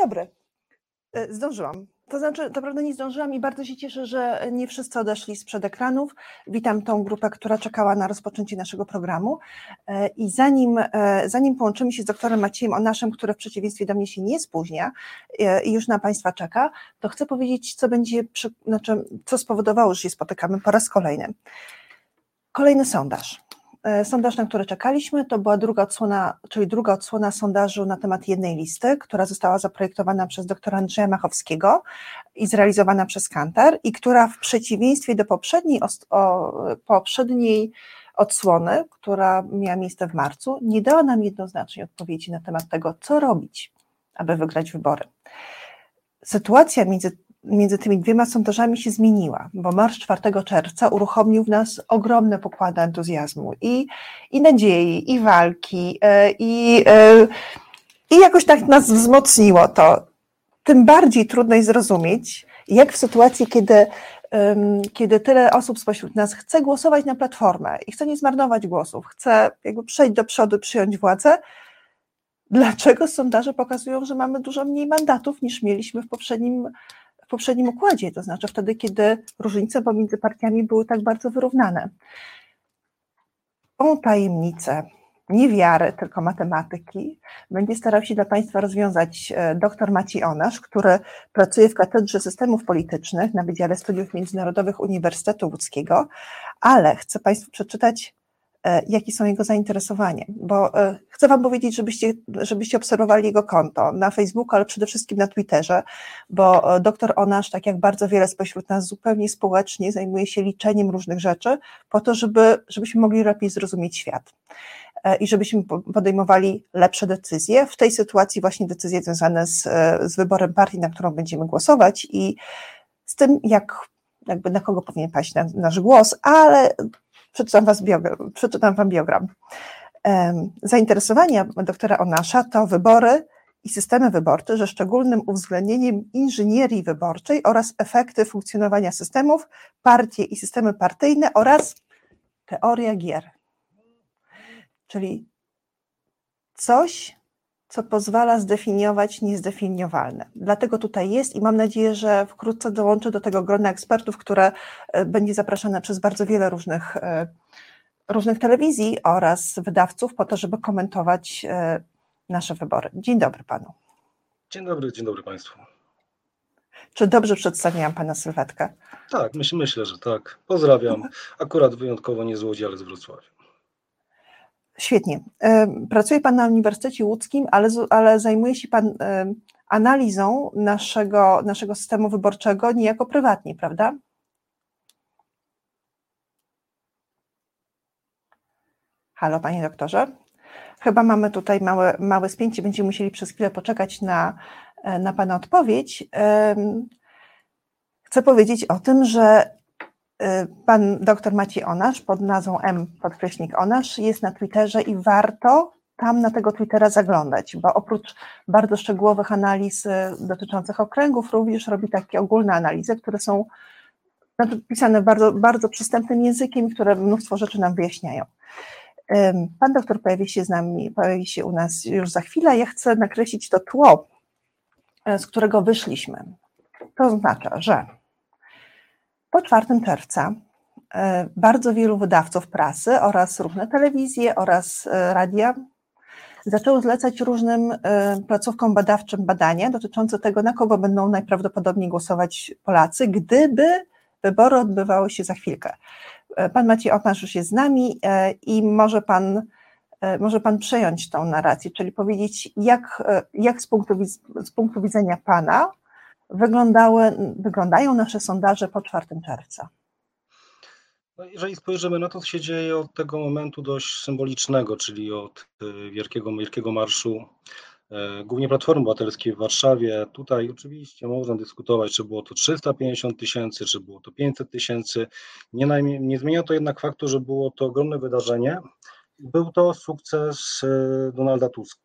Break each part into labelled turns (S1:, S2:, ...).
S1: dobry. Zdążyłam. To znaczy, naprawdę nie zdążyłam i bardzo się cieszę, że nie wszyscy odeszli sprzed ekranów. Witam tą grupę, która czekała na rozpoczęcie naszego programu. I zanim połączymy się z doktorem Maciejem Onaszem, który w przeciwieństwie do mnie się nie spóźnia i już na Państwa czeka, to chcę powiedzieć, co spowodowało, że się spotykamy po raz kolejny. Kolejny sondaż. Sondaż, na który czekaliśmy, to była druga odsłona sondażu na temat jednej listy, która została zaprojektowana przez doktora Andrzeja Machowskiego i zrealizowana przez Kantar i która w przeciwieństwie do poprzedniej odsłony, która miała miejsce w marcu, nie dała nam jednoznacznej odpowiedzi na temat tego, co robić, aby wygrać wybory. Sytuacja między tymi dwiema sondażami się zmieniła, bo marsz 4 czerwca uruchomił w nas ogromne pokłady entuzjazmu i nadziei, i walki, i jakoś tak nas wzmocniło to. Tym bardziej trudno jest zrozumieć, jak w sytuacji, kiedy tyle osób spośród nas chce głosować na Platformę i chce nie zmarnować głosów, chce jakby przejść do przodu, przyjąć władzę, dlaczego sondaże pokazują, że mamy dużo mniej mandatów niż mieliśmy w poprzednim układzie, to znaczy wtedy, kiedy różnice pomiędzy partiami były tak bardzo wyrównane. Tą tajemnicę nie wiary, tylko matematyki będzie starał się dla Państwa rozwiązać dr Maciej Onasz, który pracuje w Katedrze Systemów Politycznych na Wydziale Studiów Międzynarodowych Uniwersytetu Łódzkiego, ale chcę Państwu przeczytać, jakie są jego zainteresowania, bo chcę Wam powiedzieć, żebyście obserwowali jego konto na Facebooku, ale przede wszystkim na Twitterze, bo dr Onasz, tak jak bardzo wiele spośród nas, zupełnie społecznie zajmuje się liczeniem różnych rzeczy po to, żebyśmy mogli lepiej zrozumieć świat i żebyśmy podejmowali lepsze decyzje. W tej sytuacji właśnie decyzje związane z wyborem partii, na którą będziemy głosować i z tym, jakby na kogo powinien paść nasz głos, ale przeczytam Wam biogram. Zainteresowania doktora Onasza to wybory i systemy wyborcze, ze szczególnym uwzględnieniem inżynierii wyborczej oraz efekty funkcjonowania systemów, partie i systemy partyjne oraz teoria gier. Czyli coś, co pozwala zdefiniować niezdefiniowalne. Dlatego tutaj jest i mam nadzieję, że wkrótce dołączę do tego grona ekspertów, które będzie zapraszane przez bardzo wiele różnych telewizji oraz wydawców po to, żeby komentować nasze wybory. Dzień dobry Panu.
S2: Dzień dobry Państwu.
S1: Czy dobrze przedstawiłam Pana sylwetkę?
S2: Tak, myślę, że tak. Pozdrawiam. Akurat wyjątkowo nie z Łodzi, ale z Wrocławia.
S1: Świetnie. Pracuje Pan na Uniwersytecie Łódzkim, ale zajmuje się Pan analizą naszego systemu wyborczego niejako prywatnie, prawda? Halo, Panie doktorze. Chyba mamy tutaj małe spięcie, będziemy musieli przez chwilę poczekać na Pana odpowiedź. Chcę powiedzieć o tym, że Pan dr Maciej Onasz pod nazwą _Onasz jest na Twitterze i warto tam na tego Twittera zaglądać, bo oprócz bardzo szczegółowych analiz dotyczących okręgów również robi takie ogólne analizy, które są pisane bardzo, bardzo przystępnym językiem, które mnóstwo rzeczy nam wyjaśniają. Pan doktor pojawi się u nas już za chwilę. Ja chcę nakreślić to tło, z którego wyszliśmy. To oznacza, że po 4 czerwca bardzo wielu wydawców prasy oraz różne telewizje oraz radia zaczęły zlecać różnym placówkom badawczym badania dotyczące tego, na kogo będą najprawdopodobniej głosować Polacy, gdyby wybory odbywały się za chwilkę. Pan Maciej Onasz już jest z nami i może pan przejąć tą narrację, czyli powiedzieć, jak z punktu widzenia Pana wyglądają nasze sondaże po 4 czerwca.
S2: No, jeżeli spojrzymy na to, co się dzieje od tego momentu dość symbolicznego, czyli od wielkiego marszu, głównie Platformy Obywatelskiej w Warszawie, tutaj oczywiście można dyskutować, czy było to 350 000, czy było to 500 000. Nie zmienia to jednak faktu, że było to ogromne wydarzenie. Był to sukces Donalda Tuska.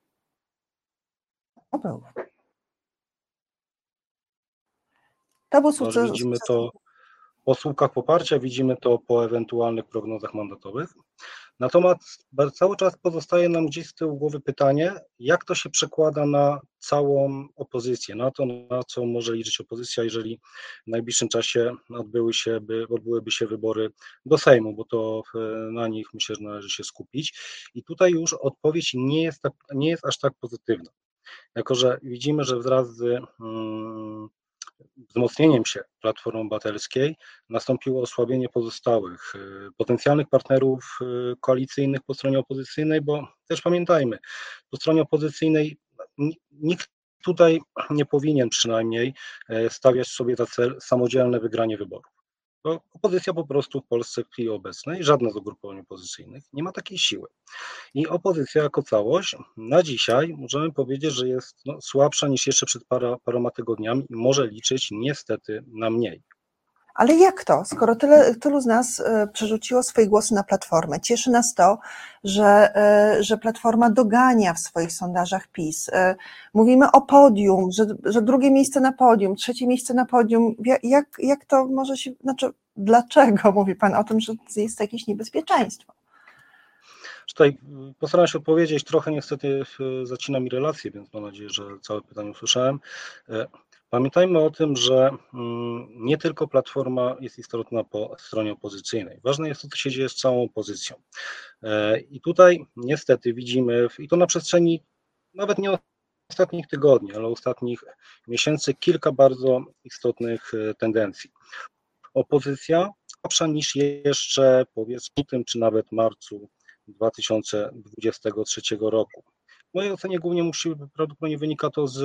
S1: To był sukces.
S2: Widzimy to po słupkach poparcia, widzimy to po ewentualnych prognozach mandatowych. Natomiast cały czas pozostaje nam gdzieś z tyłu głowy pytanie, jak to się przekłada na całą opozycję, na to, na co może liczyć opozycja, jeżeli w najbliższym czasie odbyłyby się wybory do Sejmu, bo to na nich myślę, że należy się skupić. I tutaj już odpowiedź nie jest aż tak pozytywna, jako że widzimy, że wraz z wzmocnieniem się Platformy Obywatelskiej nastąpiło osłabienie pozostałych potencjalnych partnerów koalicyjnych po stronie opozycyjnej, bo też pamiętajmy, po stronie opozycyjnej nikt tutaj nie powinien przynajmniej stawiać sobie za cel samodzielne wygranie wyborów. Bo opozycja po prostu w Polsce w chwili obecnej, żadne z ugrupowań opozycyjnych nie ma takiej siły. I opozycja jako całość na dzisiaj możemy powiedzieć, że jest słabsza niż jeszcze przed paroma tygodniami i może liczyć niestety na mniej.
S1: Ale jak to, skoro tylu z nas przerzuciło swoje głosy na Platformę? Cieszy nas to, że Platforma dogania w swoich sondażach PiS. Mówimy o podium, że drugie miejsce na podium, trzecie miejsce na podium. Jak to może się, dlaczego mówi Pan o tym, że jest jakieś niebezpieczeństwo?
S2: Tutaj postaram się odpowiedzieć, trochę niestety zacina mi relację, więc mam nadzieję, że całe pytanie usłyszałem. Pamiętajmy o tym, że nie tylko Platforma jest istotna po stronie opozycyjnej. Ważne jest to, co się dzieje z całą opozycją. I tutaj niestety widzimy, i to na przestrzeni nawet nie ostatnich tygodni, ale ostatnich miesięcy, kilka bardzo istotnych tendencji. Opozycja słabsza niż jeszcze powiedzmy w lutym czy nawet marcu 2023 roku. W mojej ocenie głównie prawdopodobnie wynika to z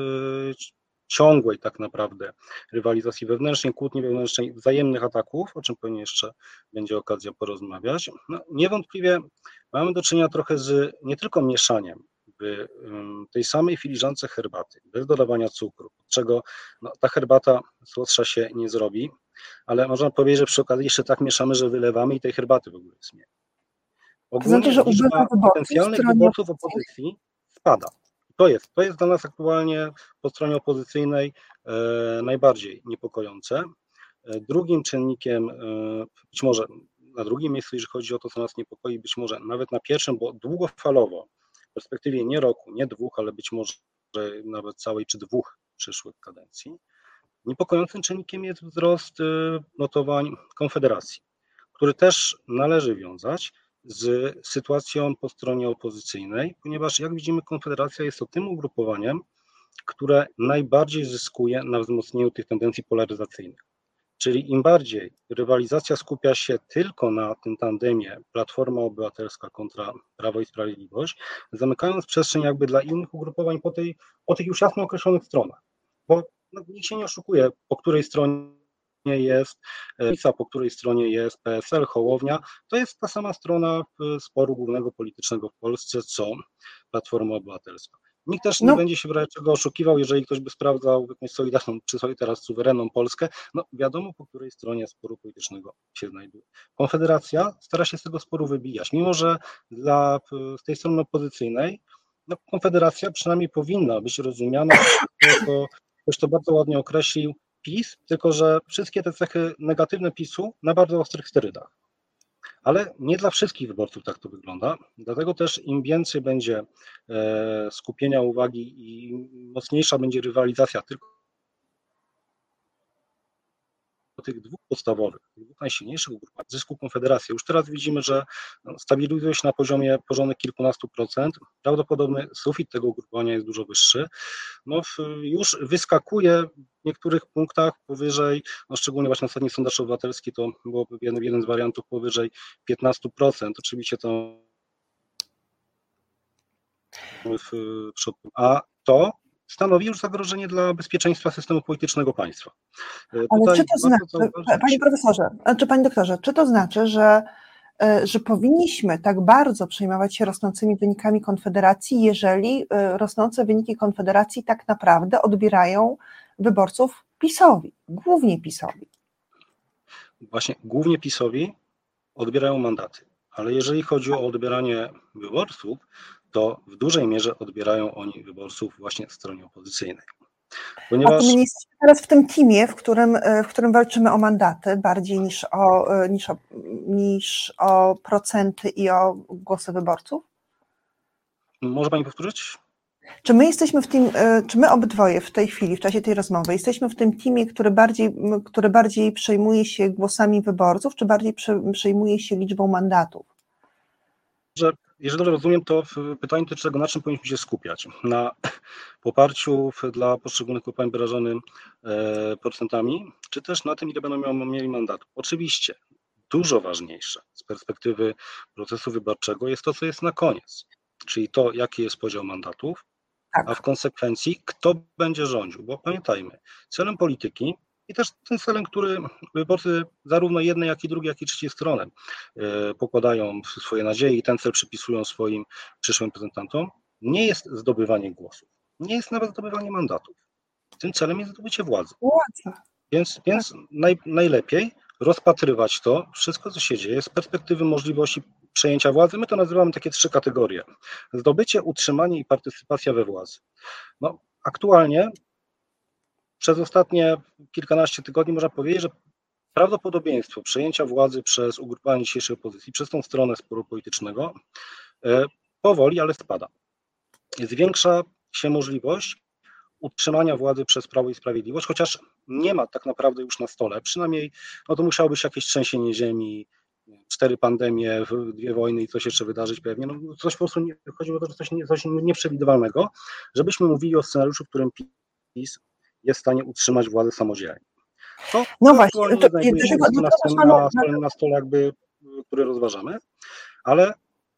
S2: ciągłej tak naprawdę rywalizacji wewnętrznej, kłótni wewnętrznej, wzajemnych ataków, o czym pewnie jeszcze będzie okazja porozmawiać. No, niewątpliwie mamy do czynienia trochę z nie tylko mieszaniem w tej samej filiżance herbaty, bez dodawania cukru, od czego ta herbata słodsza się nie zrobi, ale można powiedzieć, że przy okazji jeszcze tak mieszamy, że wylewamy i tej herbaty w ogóle jest mniej. Ogólnie
S1: to znaczy, że
S2: liczba potencjalnych wyborców opozycji spada. To jest dla nas aktualnie po stronie opozycyjnej najbardziej niepokojące. Drugim czynnikiem, być może na drugim miejscu, jeżeli chodzi o to, co nas niepokoi, być może nawet na pierwszym, bo długofalowo, w perspektywie nie roku, nie dwóch, ale być może nawet całej czy dwóch przyszłych kadencji, niepokojącym czynnikiem jest wzrost notowań Konfederacji, który też należy wiązać z sytuacją po stronie opozycyjnej, ponieważ jak widzimy, Konfederacja jest to tym ugrupowaniem, które najbardziej zyskuje na wzmocnieniu tych tendencji polaryzacyjnych. Czyli im bardziej rywalizacja skupia się tylko na tym tandemie Platforma Obywatelska kontra Prawo i Sprawiedliwość, zamykając przestrzeń jakby dla innych ugrupowań po tych już jasno określonych stronach. Bo nikt się nie oszukuje, po której stronie jest PiS-a, po której stronie jest PSL, Hołownia, to jest ta sama strona sporu głównego politycznego w Polsce, co Platforma Obywatelska. Nikt też nie będzie się w razie czego oszukiwał, jeżeli ktoś by sprawdzał jakąś solidarną, czy teraz suwerenną Polskę, wiadomo, po której stronie sporu politycznego się znajduje. Konfederacja stara się z tego sporu wybijać, mimo że z tej strony opozycyjnej Konfederacja przynajmniej powinna być rozumiana jako, ktoś to bardzo ładnie określił, PiS, tylko że wszystkie te cechy negatywne PiS-u na bardzo ostrych sterydach. Ale nie dla wszystkich wyborców tak to wygląda, dlatego też im więcej będzie skupienia uwagi i mocniejsza będzie rywalizacja tylko tych dwóch podstawowych, tych dwóch najsilniejszych ugrupowań, zysku Konfederacji. Już teraz widzimy, że stabilizuje się na poziomie porządek kilkunastu procent. Prawdopodobny sufit tego ugrupowania jest dużo wyższy. Już wyskakuje w niektórych punktach powyżej, szczególnie właśnie ostatni sondaż obywatelski, to byłoby jeden z wariantów powyżej 15%. Oczywiście to a to stanowi już zagrożenie dla bezpieczeństwa systemu politycznego państwa.
S1: Ale czy to znaczy, panie profesorze, czy panie doktorze, czy to znaczy, że powinniśmy tak bardzo przejmować się rosnącymi wynikami Konfederacji, jeżeli rosnące wyniki Konfederacji tak naprawdę odbierają wyborców PiS-owi, głównie PiS-owi?
S2: Właśnie głównie PiS-owi odbierają mandaty, ale jeżeli chodzi o odbieranie wyborców, to w dużej mierze odbierają oni wyborców właśnie w stronie opozycyjnej.
S1: A to my nie jesteśmy teraz w tym teamie, w którym walczymy o mandaty, bardziej niż o procenty i o głosy wyborców?
S2: Może Pani powtórzyć?
S1: Czy my jesteśmy czy my obydwoje w tej chwili, w czasie tej rozmowy, jesteśmy w tym teamie, który bardziej przejmuje się głosami wyborców, czy bardziej przejmuje się liczbą mandatów?
S2: Jeżeli dobrze rozumiem, to pytanie dotyczy tego, na czym powinniśmy się skupiać. Na poparciu dla poszczególnych ugrupowań wyrażonym procentami, czy też na tym, ile będą mieli mandatów. Oczywiście dużo ważniejsze z perspektywy procesu wyborczego jest to, co jest na koniec, czyli to, jaki jest podział mandatów, a w konsekwencji kto będzie rządził. Bo pamiętajmy, celem polityki i też tym celem, który wyborcy zarówno jednej, jak i drugiej, jak i trzeciej strony pokładają swoje nadzieje i ten cel przypisują swoim przyszłym reprezentantom, nie jest zdobywanie głosów, nie jest nawet zdobywanie mandatów. Tym celem jest zdobycie władzy. Więc najlepiej rozpatrywać to wszystko, co się dzieje z perspektywy możliwości przejęcia władzy. My to nazywamy takie 3 kategorie. Zdobycie, utrzymanie i partycypacja we władzy. No, aktualnie przez ostatnie kilkanaście tygodni można powiedzieć, że prawdopodobieństwo przejęcia władzy przez ugrupowanie dzisiejszej opozycji, przez tą stronę sporu politycznego powoli, ale spada. Zwiększa się możliwość utrzymania władzy przez Prawo i Sprawiedliwość, chociaż nie ma tak naprawdę już na stole, przynajmniej no to musiałoby być jakieś trzęsienie ziemi, 4 pandemie, 2 wojny i coś jeszcze wydarzyć pewnie, no coś po prostu, chodzi o to, że coś nieprzewidywalnego, żebyśmy mówili o scenariuszu, w którym PiS jest w stanie utrzymać władzę samodzielnie. To
S1: no właśnie,
S2: znajduje się na stole jakby, który rozważamy, ale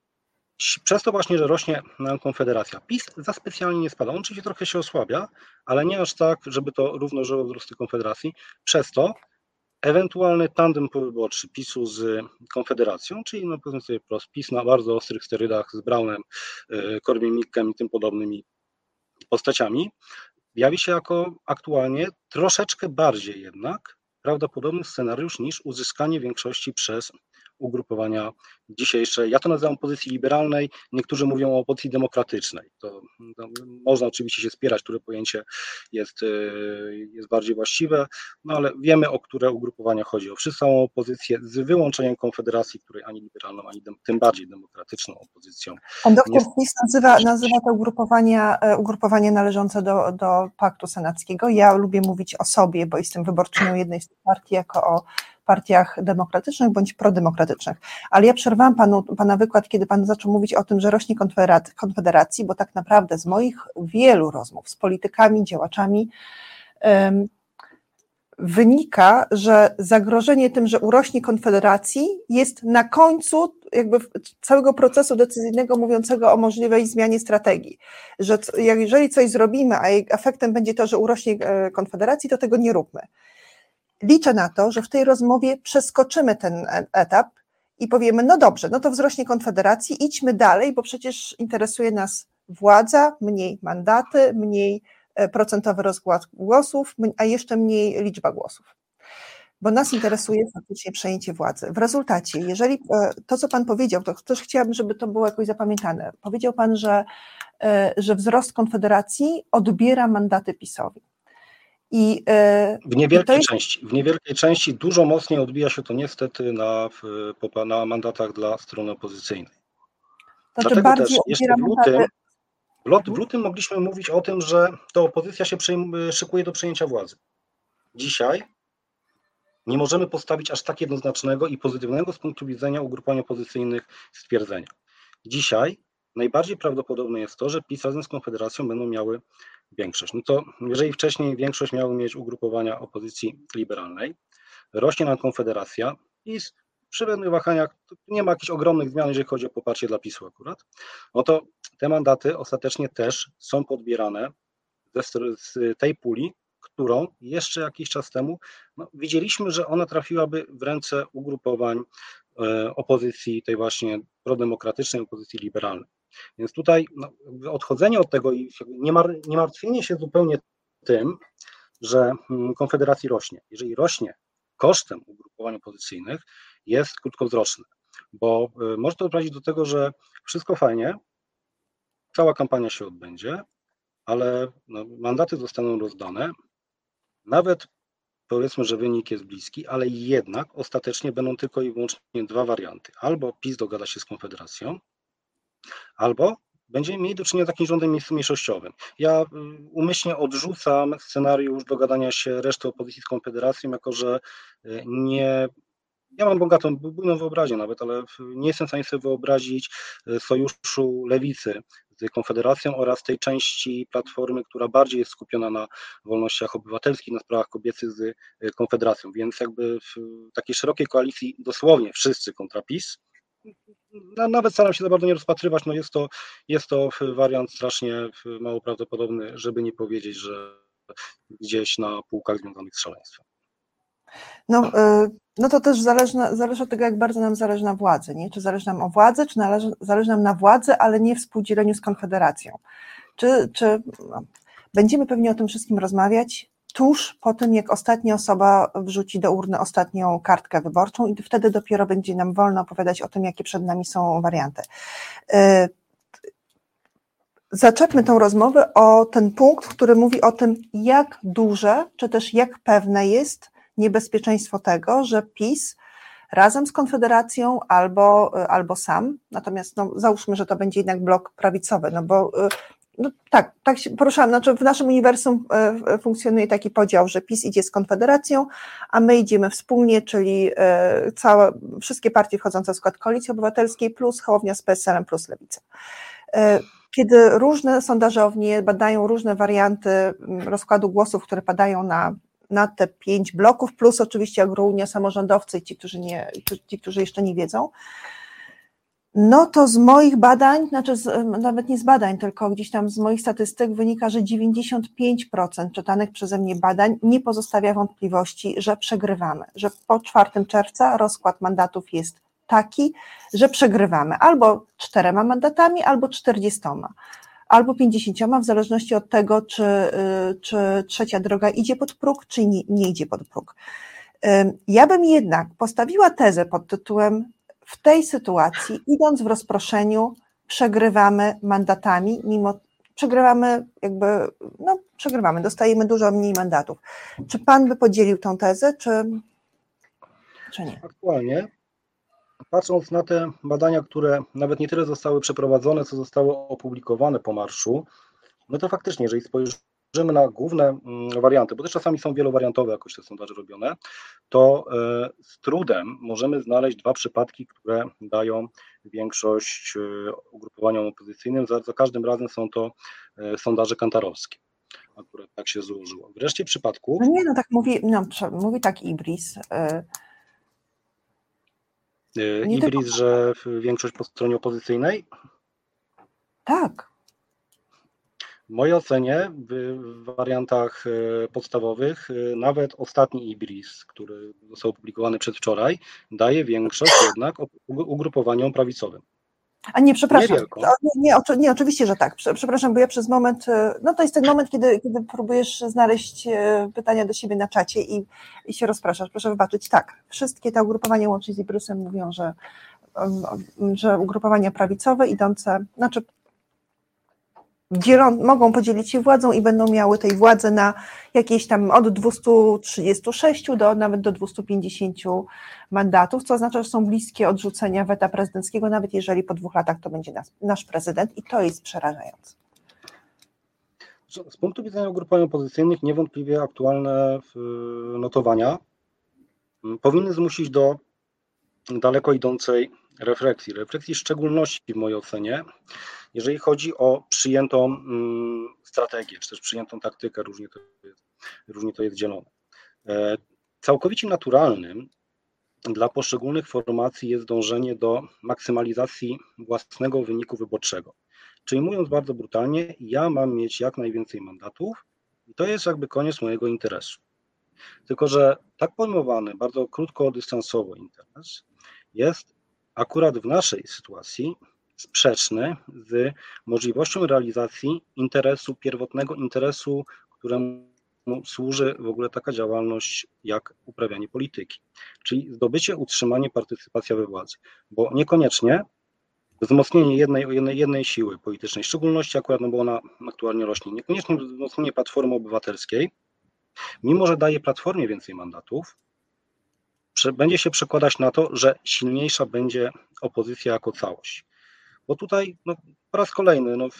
S2: przez to właśnie, że rośnie nam Konfederacja. PiS za specjalnie nie spada. On oczywiście trochę się osłabia, ale nie aż tak, żeby to równoważyło wzrosty Konfederacji. Przez to ewentualny tandem powyborczy PiS-u z Konfederacją, czyli no powiedzmy sobie wprost, PiS na bardzo ostrych sterydach z Braunem, Korwin-Mikkem i tym podobnymi postaciami, jawi się jako aktualnie troszeczkę bardziej jednak prawdopodobny scenariusz niż uzyskanie większości przez ugrupowania dzisiejsze. Ja to nazywam opozycji liberalnej, niektórzy mówią o opozycji demokratycznej. To można oczywiście się spierać, które pojęcie jest bardziej właściwe, no ale wiemy, o które ugrupowania chodzi. O wszystką opozycję z wyłączeniem Konfederacji, której ani liberalną, ani tym bardziej demokratyczną opozycją.
S1: Pan doktor Flis nazywa to ugrupowanie należące do Paktu Senackiego. Ja lubię mówić o sobie, bo jestem wyborczynią jednej z tych partii, jako o partiach demokratycznych bądź prodemokratycznych. Ale ja przerwałam pana wykład, kiedy pan zaczął mówić o tym, że rośnie Konfederacji, bo tak naprawdę z moich wielu rozmów z politykami, działaczami wynika, że zagrożenie tym, że urośnie Konfederacji, jest na końcu jakby całego procesu decyzyjnego mówiącego o możliwej zmianie strategii, że jeżeli coś zrobimy, a jej efektem będzie to, że urośnie Konfederacji, to tego nie róbmy. Liczę na to, że w tej rozmowie przeskoczymy ten etap i powiemy, no dobrze, no to wzrośnie Konfederacji, idźmy dalej, bo przecież interesuje nas władza, mniej mandaty, mniej procentowy rozkład głosów, a jeszcze mniej liczba głosów. Bo nas interesuje faktycznie przejęcie władzy. W rezultacie, jeżeli to, co pan powiedział, to też chciałabym, żeby to było jakoś zapamiętane. Powiedział pan, że wzrost Konfederacji odbiera mandaty PiS-owi.
S2: W niewielkiej części dużo mocniej odbija się to niestety na mandatach dla strony opozycyjnej. Dlatego też jeszcze w lutym mogliśmy mówić o tym, że to opozycja się szykuje do przejęcia władzy. Dzisiaj nie możemy postawić aż tak jednoznacznego i pozytywnego z punktu widzenia ugrupowań opozycyjnych stwierdzenia. Dzisiaj najbardziej prawdopodobne jest to, że PiS razem z Konfederacją będą miały większość. No to jeżeli wcześniej większość miały mieć ugrupowania opozycji liberalnej, rośnie nam Konfederacja, PiS przy pewnych wahaniach nie ma jakichś ogromnych zmian, jeżeli chodzi o poparcie dla PiS-u akurat, no to te mandaty ostatecznie też są podbierane z tej puli, którą jeszcze jakiś czas temu widzieliśmy, że ona trafiłaby w ręce ugrupowań opozycji tej właśnie prodemokratycznej, opozycji liberalnej. Więc tutaj odchodzenie od tego i nie martwienie się zupełnie tym, że Konfederacji rośnie. Jeżeli rośnie kosztem ugrupowań opozycyjnych, jest krótkowzroczne, bo może to doprowadzić do tego, że wszystko fajnie, cała kampania się odbędzie, ale no, mandaty zostaną rozdane, nawet powiedzmy, że wynik jest bliski, ale jednak ostatecznie będą tylko i wyłącznie dwa warianty. Albo PiS dogada się z Konfederacją, albo będziemy mieli do czynienia z takim rządem mniejszościowym. Ja umyślnie odrzucam scenariusz dogadania się reszty opozycji z Konfederacją, jako że nie. Ja mam bogatą, bujną wyobraźnię nawet, ale nie jestem w stanie sobie wyobrazić sojuszu lewicy z Konfederacją oraz tej części Platformy, która bardziej jest skupiona na wolnościach obywatelskich, na sprawach kobiecych z Konfederacją. Więc jakby w takiej szerokiej koalicji dosłownie wszyscy kontra PiS, nawet staram się za bardzo nie rozpatrywać, no jest to wariant strasznie mało prawdopodobny, żeby nie powiedzieć, że gdzieś na półkach związanych z szaleństwem.
S1: No to też zależy od tego, jak bardzo nam zależy na władzy, nie? Czy zależy nam o władzę, czy zależy nam na władzy, ale nie w współdzieleniu z Konfederacją. Czy będziemy pewnie o tym wszystkim rozmawiać tuż po tym, jak ostatnia osoba wrzuci do urny ostatnią kartkę wyborczą i wtedy dopiero będzie nam wolno opowiadać o tym, jakie przed nami są warianty. Zaczepmy tą rozmowę o ten punkt, który mówi o tym, jak duże, czy też jak pewne jest niebezpieczeństwo tego, że PiS razem z Konfederacją albo sam, natomiast no, załóżmy, że to będzie jednak blok prawicowy, no bo no, tak się poruszałam, znaczy w naszym uniwersum funkcjonuje taki podział, że PiS idzie z Konfederacją, a my idziemy wspólnie, czyli wszystkie partie wchodzące w skład Koalicji Obywatelskiej plus Hołownia z PSL-em plus Lewica. Kiedy różne sondażownie badają różne warianty rozkładu głosów, które padają na te 5 bloków, plus oczywiście Agrounia, samorządowcy i ci, którzy jeszcze nie wiedzą, no to z moich badań, nawet nie z badań, tylko gdzieś tam z moich statystyk wynika, że 95% czytanych przeze mnie badań nie pozostawia wątpliwości, że przegrywamy, że po 4 czerwca rozkład mandatów jest taki, że przegrywamy albo 4 mandatami, albo 40, albo 50, w zależności od tego, czy trzecia droga idzie pod próg, czy nie idzie pod próg. Ja bym jednak postawiła tezę pod tytułem: w tej sytuacji, idąc w rozproszeniu, przegrywamy mandatami, przegrywamy, dostajemy dużo mniej mandatów. Czy pan by podzielił tą tezę, czy nie?
S2: Aktualnie, patrząc na te badania, które nawet nie tyle zostały przeprowadzone, co zostały opublikowane po marszu, no to faktycznie, jeżeli spojrzymy na główne warianty, bo też czasami są wielowariantowe jakoś te sondaże robione, to z trudem możemy znaleźć 2 przypadki, które dają większość ugrupowaniom opozycyjnym. Za każdym razem są to sondaże kantarowskie. Akurat tak się złożyło. W reszcie przypadków...
S1: No nie, no tak mówi tak Ibris.
S2: Ibris, że większość po stronie opozycyjnej?
S1: Tak.
S2: W mojej ocenie w wariantach podstawowych nawet ostatni Ibris, który został opublikowany przedwczoraj, daje większość jednak ugrupowaniom prawicowym.
S1: A nie, przepraszam. Nie, oczywiście, że tak. Przepraszam, bo ja przez moment, no to jest ten moment, kiedy próbujesz znaleźć pytania do siebie na czacie i się rozpraszasz. Proszę wybaczyć. Tak, wszystkie te ugrupowania łącznie z Ibrysem mówią, że ugrupowania prawicowe idące, znaczy mogą podzielić się władzą i będą miały tej władzy na jakieś tam od 236 nawet do 250 mandatów, co oznacza, że są bliskie odrzucenia weta prezydenckiego, nawet jeżeli po 2 latach to będzie nasz prezydent, i to jest przerażające.
S2: Z punktu widzenia ugrupowań opozycyjnych niewątpliwie aktualne notowania powinny zmusić do daleko idącej refleksji w szczególności w mojej ocenie, jeżeli chodzi o przyjętą strategię, czy też przyjętą taktykę, różnie to jest dzielone. Całkowicie naturalnym dla poszczególnych formacji jest dążenie do maksymalizacji własnego wyniku wyborczego. Czyli mówiąc bardzo brutalnie, ja mam mieć jak najwięcej mandatów i to jest jakby koniec mojego interesu. Tylko że tak pojmowany, bardzo krótkodystansowo interes jest akurat w naszej sytuacji sprzeczny z możliwością realizacji pierwotnego interesu, któremu służy w ogóle taka działalność jak uprawianie polityki, czyli zdobycie, utrzymanie, partycypacja we władzy, bo niekoniecznie wzmocnienie jednej siły politycznej, w szczególności akurat, no bo ona aktualnie rośnie, niekoniecznie wzmocnienie Platformy Obywatelskiej, mimo że daje Platformie więcej mandatów, będzie się przekładać na to, że silniejsza będzie opozycja jako całość. Bo tutaj no, po raz kolejny no,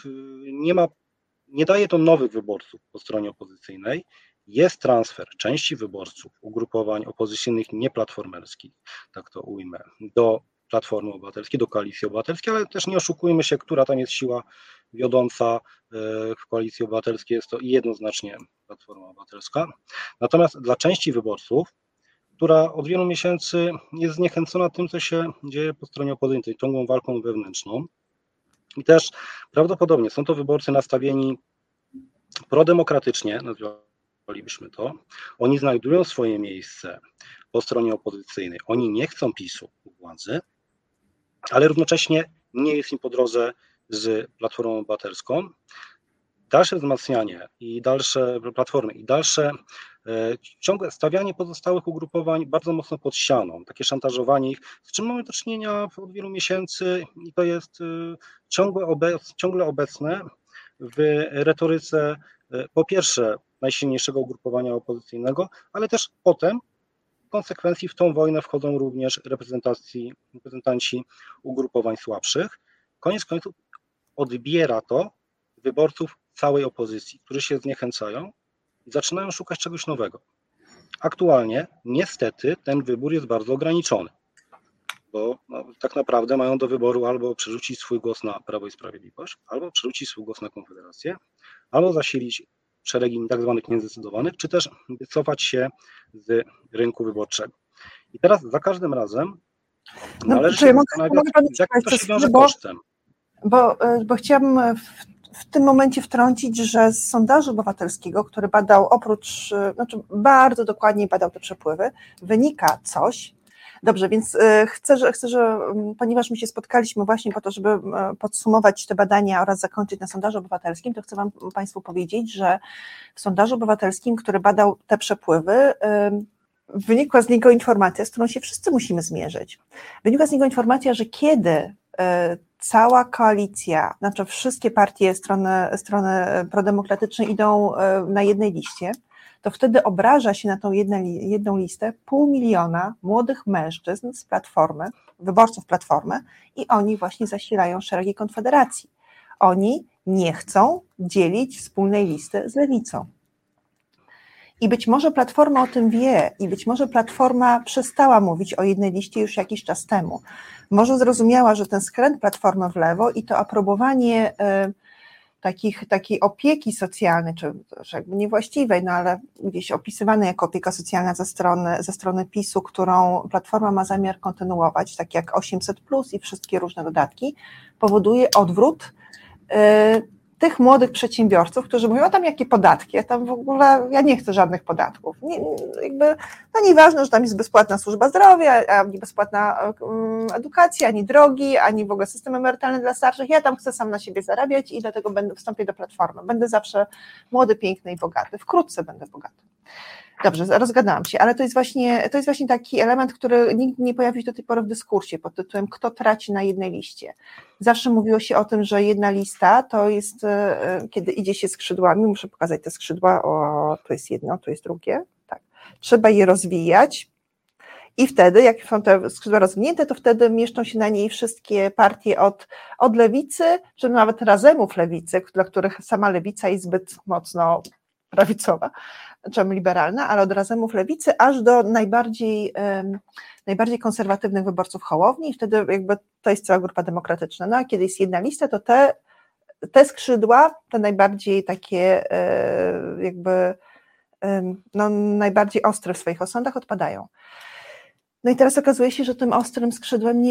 S2: nie daje to nowych wyborców po stronie opozycyjnej. Jest transfer części wyborców ugrupowań opozycyjnych nieplatformerskich, tak to ujmę, do Platformy Obywatelskiej, do Koalicji Obywatelskiej, ale też nie oszukujmy się, która tam jest siła wiodąca w Koalicji Obywatelskiej, jest to jednoznacznie Platforma Obywatelska. Natomiast dla części wyborców, która od wielu miesięcy jest zniechęcona tym, co się dzieje po stronie opozycyjnej, ciągłą walką wewnętrzną, i też prawdopodobnie są to wyborcy nastawieni prodemokratycznie, nazwalibyśmy to. Oni znajdują swoje miejsce po stronie opozycyjnej. Oni nie chcą PiS-u u władzy, ale równocześnie nie jest im po drodze z Platformą Obywatelską. Dalsze wzmacnianie i dalsze platformy i dalsze ciągłe stawianie pozostałych ugrupowań bardzo mocno pod ścianą, takie szantażowanie ich, z czym mamy do czynienia od wielu miesięcy i to jest ciągle obecne w retoryce po pierwsze najsilniejszego ugrupowania opozycyjnego, ale też potem w konsekwencji w tą wojnę wchodzą również reprezentanci ugrupowań słabszych. Koniec końców odbiera to wyborców całej opozycji, którzy się zniechęcają i zaczynają szukać czegoś nowego. Aktualnie niestety ten wybór jest bardzo ograniczony, bo no, tak naprawdę mają do wyboru albo przerzucić swój głos na Prawo i Sprawiedliwość, albo przerzucić swój głos na Konfederację, albo zasilić szeregi tak zwanych niezdecydowanych, czy też wycofać się z rynku wyborczego. I teraz za każdym razem należy się zastanawiać, jakim to się wiąże kosztem.
S1: Bo chciałabym w tym momencie wtrącić, że z sondażu obywatelskiego, który badał bardzo dokładnie badał te przepływy, wynika coś. Dobrze, więc chcę, że ponieważ my się spotkaliśmy właśnie po to, żeby podsumować te badania oraz zakończyć na sondażu obywatelskim, to chcę Państwu powiedzieć, że w sondażu obywatelskim, który badał te przepływy, wynikła z niego informacja, z którą się wszyscy musimy zmierzyć. Wynikła z niego informacja, że kiedy cała koalicja, znaczy wszystkie partie strony prodemokratycznej idą na jednej liście, to wtedy obraża się na tą jedną listę 500 000 młodych mężczyzn z Platformy, wyborców Platformy i oni właśnie zasilają szeregi Konfederacji. Oni nie chcą dzielić wspólnej listy z Lewicą. I być może Platforma o tym wie i być może Platforma przestała mówić o jednej liście już jakiś czas temu. Może zrozumiała, że ten skręt Platformy w lewo i to aprobowanie takiej opieki socjalnej, czy jakby niewłaściwej, no ale gdzieś opisywanej jako opieka socjalna ze strony PiS-u, którą Platforma ma zamiar kontynuować, tak jak 800+ i wszystkie różne dodatki, powoduje odwrót tych młodych przedsiębiorców, którzy mówią, a tam jakie podatki, ja tam w ogóle, ja nie chcę żadnych podatków. Nieważne, że tam jest bezpłatna służba zdrowia, ani bezpłatna edukacja, ani drogi, ani w ogóle system emerytalny dla starszych, ja tam chcę sam na siebie zarabiać i dlatego wstąpię do Platformy. Będę zawsze młody, piękny i bogaty. Wkrótce będę bogaty. Dobrze, rozgadałam się, ale to jest właśnie taki element, który nigdy nie pojawił się do tej pory w dyskursie pod tytułem kto traci na jednej liście. Zawsze mówiło się o tym, że jedna lista to jest, kiedy idzie się skrzydłami, muszę pokazać te skrzydła, tu jest jedno, tu jest drugie, tak. Trzeba je rozwijać i wtedy, jak są te skrzydła rozwinięte, to wtedy mieszczą się na niej wszystkie partie od lewicy, czy nawet razemów lewicy, dla których sama lewica jest zbyt mocno prawicowa, czy liberalna, ale od razemów lewicy aż do najbardziej konserwatywnych wyborców Hołowni i wtedy jakby to jest cała grupa demokratyczna. No a kiedy jest jedna lista, to te skrzydła, te najbardziej takie jakby najbardziej ostre w swoich osądach odpadają. No i teraz okazuje się, że tym ostrym skrzydłem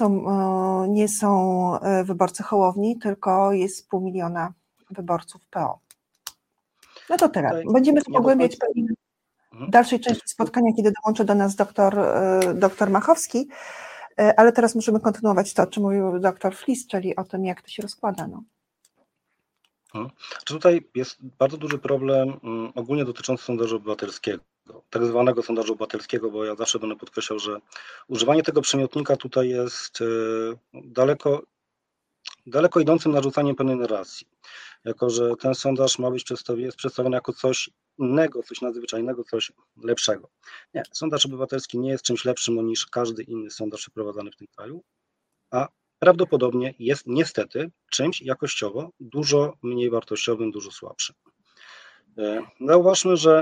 S1: nie są wyborcy Hołowni, tylko jest 500 000 wyborców PO. No to tyle. Będziemy to pogłębiać pewnie w dalszej części spotkania, kiedy dołączy do nas doktor Machowski, ale teraz musimy kontynuować to, o czym mówił doktor Flis, czyli o tym, jak to się rozkłada. No.
S2: Tutaj jest bardzo duży problem ogólnie dotyczący sondażu obywatelskiego, tak zwanego sondażu obywatelskiego, bo ja zawsze będę podkreślał, że używanie tego przymiotnika tutaj jest daleko daleko idącym narzucaniem pewnej narracji, jako że ten sondaż ma być jest przedstawiony jako coś innego, coś nadzwyczajnego, coś lepszego. Nie, sondaż obywatelski nie jest czymś lepszym niż każdy inny sondaż przeprowadzany w tym kraju, a prawdopodobnie jest niestety czymś jakościowo dużo mniej wartościowym, dużo słabszym. Zauważmy, że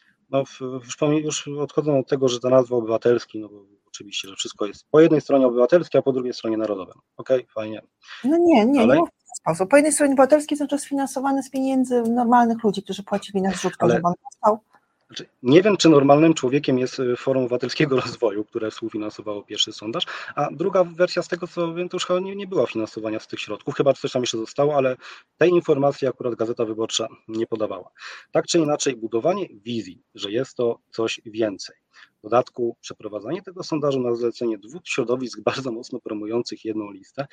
S2: już odchodzą od tego, że ta nazwa obywatelski, no bo oczywiście, że wszystko jest po jednej stronie obywatelskie, a po drugiej stronie narodowe. Okej, fajnie.
S1: No nie mów w ten sposób. Po jednej stronie obywatelskiej znaczy sfinansowane z pieniędzy normalnych ludzi, którzy płacili na zrzutkę, żeby on powstał.
S2: Nie wiem, czy normalnym człowiekiem jest Forum Obywatelskiego Rozwoju, które współfinansowało pierwszy sondaż, a druga wersja, z tego co wiem, to już chyba nie było finansowania z tych środków, chyba coś tam jeszcze zostało, ale tej informacji akurat Gazeta Wyborcza nie podawała. Tak czy inaczej, budowanie wizji, że jest to coś więcej. W dodatku przeprowadzanie tego sondażu na zlecenie 2 środowisk bardzo mocno promujących jedną listę,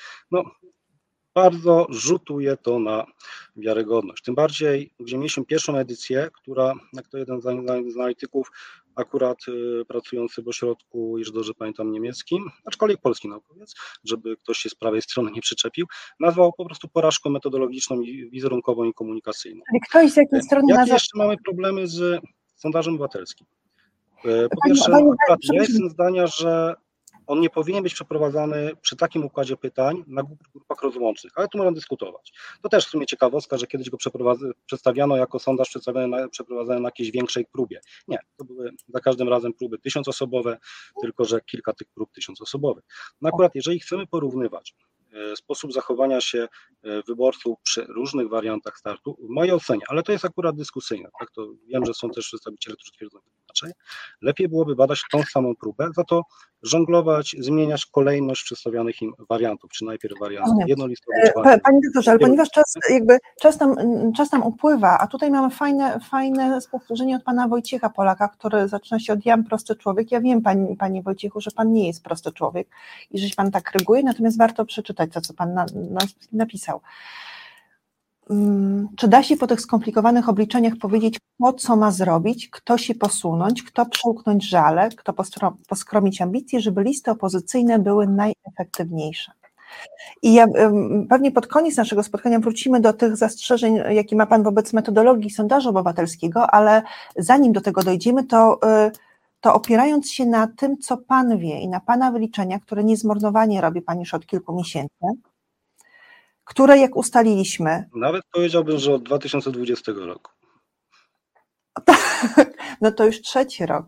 S2: bardzo rzutuje to na wiarygodność. Tym bardziej, gdzie mieliśmy pierwszą edycję, która, jak to jeden z analityków, akurat pracujący w ośrodku, jeśli dobrze pamiętam, niemieckim, aczkolwiek polski naukowiec, żeby ktoś się z prawej strony nie przyczepił, nazwał po prostu porażką metodologiczną, wizerunkową i komunikacyjną.
S1: Ale ktoś z jakiej strony
S2: Jakie jeszcze mamy problemy z sondażem obywatelskim? Po pierwsze, ja jestem zdania, że on nie powinien być przeprowadzany przy takim układzie pytań na grupach rozłącznych, ale tu można dyskutować. To też w sumie ciekawostka, że kiedyś go przedstawiano jako sondaż przeprowadzany na jakiejś większej próbie. Nie, to były za każdym razem próby 1000-osobowe, tylko że kilka tych prób 1000-osobowych. Akurat jeżeli chcemy porównywać sposób zachowania się wyborców przy różnych wariantach startu, w mojej ocenie, ale to jest akurat dyskusyjne, tak? To wiem, że są też przedstawiciele, którzy twierdzą inaczej. Lepiej byłoby badać tą samą próbę, za to żonglować, zmieniać kolejność przedstawionych im wariantów, czy najpierw wariant jednolistowy.
S1: Panie doktorze, ale ponieważ czas nam upływa, a tutaj mamy fajne spostrzeżenie od pana Wojciecha Polaka, który zaczyna się od jam prosty człowiek. Ja wiem, panie Wojciechu, że pan nie jest prosty człowiek i że się pan tak ryguje, natomiast warto przeczytać to, co pan napisał. Czy da się po tych skomplikowanych obliczeniach powiedzieć, kto co ma zrobić, kto się posunąć, kto przełknąć żale, kto poskromić ambicje, żeby listy opozycyjne były najefektywniejsze? I ja pewnie pod koniec naszego spotkania wrócimy do tych zastrzeżeń, jakie ma pan wobec metodologii sondażu obywatelskiego, ale zanim do tego dojdziemy, to opierając się na tym, co pan wie i na pana wyliczenia, które niezmarnowanie robi pan już od kilku miesięcy, które, jak ustaliliśmy...
S2: Nawet powiedziałbym, że od 2020 roku.
S1: No to już 3. rok.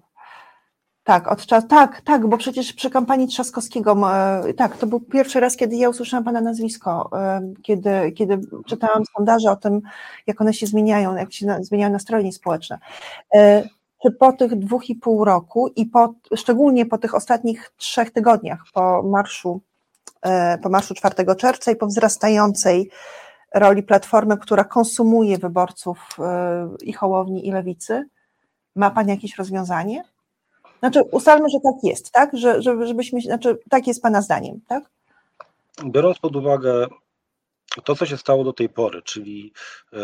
S1: Tak, bo przecież przy kampanii Trzaskowskiego, tak, to był pierwszy raz, kiedy ja usłyszałam pana nazwisko, kiedy czytałam sondaże o tym, jak one się zmieniają, jak się zmieniają nastroje społeczne. Czy po tych 2,5 roku i szczególnie po tych ostatnich 3 tygodniach, po marszu 4 czerwca i po wzrastającej roli Platformy, która konsumuje wyborców i Hołowni, i Lewicy, ma pan jakieś rozwiązanie? Znaczy, ustalmy, że tak jest, tak? Tak jest pana zdaniem, tak?
S2: Biorąc pod uwagę to, co się stało do tej pory, czyli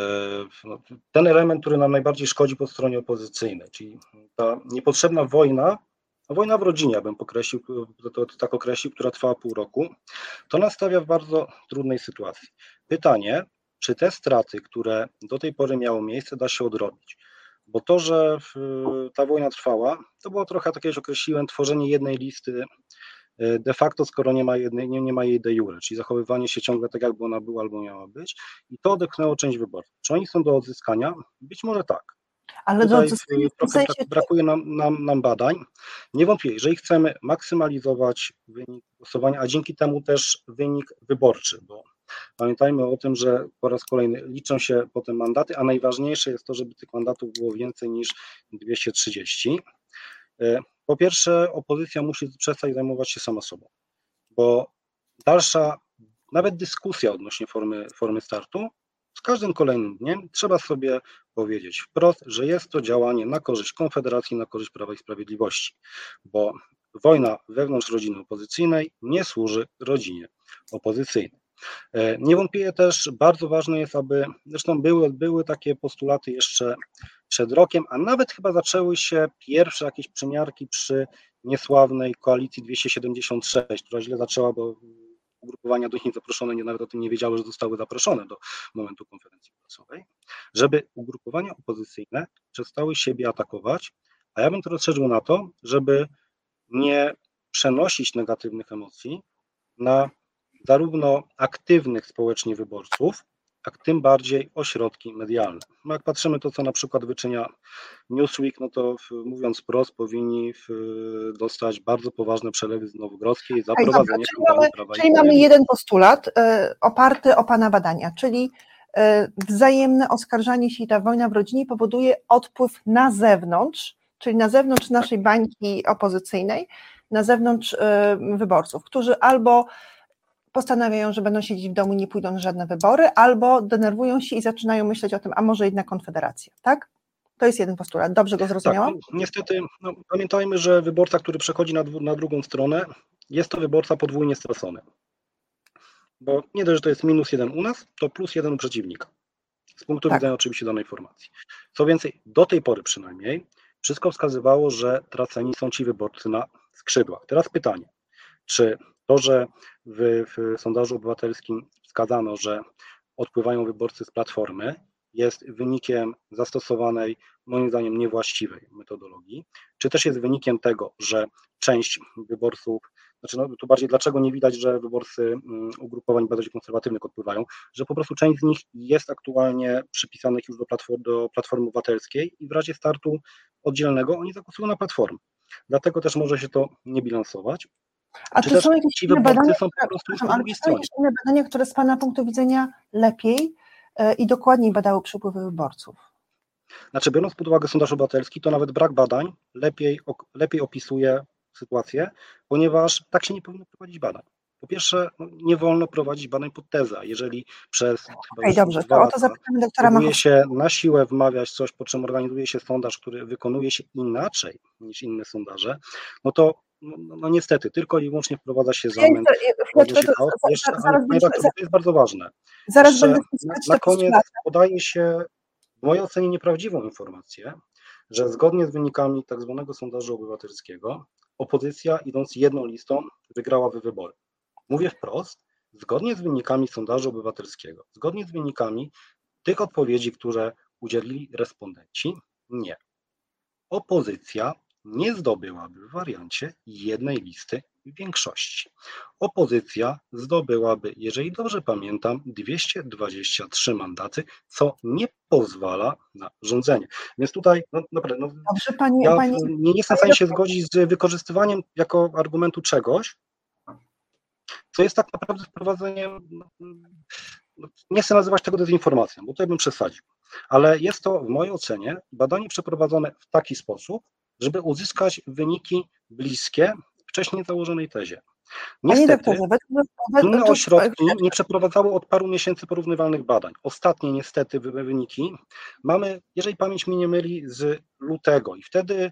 S2: ten element, który nam najbardziej szkodzi po stronie opozycyjnej, czyli ta niepotrzebna wojna w rodzinie, ja bym to tak określił, która trwała pół roku, to nas stawia w bardzo trudnej sytuacji. Pytanie, czy te straty, które do tej pory miały miejsce, da się odrobić? Bo to, że ta wojna trwała, to było trochę, tak jak określiłem, tworzenie jednej listy de facto, skoro nie ma jej de jure, czyli zachowywanie się ciągle tak, jakby ona była albo miała być, i to odepchnęło część wyborców. Czy oni są do odzyskania? Być może tak.
S1: Ale
S2: tutaj trochę brakuje nam badań. Niewątpliwie, jeżeli chcemy maksymalizować wynik głosowania, a dzięki temu też wynik wyborczy, bo pamiętajmy o tym, że po raz kolejny liczą się potem mandaty, a najważniejsze jest to, żeby tych mandatów było więcej niż 230. Po pierwsze, opozycja musi przestać zajmować się sama sobą, bo dalsza, nawet dyskusja odnośnie formy startu, z każdym kolejnym dniem trzeba sobie powiedzieć wprost, że jest to działanie na korzyść Konfederacji, na korzyść Prawa i Sprawiedliwości, bo wojna wewnątrz rodziny opozycyjnej nie służy rodzinie opozycyjnej. Niewątpliwie też bardzo ważne jest, aby, zresztą były takie postulaty jeszcze przed rokiem, a nawet chyba zaczęły się pierwsze jakieś przymiarki przy niesławnej koalicji 276, która źle zaczęła, bo ugrupowania do nich zaproszone nawet o tym nie wiedziały, że zostały zaproszone do momentu konferencji prasowej, żeby ugrupowania opozycyjne przestały siebie atakować, a ja bym to rozszerzył na to, żeby nie przenosić negatywnych emocji na zarówno aktywnych społecznie wyborców, jak tym bardziej ośrodki medialne. No jak patrzymy to, co na przykład wyczynia Newsweek, no to mówiąc wprost, powinni dostać bardzo poważne przelewy z Nowogrodzkiej za prowadzenie kampanii Prawa i
S1: Czyli mamy jeden postulat oparty o Pana badania, czyli wzajemne oskarżanie się i ta wojna w rodzinie powoduje odpływ na zewnątrz, czyli na zewnątrz naszej bańki opozycyjnej, na zewnątrz wyborców, którzy albo postanawiają, że będą siedzieć w domu i nie pójdą na żadne wybory, albo denerwują się i zaczynają myśleć o tym, a może jednak Konfederacja, tak? To jest jeden postulat. Dobrze go zrozumiałam?
S2: Tak, niestety, pamiętajmy, że wyborca, który przechodzi na drugą stronę, jest to wyborca podwójnie stracony. Bo nie dość, że to jest -1 u nas, to +1 u przeciwnika. Z punktu widzenia oczywiście danej formacji. Co więcej, do tej pory przynajmniej, wszystko wskazywało, że traceni są ci wyborcy na skrzydłach. Teraz pytanie, czy to, że w sondażu obywatelskim wskazano, że odpływają wyborcy z Platformy, jest wynikiem zastosowanej, moim zdaniem, niewłaściwej metodologii, czy też jest wynikiem tego, że część wyborców, tu bardziej dlaczego nie widać, że wyborcy ugrupowań bardziej konserwatywnych odpływają, że po prostu część z nich jest aktualnie przypisanych już do Platformy Obywatelskiej i w razie startu oddzielnego oni zagłosują na Platformę. Dlatego też może się to nie bilansować.
S1: A czy są jakieś inne badania, które z Pana punktu widzenia lepiej i dokładniej badały przepływy wyborców?
S2: Znaczy, biorąc pod uwagę sondaż obywatelski, to nawet brak badań lepiej opisuje sytuację, ponieważ tak się nie powinno prowadzić badań. Po pierwsze, nie wolno prowadzić badań pod tezę, jeżeli przez
S1: dobrze, to o to zapytamy doktora
S2: próbuje się na siłę wmawiać coś, po czym organizuje się sondaż, który wykonuje się inaczej niż inne sondaże, no to niestety, tylko i wyłącznie wprowadza się zamęt. To jest bardzo ważne.
S1: Zaraz będę
S2: na koniec podaje się w mojej ocenie nieprawdziwą informację, że zgodnie z wynikami tak zwanego sondażu obywatelskiego opozycja, idąc jedną listą, wygrała wybory. Mówię wprost, zgodnie z wynikami sondażu obywatelskiego, zgodnie z wynikami tych odpowiedzi, które udzielili respondenci, nie. Opozycja nie zdobyłaby w wariancie jednej listy większości. Opozycja zdobyłaby, jeżeli dobrze pamiętam, 223 mandaty, co nie pozwala na rządzenie. Więc tutaj naprawdę, nie jestem w stanie się zgodzić z wykorzystywaniem jako argumentu czegoś, co jest tak naprawdę wprowadzeniem, nie chcę nazywać tego dezinformacją, bo tutaj bym przesadził, ale jest to w mojej ocenie badanie przeprowadzone w taki sposób, żeby uzyskać wyniki bliskie wcześniej założonej tezie. Niestety, inne ośrodki nie przeprowadzały od paru miesięcy porównywalnych badań. Ostatnie niestety wyniki mamy, jeżeli pamięć mnie nie myli, z lutego i wtedy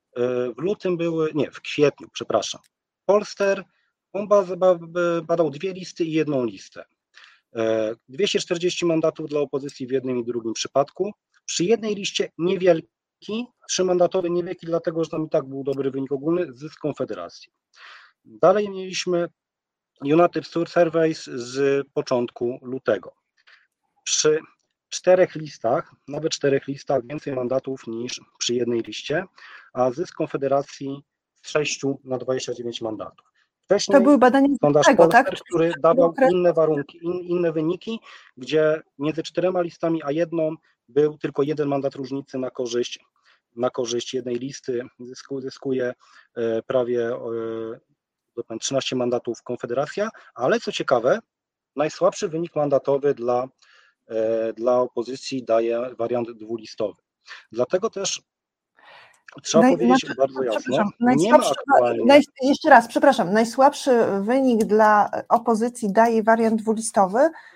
S2: w kwietniu, przepraszam, Polster, on badał 2 listy i 1 listę. 240 mandatów dla opozycji w jednym i drugim przypadku. Przy jednej liście niewielki, 3-mandatowy niewielki, dlatego że tam i tak był dobry wynik ogólny, zysk Konfederacji. Dalej mieliśmy United Surveys z początku lutego. Przy 4 listach, nawet 4 listach więcej mandatów niż przy jednej liście, a zysk Konfederacji z 6 na 29 mandatów. Wcześniej
S1: to były badania
S2: sondaż Polster, który dawał inne warunki, inne wyniki, gdzie między 4 listami a jedną był tylko 1 mandat różnicy na korzyść jednej listy, zyskuje prawie 13 mandatów Konfederacja, ale co ciekawe, najsłabszy wynik mandatowy dla opozycji daje wariant dwulistowy. Dlatego też trzeba powiedzieć bardzo jasno, nie ma aktualnie...
S1: Jeszcze raz, przepraszam, najsłabszy wynik dla opozycji daje wariant dwulistowy.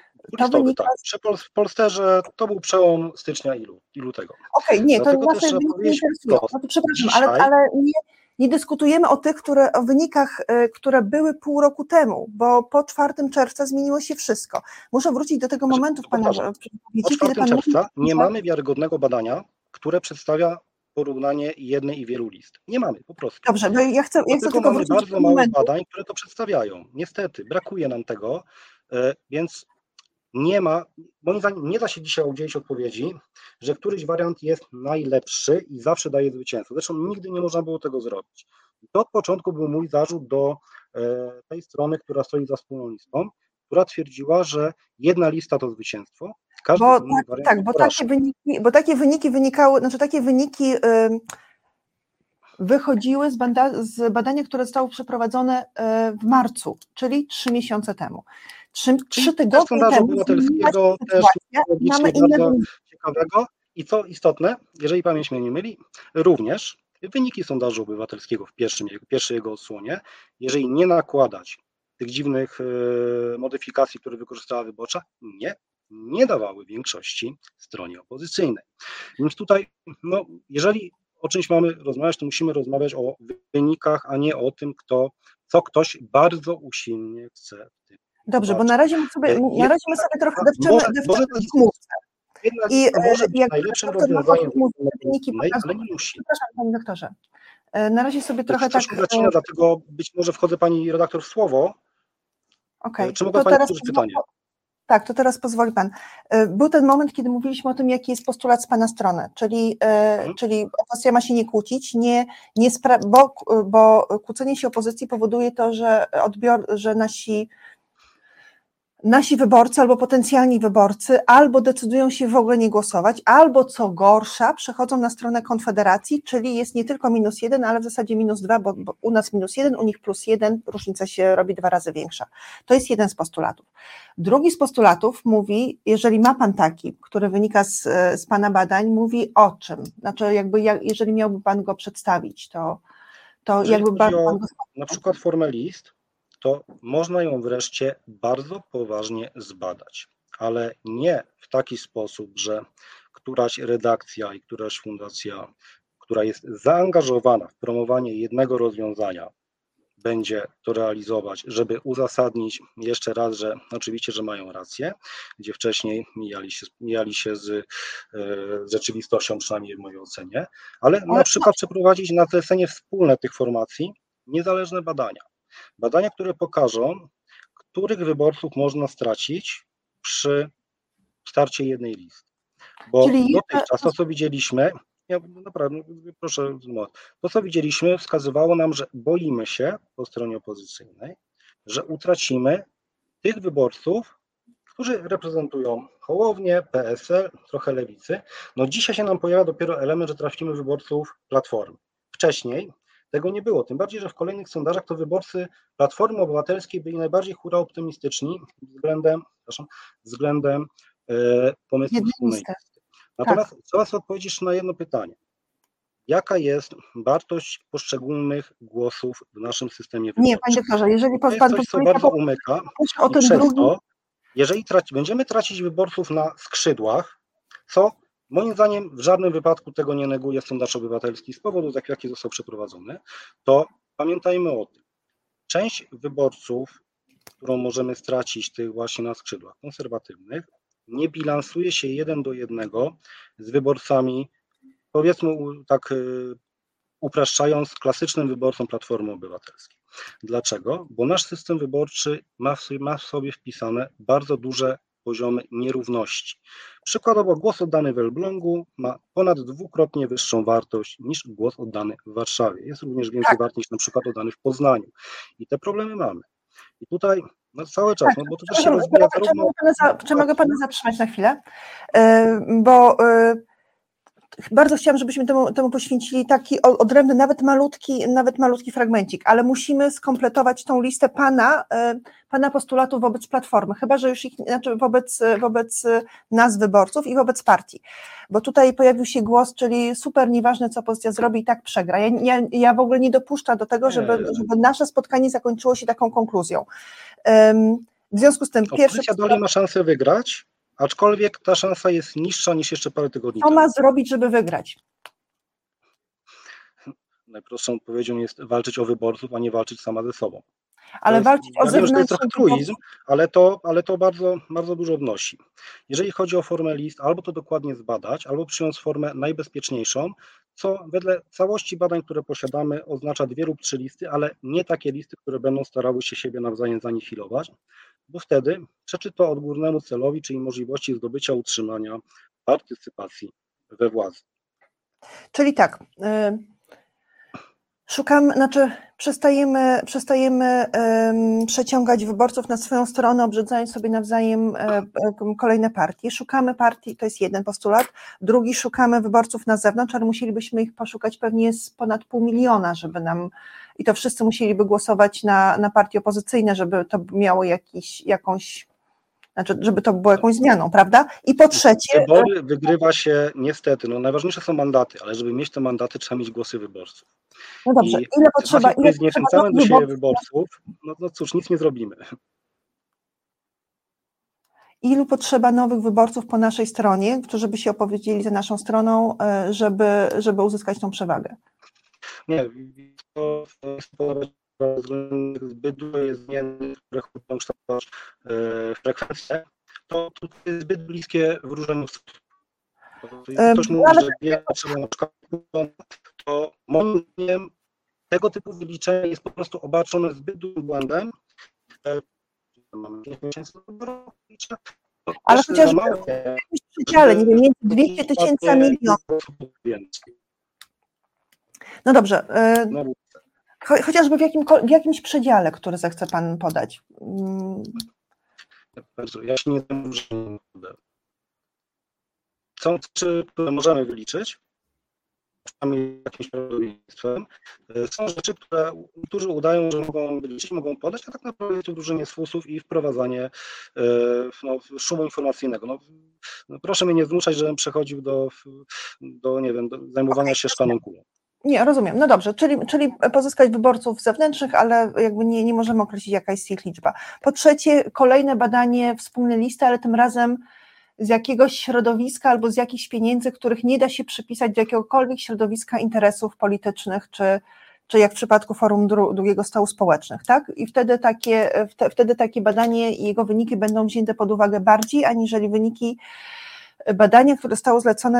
S2: W Polsterze to był przełom stycznia i lutego.
S1: Okej, nie, dlatego to nas nie interesuje. Przepraszam, ale nie dyskutujemy o tych, o wynikach, które były pół roku temu, bo po 4 czerwca zmieniło się wszystko. Muszę wrócić do tego momentu w Pana wypowiedzi,
S2: kiedy Pan czerwca nie mamy wiarygodnego badania, które przedstawia porównanie jednej i wielu list. Nie mamy, po prostu.
S1: Dobrze, bo ja chcę tylko
S2: mamy
S1: wrócić
S2: bardzo
S1: do
S2: mało
S1: momentu.
S2: badań, które to przedstawiają. Niestety, brakuje nam tego, więc nie ma, moim zdaniem nie da się dzisiaj udzielić odpowiedzi, że któryś wariant jest najlepszy i zawsze daje zwycięstwo. Zresztą nigdy nie można było tego zrobić. To od początku był mój zarzut do tej strony, która stoi za wspólną listą, która twierdziła, że jedna lista to zwycięstwo, każdy inny wariant to porażka.
S1: Bo takie wyniki wynikały, znaczy takie wyniki wychodziły z badania, które zostało przeprowadzone w marcu, czyli 3 miesiące temu. 3 tygodnie temu
S2: obywatelskiego też
S1: mamy
S2: bardzo ciekawego i co istotne, jeżeli pamięć mnie nie myli, również wyniki sondażu obywatelskiego w pierwszej jego odsłonie, jeżeli nie nakładać tych dziwnych modyfikacji, które wykorzystała wyborcza, nie dawały większości stronie opozycyjnej. Więc tutaj, jeżeli o czymś mamy rozmawiać, to musimy rozmawiać o wynikach, a nie o tym, co ktoś bardzo usilnie chce w tym.
S1: Dobrze, bo na razie my sobie trochę depczemy w smutce.
S2: I może być najlepszym rozwiązaniem wyniki, ale nie musi.
S1: Przepraszam, panie doktorze. Na razie sobie trochę tak...
S2: Zacina, dlatego być może wchodzę pani redaktor w słowo.
S1: Okej.
S2: Czy mogę pani powtórzyć pytanie?
S1: Tak, to teraz pozwoli pan. Był ten moment, kiedy mówiliśmy o tym, jaki jest postulat z pana strony, czyli opozycja ma się nie kłócić, bo kłócenie się opozycji powoduje to, że nasi wyborcy albo potencjalni wyborcy albo decydują się w ogóle nie głosować, albo co gorsza przechodzą na stronę Konfederacji, czyli jest nie tylko -1, ale w zasadzie -2, bo u nas -1, u nich +1, różnica się robi 2 razy większa. To jest jeden z postulatów. Drugi z postulatów mówi, jeżeli ma pan taki, który wynika z pana badań, mówi o czym? Znaczy jeżeli miałby pan go przedstawić, to jakby pan go...
S2: Na przykład formę list, to można ją wreszcie bardzo poważnie zbadać, ale nie w taki sposób, że któraś redakcja i któraś fundacja, która jest zaangażowana w promowanie jednego rozwiązania, będzie to realizować, żeby uzasadnić jeszcze raz, że oczywiście, że mają rację, gdzie wcześniej mijali się z rzeczywistością, przynajmniej w mojej ocenie, ale na przykład przeprowadzić na zlecenie wspólne tych formacji niezależne badania. Badania, które pokażą, których wyborców można stracić przy starcie jednej listy. Bo dotychczas to, co widzieliśmy, naprawdę, proszę, to, co widzieliśmy, wskazywało nam, że boimy się po stronie opozycyjnej, że utracimy tych wyborców, którzy reprezentują Hołownię, PSL, trochę Lewicy. Dzisiaj się nam pojawia dopiero element, że trafimy wyborców Platformy. Wcześniej tego nie było, tym bardziej, że w kolejnych sondażach to Platformy Obywatelskiej byli najbardziej hura optymistyczni względem pomysłów wspólnej listy. Natomiast trzeba sobie odpowiedzieć na jedno pytanie. Jaka jest wartość poszczególnych głosów w naszym systemie wyborczym?
S1: Nie, panie doktorze, jeżeli pan...
S2: To jest coś, co bardzo umyka i przez to, jeżeli będziemy tracić wyborców na skrzydłach, co moim zdaniem w żadnym wypadku tego nie neguje sondaż obywatelski z powodu, jaki został przeprowadzony, to pamiętajmy o tym. Część wyborców, którą możemy stracić tych właśnie na skrzydłach konserwatywnych, nie bilansuje się 1 do 1 z wyborcami, powiedzmy tak upraszczając, klasycznym wyborcom Platformy Obywatelskiej. Dlaczego? Bo nasz system wyborczy ma w sobie wpisane bardzo duże poziomy nierówności. Przykładowo głos oddany w Elblągu ma ponad 2-krotnie wyższą wartość niż głos oddany w Warszawie. Jest również więcej wart niż na przykład oddany w Poznaniu. I te problemy mamy. I tutaj cały czas, bo to też się rozwija zarówno...
S1: Czy mogę pana zatrzymać na chwilę? Bo bardzo chciałam, żebyśmy temu poświęcili taki odrębny, nawet malutki fragmencik, ale musimy skompletować tą listę pana postulatów wobec Platformy, chyba że już wobec nas wyborców i wobec partii, bo tutaj pojawił się głos, czyli super, nieważne co opozycja zrobi, i tak przegra. Ja w ogóle nie dopuszczam do tego, żeby nasze spotkanie zakończyło się taką konkluzją. W związku z tym
S2: opozycja dalej ma szansę wygrać, aczkolwiek ta szansa jest niższa niż jeszcze parę tygodni temu.
S1: Co ma zrobić, żeby wygrać?
S2: Najprostszą odpowiedzią jest walczyć o wyborców, a nie walczyć sama ze sobą.
S1: Ale walczyć o zewnętrznych...
S2: To jest trochę truizm, ale to bardzo, bardzo dużo wnosi. Jeżeli chodzi o formę list, albo to dokładnie zbadać, albo przyjąć formę najbezpieczniejszą, co wedle całości badań, które posiadamy, oznacza 2 lub 3 listy, ale nie takie listy, które będą starały się siebie nawzajem zanihilować, bo wtedy przeczy to odgórnemu celowi, czyli możliwości zdobycia, utrzymania partycypacji we władzy.
S1: Czyli tak, przestajemy przeciągać wyborców na swoją stronę, obrzydzając sobie nawzajem kolejne partie. Szukamy partii, to jest jeden postulat. Drugi, szukamy wyborców na zewnątrz, ale musielibyśmy ich poszukać pewnie z ponad 500 000, żeby nam, i to wszyscy musieliby głosować na partie opozycyjne, żeby to miało żeby to było jakąś zmianą, prawda? I po trzecie...
S2: Wybory wygrywa się niestety, najważniejsze są mandaty, ale żeby mieć te mandaty, trzeba mieć głosy wyborców.
S1: No dobrze, ile potrzeba
S2: zniechęcamy do siebie wyborców, no cóż, nic nie zrobimy.
S1: Ilu potrzeba nowych wyborców po naszej stronie, którzy by się opowiedzieli za naszą stroną, żeby uzyskać tą przewagę?
S2: Nie, to zbyt dużo jest zmiennych, które chcą kształtować frekwencję, to jest zbyt bliskie wróżeniu. Ktoś mówi, że wie, trzeba na przykład, to moim zdaniem tego typu wyliczenie jest po prostu obarczone zbyt dużym błędem. Mamy 5 miesięcy do wyboru,
S1: ale chociażby w jakimś przedziale, nie wiem, między 200 000 a 1 000 000. No dobrze, chociażby w jakimś przedziale, który zechce Pan podać.
S2: Ja się nie wiem, są rzeczy, które możemy wyliczyć, jakimś prawdopodobieństwem. Są rzeczy, które niektórzy udają, że mogą wyliczyć, mogą podać, a tak naprawdę jest to wróżenie z fusów i wprowadzanie szumu informacyjnego. Proszę mnie nie zmuszać, żebym przechodził do nie wiem, do zajmowania się szklaną kulą.
S1: Nie, rozumiem. No dobrze, czyli pozyskać wyborców zewnętrznych, ale jakby nie możemy określić, jaka jest ich liczba. Po trzecie, kolejne badanie wspólnej listy, ale tym razem z jakiegoś środowiska albo z jakichś pieniędzy, których nie da się przypisać do jakiegokolwiek środowiska interesów politycznych, czy jak w przypadku Forum Długiego Stołu Społecznych, tak? I wtedy takie badanie i jego wyniki będą wzięte pod uwagę bardziej, aniżeli wyniki badania, które zostało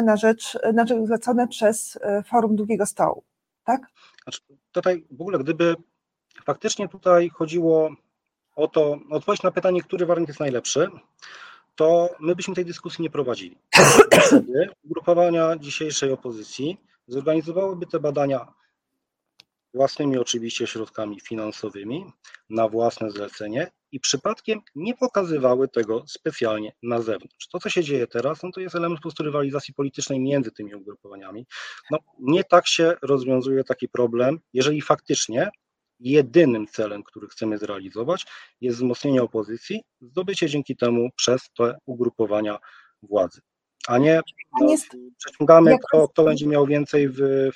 S1: zlecone przez Forum Długiego Stołu, tak?
S2: Znaczy, tutaj w ogóle, gdyby faktycznie tutaj chodziło o to, odpowiedź na pytanie, który wariant jest najlepszy, to my byśmy tej dyskusji nie prowadzili. Wtedy ugrupowania dzisiejszej opozycji zorganizowałyby te badania własnymi oczywiście środkami finansowymi, na własne zlecenie i przypadkiem nie pokazywały tego specjalnie na zewnątrz. To, co się dzieje teraz, to jest element po prostu rywalizacji politycznej między tymi ugrupowaniami. Nie tak się rozwiązuje taki problem, jeżeli faktycznie jedynym celem, który chcemy zrealizować, jest wzmocnienie opozycji, zdobycie dzięki temu przez te ugrupowania władzy, a nie przeciągamy, kto będzie miał więcej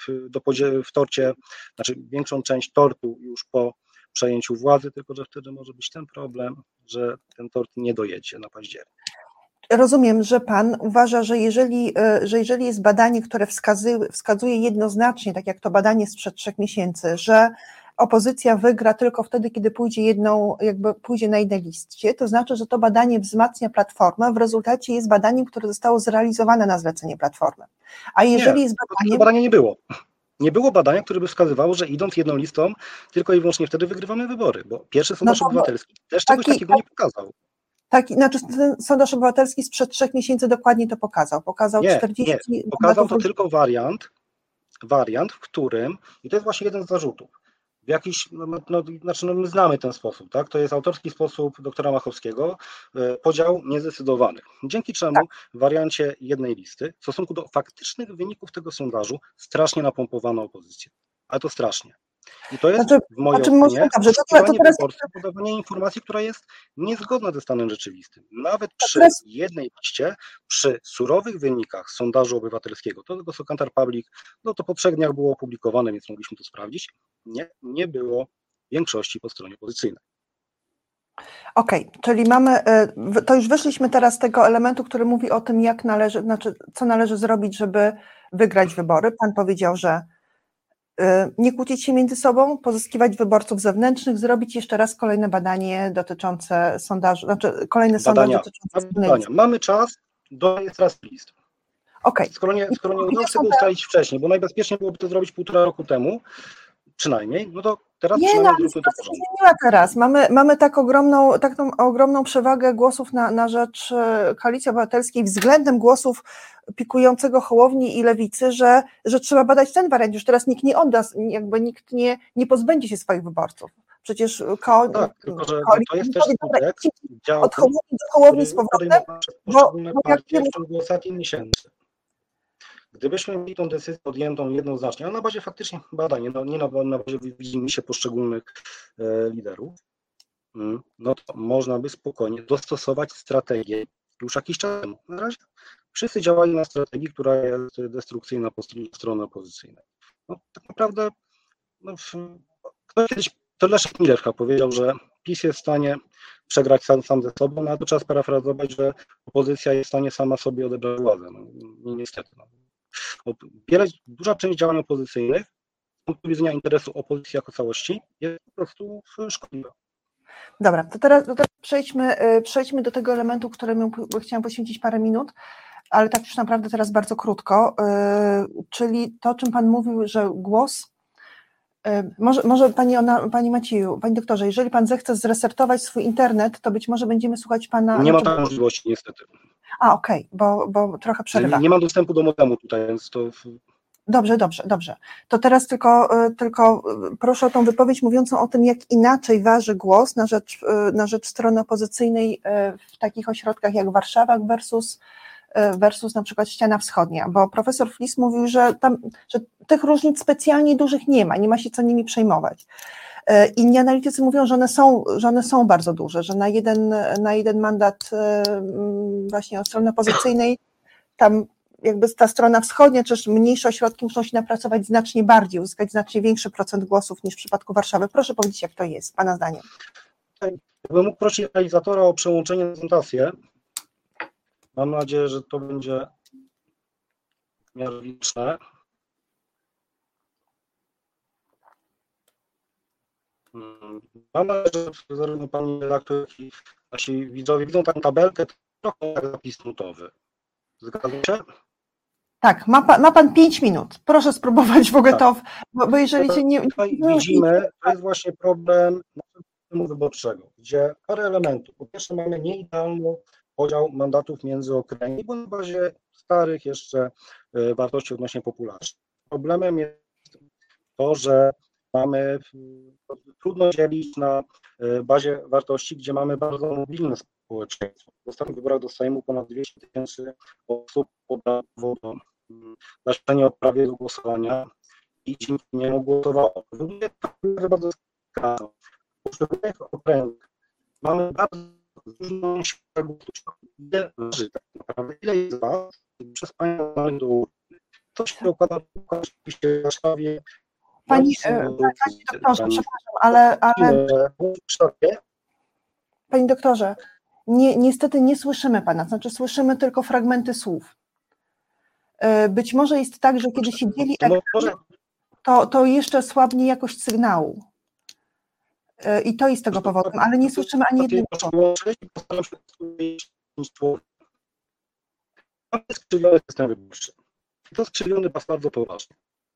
S2: w torcie, znaczy większą część tortu już po przejęciu władzy, tylko że wtedy może być ten problem, że ten tort nie dojedzie na październik.
S1: Rozumiem, że Pan uważa, że jeżeli jest badanie, które wskazuje jednoznacznie, tak jak to badanie sprzed 3 miesięcy, że opozycja wygra tylko wtedy, kiedy pójdzie na jednej liście, to znaczy, że to badanie wzmacnia Platformę, w rezultacie jest badaniem, które zostało zrealizowane na zlecenie Platformy. A jeżeli jest badanie...
S2: badania nie było. Nie było badania, które by wskazywało, że idąc jedną listą, tylko i wyłącznie wtedy wygrywamy wybory, bo pierwszy sondaż obywatelski też czegoś takiego nie pokazał.
S1: Znaczy ten sondaż obywatelski sprzed 3 miesięcy dokładnie to pokazał. Pokazał 40.
S2: Nie. Pokazał to tylko wariant, w którym, i to jest właśnie jeden z zarzutów, w jakiś, my znamy ten sposób, tak? To jest autorski sposób doktora Machowskiego, podział niezdecydowanych. Dzięki czemu w wariancie jednej listy w stosunku do faktycznych wyników tego sondażu strasznie napompowano opozycję. Ale to strasznie. I to jest w mojej opinii podawanie informacji, która jest niezgodna ze stanem rzeczywistym. Nawet przy jednej liście, przy surowych wynikach sondażu obywatelskiego, to tego Kantar Public, to po 3 dniach było opublikowane, więc mogliśmy to sprawdzić, nie było większości po stronie opozycyjnej.
S1: Okej, czyli to już wyszliśmy teraz z tego elementu, który mówi o tym, co należy zrobić, żeby wygrać wybory. Pan powiedział, że nie kłócić się między sobą, pozyskiwać wyborców zewnętrznych, zrobić jeszcze raz kolejne badanie dotyczące sondażu, kolejny sondaż dotyczący...
S2: Mamy czas do rejestracji list.
S1: Okej.
S2: Skoro nie udało się tego ustalić wcześniej, bo najbezpieczniej byłoby to zrobić 1,5 roku temu, przynajmniej, no to teraz
S1: Nie, no,
S2: przynajmniej
S1: ale
S2: zróbmy to
S1: sytuacja się
S2: porządnie.
S1: zmieniła teraz. Mamy taką ogromną przewagę głosów na rzecz Koalicji Obywatelskiej względem głosów pikującego Hołowni i Lewicy, że trzeba badać ten wariant. Już teraz nikt nie odda, jakby nikt nie pozbędzie się swoich wyborców. Przecież
S2: Tak, tylko że to jest też skutek działań,
S1: od Hołowni do Hołowni z powrotem,
S2: przez poszczególne
S1: bo
S2: partie w ciągu ostatnich miesięcy. Gdybyśmy mieli tą decyzję podjętą jednoznacznie, ale na bazie faktycznie badań, nie na bazie widzimisię poszczególnych liderów, no to można by spokojnie dostosować strategię już jakiś czas temu. Na razie wszyscy działali na strategii, która jest destrukcyjna po stronie opozycyjnej. No, tak naprawdę ktoś kiedyś, to Leszek Miller powiedział, że PiS jest w stanie przegrać sam ze sobą, no, a to trzeba sparafrazować, że opozycja jest w stanie sama sobie odebrać władzę. No, niestety. Duża część działań opozycyjnych z punktu widzenia interesu opozycji jako całości jest po prostu szkodliwa.
S1: Dobra, to teraz przejdźmy do tego elementu, któremu chciałam poświęcić parę minut, ale tak już naprawdę teraz bardzo krótko, czyli to, o czym Pan mówił, że głos, może Pani Macieju, Panie doktorze, jeżeli Pan zechce zresertować swój internet, to być może będziemy słuchać Pana...
S2: Nie ma takiej możliwości niestety.
S1: Okej, bo trochę przerywa.
S2: Nie mam dostępu do modemu tutaj, więc to...
S1: Dobrze. To teraz tylko proszę o tą wypowiedź mówiącą o tym, jak inaczej waży głos na rzecz strony opozycyjnej w takich ośrodkach jak Warszawa versus na przykład ściana wschodnia, bo profesor Flis mówił, że tych różnic specjalnie dużych nie ma się co nimi przejmować. Inni analitycy mówią, że one są bardzo duże, że na jeden mandat właśnie od strony opozycyjnej tam jakby ta strona wschodnia, czy też mniejsze ośrodki muszą się napracować znacznie bardziej, uzyskać znacznie większy procent głosów niż w przypadku Warszawy. Proszę powiedzieć, jak to jest, Pana zdaniem.
S2: Jakbym mógł prosić realizatora o przełączenie na prezentację. Mam nadzieję, że to będzie w miarę widoczne. Mam nadzieję, że zarówno Pani redaktor, jak i nasi widzowie widzą taką tabelkę, trochę jak zapis nutowy. Zgadza się?
S1: Tak, ma Pan 5 minut. Proszę spróbować w ogóle to, bo jeżeli się nie...
S2: Widzimy, to jest właśnie problem systemu wyborczego, gdzie parę elementów. Po pierwsze mamy nieidealny podział mandatów między okręgi, bo na bazie starych jeszcze wartości odnośnie populacji. Problemem jest to, że trudno dzielić na bazie wartości, gdzie mamy bardzo mobilne społeczeństwo. W ostatnich wyborach do Sejmu ponad 200 000 osób podało zaświadczenie o prawie do głosowania i dzięki niemu głosowało. To bardzo skrajne. W poszczególnych okręgach mamy bardzo różną siłę głosu. Ile leży tak naprawdę, ile jest was przez Państwa do urny. To się dokłada oczywiście w Warszawie.
S1: Panie doktorze, przepraszam, ale Panie doktorze, niestety nie słyszymy Pana, znaczy słyszymy tylko fragmenty słów. Być może jest tak, że kiedy się dzieli ekran, to jeszcze słabnie jakość sygnału. I to jest tego powodem, ale nie słyszymy ani jednego słowa.
S2: Mamy skrzywiony system wyborczy. To skrzywiony bardzo poważnie.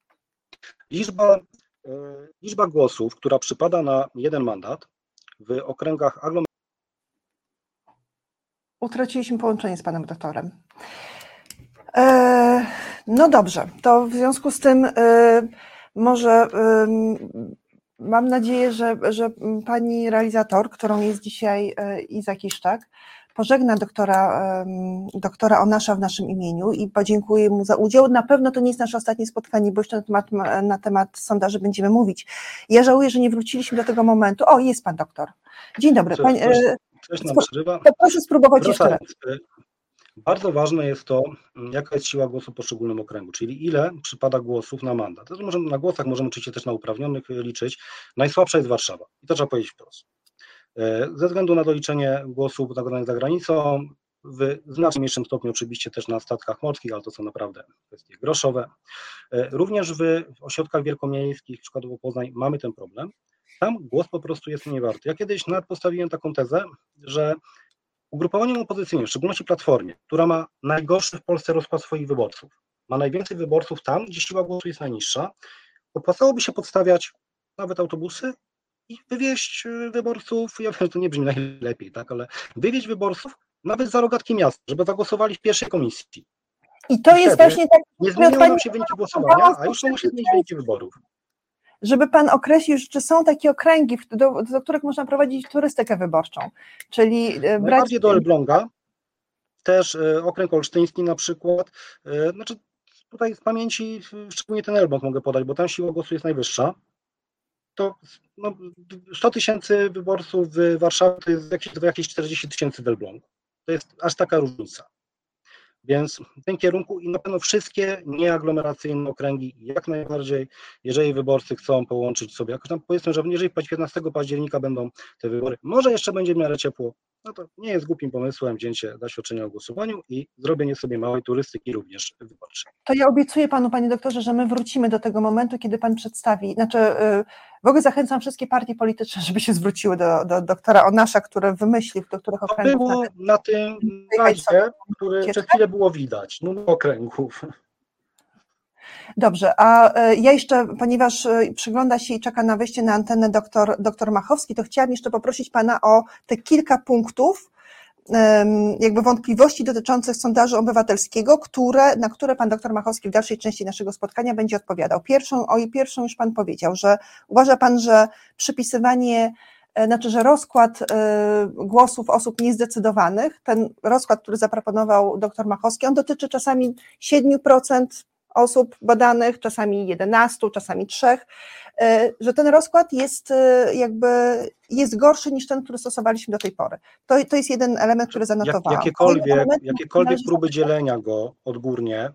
S2: Liczba głosów, która przypada na jeden mandat w okręgach aglomeracyjnych.
S1: Utraciliśmy połączenie z Panem doktorem. No dobrze, to w związku z tym może mam nadzieję, że Pani realizator, którą jest dzisiaj Iza Kiszczak, pożegna doktora Onasza w naszym imieniu i podziękuję mu za udział. Na pewno to nie jest nasze ostatnie spotkanie, bo jeszcze na temat sondaży będziemy mówić. Ja żałuję, że nie wróciliśmy do tego momentu. O, jest Pan doktor. Dzień dobry.
S2: Coś nam przerywa.
S1: To proszę spróbować jeszcze raz.
S2: Bardzo ważne jest to, jaka jest siła głosu w poszczególnym okręgu, czyli ile przypada głosów na mandat. Na głosach możemy oczywiście też na uprawnionych liczyć. Najsłabsza jest Warszawa i to trzeba powiedzieć wprost. Ze względu na doliczenie głosów za granicą, w znacznie mniejszym stopniu oczywiście też na statkach morskich, ale to są naprawdę kwestie groszowe. Również w ośrodkach wielkomiejskich, przykładowo Poznań, mamy ten problem. Tam głos po prostu jest niewarty. Ja kiedyś nawet postawiłem taką tezę, że ugrupowaniom opozycyjnym, w szczególności Platformie, która ma najgorszy w Polsce rozkład swoich wyborców, ma najwięcej wyborców tam, gdzie siła głosu jest najniższa, opłacałoby się podstawiać nawet autobusy i wywieźć wyborców, ja wiem, że to nie brzmi najlepiej, tak, ale wywieźć wyborców nawet za rogatki miasta, żeby zagłosowali w pierwszej komisji.
S1: I to jest właśnie tak.
S2: Nie zmienią nam się wyniki głosowania, a już są musi zmienić wyniki wyborów.
S1: Żeby pan określił, czy są takie okręgi, do których można prowadzić turystykę wyborczą, czyli
S2: najbardziej do Elbląga, też okręg olsztyński na przykład, znaczy tutaj z pamięci szczególnie ten Elbląg mogę podać, bo tam siła głosu jest najwyższa, to 100 000 wyborców w Warszawie to jest jakieś 40 000 w Elblągu. To jest aż taka różnica. Więc w tym kierunku i na pewno wszystkie nieaglomeracyjne okręgi jak najbardziej, jeżeli wyborcy chcą połączyć sobie, jakoś tam powiedzmy, że jeżeli 15 października będą te wybory, może jeszcze będzie w miarę ciepło, no to nie jest głupim pomysłem wzięcie zaświadczenia o głosowaniu i zrobienie sobie małej turystyki również wyborczej.
S1: To ja obiecuję panu, panie doktorze, że my wrócimy do tego momentu, kiedy pan przedstawi, w ogóle zachęcam wszystkie partie polityczne, żeby się zwróciły do doktora Onasza, który wymyślił, do których okręgów.
S2: To było na tym slajdzie, który przez chwilę było widać, numer okręgów.
S1: Dobrze, a ja jeszcze, ponieważ przygląda się i czeka na wejście na antenę doktor Machowski, to chciałam jeszcze poprosić pana o te kilka punktów, jakby wątpliwości dotyczących sondażu obywatelskiego, na które pan doktor Machowski w dalszej części naszego spotkania będzie odpowiadał. Pierwszą już pan powiedział, że uważa pan, że przypisywanie, że rozkład głosów osób niezdecydowanych, ten rozkład, który zaproponował doktor Machowski, on dotyczy czasami 7% osób badanych, czasami 11%, czasami 3%, że ten rozkład jest gorszy niż ten, który stosowaliśmy do tej pory. To jest jeden element, który zanotowałam.
S2: Jakiekolwiek próby dzielenia go odgórnie,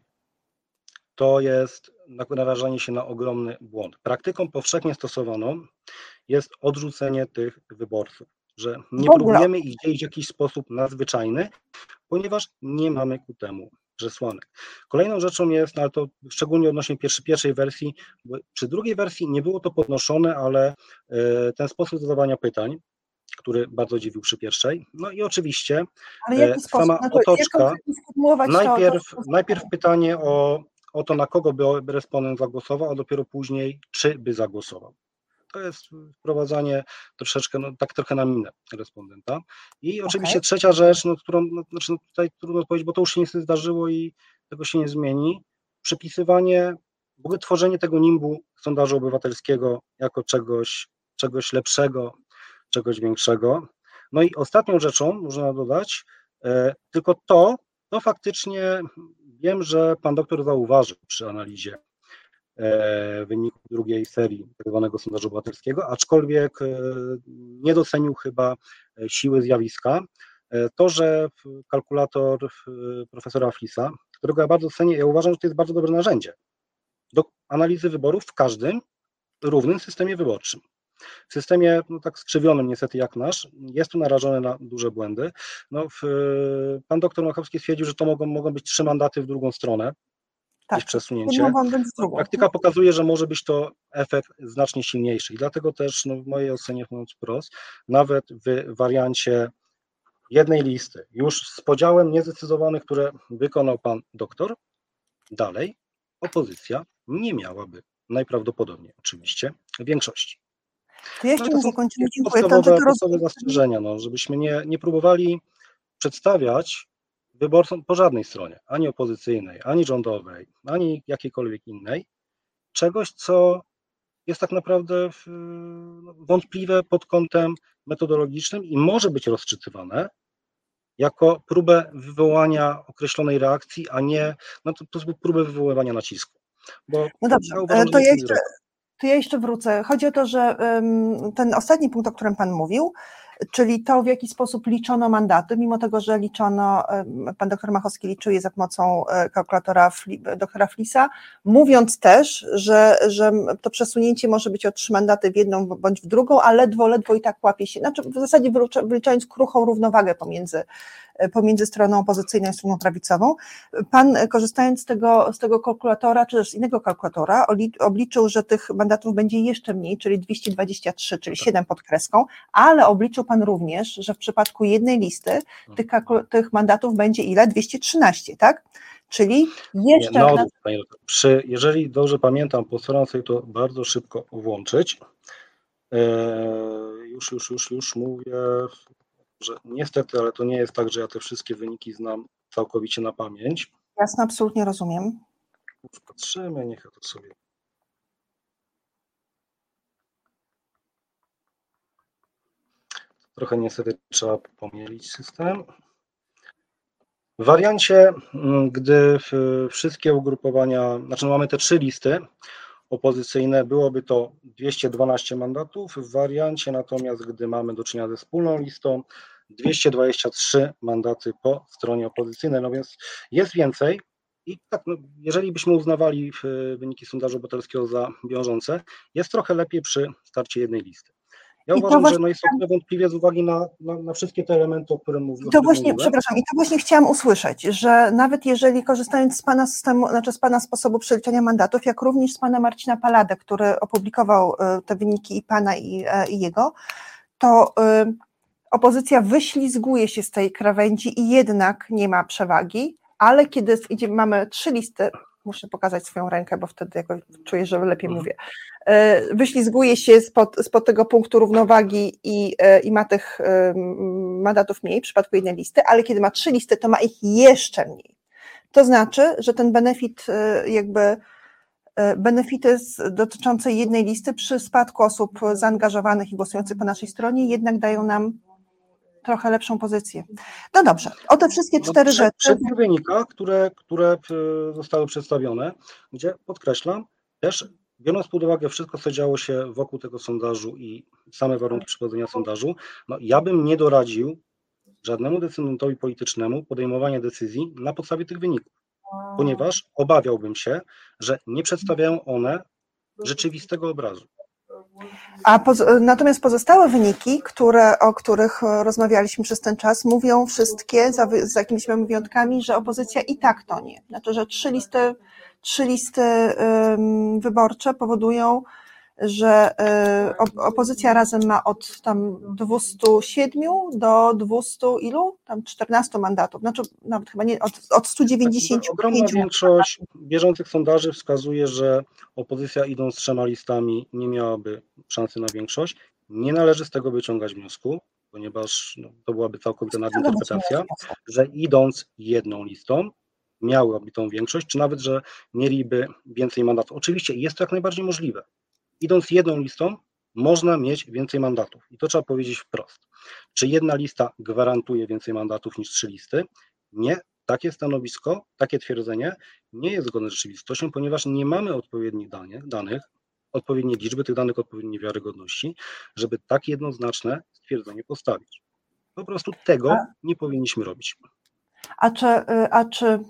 S2: to jest narażanie się na ogromny błąd. Praktyką powszechnie stosowaną jest odrzucenie tych wyborców, że nie próbujemy ich dzielić w jakiś sposób nadzwyczajny, ponieważ nie mamy ku temu przesłanek. Kolejną rzeczą jest, ale to szczególnie odnośnie pierwszej wersji, bo przy drugiej wersji nie było to podnoszone, ale ten sposób zadawania pytań, który bardzo dziwił przy pierwszej, no i oczywiście sama otoczka, najpierw pytanie o to, na kogo by respondent zagłosował, a dopiero później, czy by zagłosował. To jest wprowadzanie troszeczkę, tak trochę na minę respondenta. I oczywiście trzecia rzecz, którą tutaj trudno odpowiedzieć, bo to już się niestety zdarzyło i tego się nie zmieni, przypisywanie, w ogóle tworzenie tego nimbu sondażu obywatelskiego jako czegoś lepszego, czegoś większego. No i ostatnią rzeczą, można dodać, tylko to faktycznie wiem, że pan doktor zauważył przy analizie wyniku drugiej serii tak zwanego sondażu obywatelskiego, aczkolwiek nie docenił chyba siły zjawiska. To, że kalkulator profesora Flisa, którego ja bardzo cenię, ja uważam, że to jest bardzo dobre narzędzie do analizy wyborów w każdym równym systemie wyborczym. W systemie tak skrzywionym niestety jak nasz, jest tu narażony na duże błędy. Pan doktor Machowski stwierdził, że to mogą być 3 mandaty w drugą stronę. Tak, przesunięcie. Praktyka pokazuje, że może być to efekt znacznie silniejszy i dlatego też w mojej ocenie, mówiąc wprost, nawet w wariancie jednej listy, już z podziałem niezdecydowanych, które wykonał pan doktor, dalej opozycja nie miałaby najprawdopodobniej oczywiście większości.
S1: To jeszcze nie zakończymy.
S2: Podstawowe zastrzeżenia, żebyśmy nie próbowali przedstawiać wyborcom po żadnej stronie, ani opozycyjnej, ani rządowej, ani jakiejkolwiek innej, czegoś, co jest tak naprawdę wątpliwe pod kątem metodologicznym i może być rozczytywane jako próbę wywołania określonej reakcji, a nie próbę wywoływania nacisku.
S1: No dobrze, to ja jeszcze wrócę. Chodzi o to, że ten ostatni punkt, o którym pan mówił, czyli to, w jaki sposób liczono mandaty, mimo tego, że pan doktor Machowski liczył je za pomocą kalkulatora doktora Flisa, mówiąc też, że to przesunięcie może być o 3 mandaty w jedną bądź w drugą, a ledwo i tak łapie się, w zasadzie wyliczając kruchą równowagę pomiędzy pomiędzy stroną opozycyjną i stroną prawicową. Pan, korzystając z tego kalkulatora, czy też z innego kalkulatora, obliczył, że tych mandatów będzie jeszcze mniej, czyli 223, czyli 7 pod kreską, ale obliczył pan również, że w przypadku jednej listy tych mandatów będzie ile? 213, tak? Czyli jeszcze...
S2: Nie, panie doktor. Jeżeli dobrze pamiętam, postaram sobie to bardzo szybko włączyć. Już mówię, że niestety, ale to nie jest tak, że ja te wszystkie wyniki znam całkowicie na pamięć.
S1: Jasne, absolutnie rozumiem.
S2: Już patrzymy, niech ja to sobie... Trochę niestety trzeba pomielić system. W wariancie, gdy wszystkie ugrupowania, znaczy mamy te 3 listy opozycyjne, byłoby to 212 mandatów, w wariancie natomiast, gdy mamy do czynienia ze wspólną listą, 223 mandaty po stronie opozycyjnej, no więc jest więcej i tak, no, jeżeli byśmy uznawali wyniki sondażu obywatelskiego za wiążące, jest trochę lepiej przy starcie jednej listy. Ja uważam, że jest to niewątpliwie z uwagi na wszystkie te elementy, o których mówiłem.
S1: Przepraszam, i to właśnie chciałam usłyszeć, że nawet jeżeli korzystając z pana systemu, znaczy z pana sposobu przeliczania mandatów, jak również z pana Marcina Paladę, który opublikował te wyniki i pana i jego, to opozycja wyślizguje się z tej krawędzi i jednak nie ma przewagi, ale kiedy mamy 3 listy, muszę pokazać swoją rękę, bo wtedy jakoś czuję, że lepiej mówię, wyślizguje się spod tego punktu równowagi i ma tych mandatów mniej w przypadku jednej listy, ale kiedy ma 3 listy, to ma ich jeszcze mniej. To znaczy, że ten benefity dotyczące jednej listy przy spadku osób zaangażowanych i głosujących po naszej stronie jednak dają nam trochę lepszą pozycję. No dobrze, o te wszystkie 4 rzeczy.
S2: Przy tych wynikach, które zostały przedstawione, gdzie podkreślam, też biorąc pod uwagę wszystko, co działo się wokół tego sondażu i same warunki przeprowadzenia sondażu, no ja bym nie doradził żadnemu decydentowi politycznemu podejmowania decyzji na podstawie tych wyników, ponieważ obawiałbym się, że nie przedstawiają one rzeczywistego obrazu.
S1: Natomiast pozostałe wyniki, o których rozmawialiśmy przez ten czas, mówią wszystkie, z jakimiś wyjątkami, że opozycja i tak tonie. Znaczy, że 3 listy wyborcze powodują, że opozycja razem ma od tam 207 do 200 ilu? Tam 14 mandatów, znaczy nawet chyba nie, od 195.
S2: Ogromna większość bieżących sondaży wskazuje, że opozycja idąc 3 listami nie miałaby szansy na większość. Nie należy z tego wyciągać wniosku, ponieważ to byłaby całkowita nadinterpretacja, że idąc jedną listą miałyby tą większość, czy nawet, że mieliby więcej mandatów. Oczywiście jest to jak najbardziej możliwe. Idąc jedną listą, można mieć więcej mandatów. I to trzeba powiedzieć wprost. Czy jedna lista gwarantuje więcej mandatów niż 3 listy? Nie. Takie stanowisko, takie twierdzenie nie jest zgodne z rzeczywistością, ponieważ nie mamy odpowiednich danych, odpowiedniej liczby tych danych, odpowiedniej wiarygodności, żeby tak jednoznaczne stwierdzenie postawić. Po prostu tego nie powinniśmy robić.
S1: A czy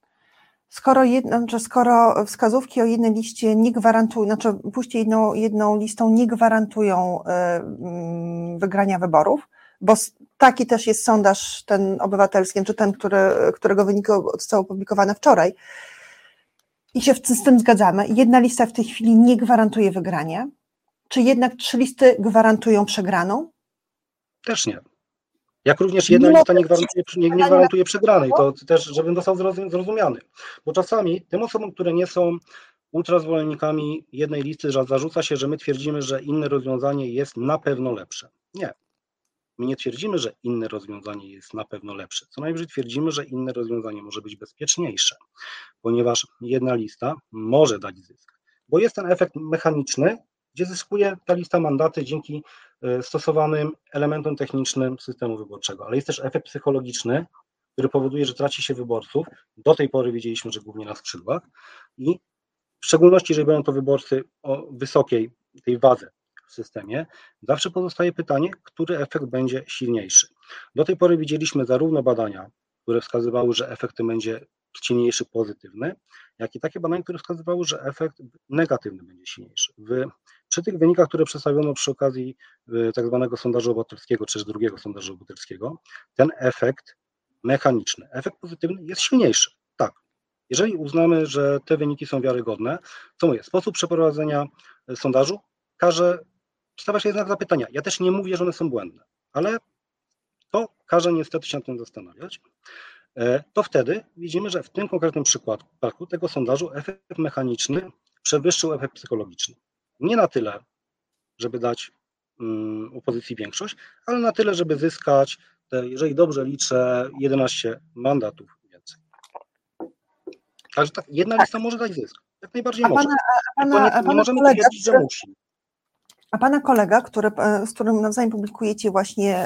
S1: skoro wskazówki o jednej liście nie gwarantują, znaczy pójście jedną listą nie gwarantują wygrania wyborów, bo taki też jest sondaż ten obywatelski, czy ten, którego wyniki zostały opublikowane wczoraj i się z tym zgadzamy, jedna lista w tej chwili nie gwarantuje wygrania, czy jednak 3 listy gwarantują przegraną?
S2: Też nie. Jak również jedna lista nie gwarantuje przegranej, to też, żebym został zrozumiany. Bo czasami tym osobom, które nie są ultrazwolennikami jednej listy, zarzuca się, że my twierdzimy, że inne rozwiązanie jest na pewno lepsze. Nie. My nie twierdzimy, że inne rozwiązanie jest na pewno lepsze. Co najwyżej twierdzimy, że inne rozwiązanie może być bezpieczniejsze, ponieważ jedna lista może dać zysk. Bo jest ten efekt mechaniczny, gdzie zyskuje ta lista mandaty dzięki stosowanym elementom technicznym systemu wyborczego. Ale jest też efekt psychologiczny, który powoduje, że traci się wyborców. Do tej pory widzieliśmy, że głównie na skrzydłach i w szczególności, jeżeli będą to wyborcy o wysokiej tej wadze w systemie, zawsze pozostaje pytanie, który efekt będzie silniejszy. Do tej pory widzieliśmy zarówno badania, które wskazywały, że efekt będzie silniejszy, pozytywny, jak i takie badania, które wskazywały, że efekt negatywny będzie silniejszy. Przy tych wynikach, które przedstawiono przy okazji tak zwanego sondażu obywatelskiego, czy też drugiego sondażu obywatelskiego, ten efekt mechaniczny. Efekt pozytywny jest silniejszy. Tak. Jeżeli uznamy, że te wyniki są wiarygodne, co mówię, sposób przeprowadzenia sondażu każe stawiać jednak zapytania. Ja też nie mówię, że one są błędne, ale to każe niestety się nad tym zastanawiać. To wtedy widzimy, że w tym konkretnym przypadku tego sondażu efekt mechaniczny przewyższył efekt psychologiczny. Nie na tyle, żeby dać opozycji większość, ale na tyle, żeby zyskać, jeżeli dobrze liczę, 11 mandatów więcej. Także tak, jedna lista może dać zysk. Jak najbardziej może. Nie możemy twierdzić, że musi.
S1: A pana kolega, z którym nawzajem publikujecie właśnie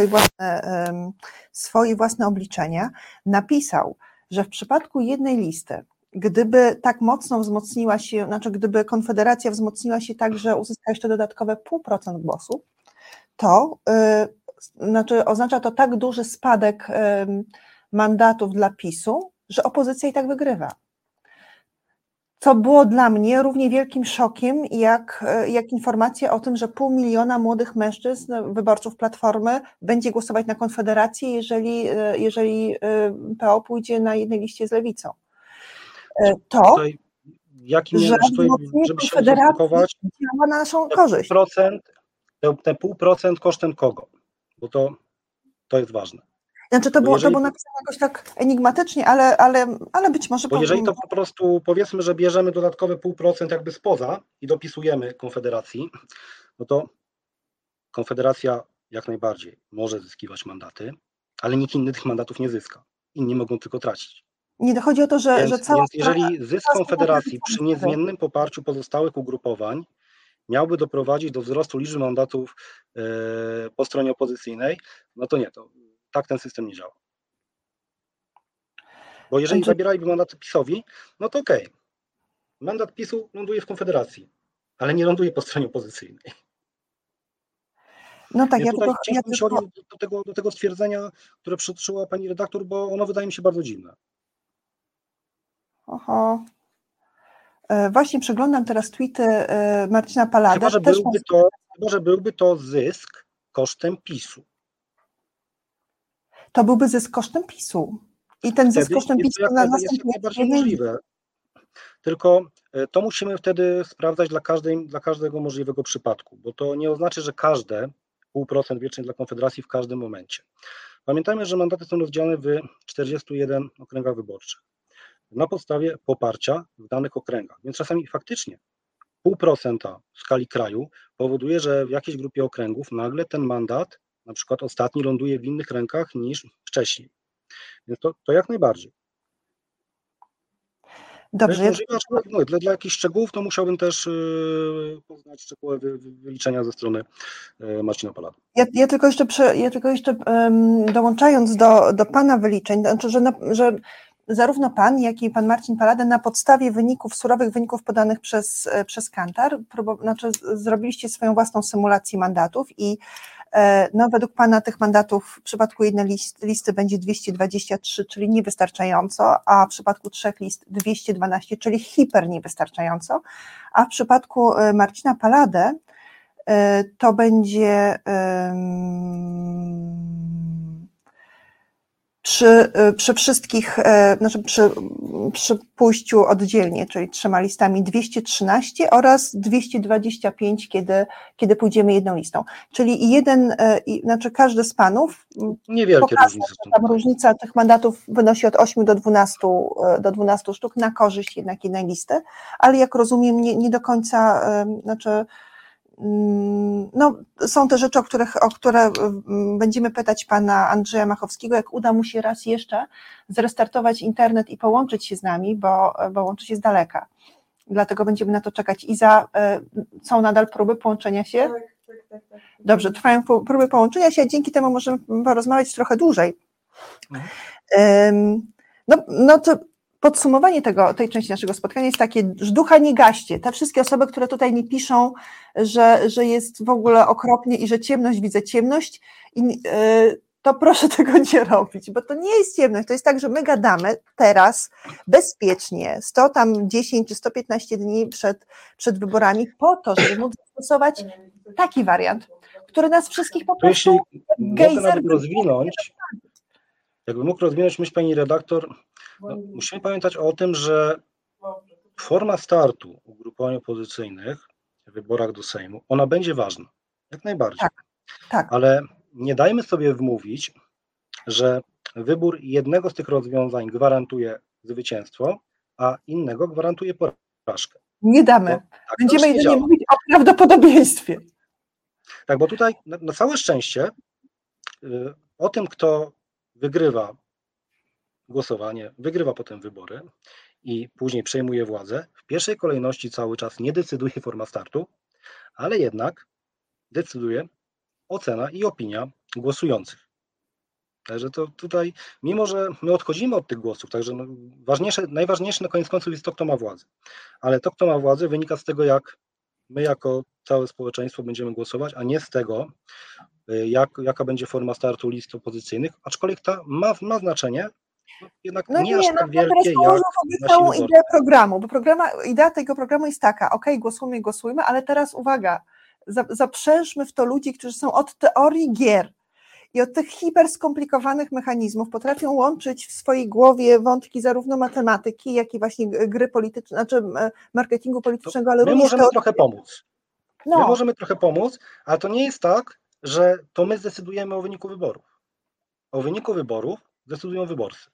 S1: swoje własne obliczenia, napisał, że w przypadku jednej listy, gdyby tak mocno wzmocniła się, znaczy gdyby Konfederacja wzmocniła się tak, że uzyska jeszcze dodatkowe 0,5% głosów, to oznacza to tak duży spadek mandatów dla PiS-u, że opozycja i tak wygrywa. Co było dla mnie równie wielkim szokiem, jak informacja o tym, że 500 000 młodych mężczyzn, wyborców Platformy, będzie głosować na Konfederację, jeżeli PO pójdzie na jednej liście z Lewicą. To, że żeby się ustosunkować, działa na naszą korzyść.
S2: Te 0,5% kosztem kogo? Bo to jest ważne.
S1: Znaczy to było napisane jakoś tak enigmatycznie, ale być może...
S2: Bo jeżeli to po prostu powiedzmy, że bierzemy dodatkowe 0,5% jakby spoza i dopisujemy Konfederacji, no to Konfederacja jak najbardziej może zyskiwać mandaty, ale nikt inny tych mandatów nie zyska. Inni mogą tylko tracić.
S1: Nie dochodzi o to, że cała...
S2: Więc jeżeli zysk Konfederacji przy niezmiennym poparciu pozostałych ugrupowań miałby doprowadzić do wzrostu liczby mandatów po stronie opozycyjnej, no to nie, tak ten system nie działa. Bo jeżeli zabieraliby mandaty PiS-owi, no to okej. Mandat PiS-u ląduje w Konfederacji, ale nie ląduje po stronie opozycyjnej.
S1: No tak,
S2: Chciałbym się odnieść do tego stwierdzenia, które przytoczyła pani redaktor, bo ono wydaje mi się bardzo dziwne.
S1: Oho. Właśnie przeglądam teraz tweety Marcina Palady.
S2: Chyba, że byłby to zysk kosztem PiS-u.
S1: To byłby zysk kosztem PiS-u. I ten zysk kosztem PiS-u
S2: jest jak najbardziej możliwe. Tylko to musimy wtedy sprawdzać dla każdego możliwego przypadku, bo to nie oznacza, że każde 0,5% wiecznie dla Konfederacji w każdym momencie. Pamiętajmy, że mandaty są rozdzielone w 41 okręgach wyborczych na podstawie poparcia w danych okręgach. Więc czasami faktycznie 0,5% w skali kraju powoduje, że w jakiejś grupie okręgów nagle ten mandat, na przykład ostatni, ląduje w innych rękach niż wcześniej. Więc to jak najbardziej.
S1: Dobrze.
S2: Dla jakichś szczegółów to musiałbym też poznać szczegółowe wyliczenia ze strony Marcina Palady.
S1: Ja tylko jeszcze dołączając do pana wyliczeń, znaczy, że zarówno pan, jak i pan Marcin Palada na podstawie surowych wyników podanych przez Kantar, zrobiliście swoją własną symulację mandatów i według pana tych mandatów w przypadku jednej listy będzie 223, czyli niewystarczająco, a w przypadku 3 list 212, czyli hiper niewystarczająco, a w przypadku Marcina Paladę to będzie przy wszystkich, przy pójściu oddzielnie, czyli 3 listami 213 oraz 225, kiedy pójdziemy jedną listą. Czyli każdy z panów
S2: niewielkie różnice.
S1: Tam różnica tych mandatów wynosi od 8 do 12 sztuk na korzyść jednak jednej listy, ale jak rozumiem nie do końca, są te rzeczy, o które będziemy pytać pana Andrzeja Machowskiego, jak uda mu się raz jeszcze zrestartować internet i połączyć się z nami, bo łączy się z daleka. Dlatego będziemy na to czekać. Iza, są nadal próby połączenia się? Tak. Dobrze, trwają próby połączenia się, a dzięki temu możemy porozmawiać trochę dłużej. To podsumowanie tej części naszego spotkania jest takie, że ducha nie gaście. Te wszystkie osoby, które tutaj mi piszą, że jest w ogóle okropnie i że widzę ciemność, to proszę tego nie robić, bo to nie jest ciemność, to jest tak, że my gadamy teraz bezpiecznie 110 czy 115 dni przed wyborami po to, żeby móc zastosować taki wariant, który nas wszystkich po prostu
S2: gejzer rozwinąć. Jakby mógł rozwinąć myśl pani redaktor, no, musimy pamiętać o tym, że forma startu ugrupowań opozycyjnych w wyborach do Sejmu, ona będzie ważna, jak najbardziej.
S1: Tak.
S2: Ale nie dajmy sobie wmówić, że wybór jednego z tych rozwiązań gwarantuje zwycięstwo, a innego gwarantuje porażkę.
S1: Nie damy.
S2: Tak,
S1: będziemy jedynie
S2: działa.
S1: mówić o prawdopodobieństwie.
S2: Tak, bo tutaj na całe szczęście o tym, kto wygrywa głosowanie, wygrywa potem wybory i później przejmuje władzę, w pierwszej kolejności cały czas nie decyduje forma startu, ale jednak decyduje ocena i opinia głosujących. Także to tutaj, mimo że my odchodzimy od tych głosów, także najważniejsze na koniec końców jest to, kto ma władzę. Ale to, kto ma władzę, wynika z tego, jak my jako całe społeczeństwo będziemy głosować, a nie z tego, jaka będzie forma startu list opozycyjnych, aczkolwiek ta ma znaczenie, jednak nie aż tak wielkie jak
S1: całą ideę programu, bo idea tego programu jest taka, głosujmy, ale teraz uwaga, zaprzężmy w to ludzi, którzy są od teorii gier i od tych hiperskomplikowanych mechanizmów potrafią łączyć w swojej głowie wątki zarówno matematyki, jak i właśnie gry polityczne, znaczy marketingu politycznego, ale
S2: również możemy trochę pomóc.
S1: No.
S2: My możemy trochę pomóc, ale to nie jest tak, że to my zdecydujemy o wyniku wyborów. O wyniku wyborów decydują wyborcy.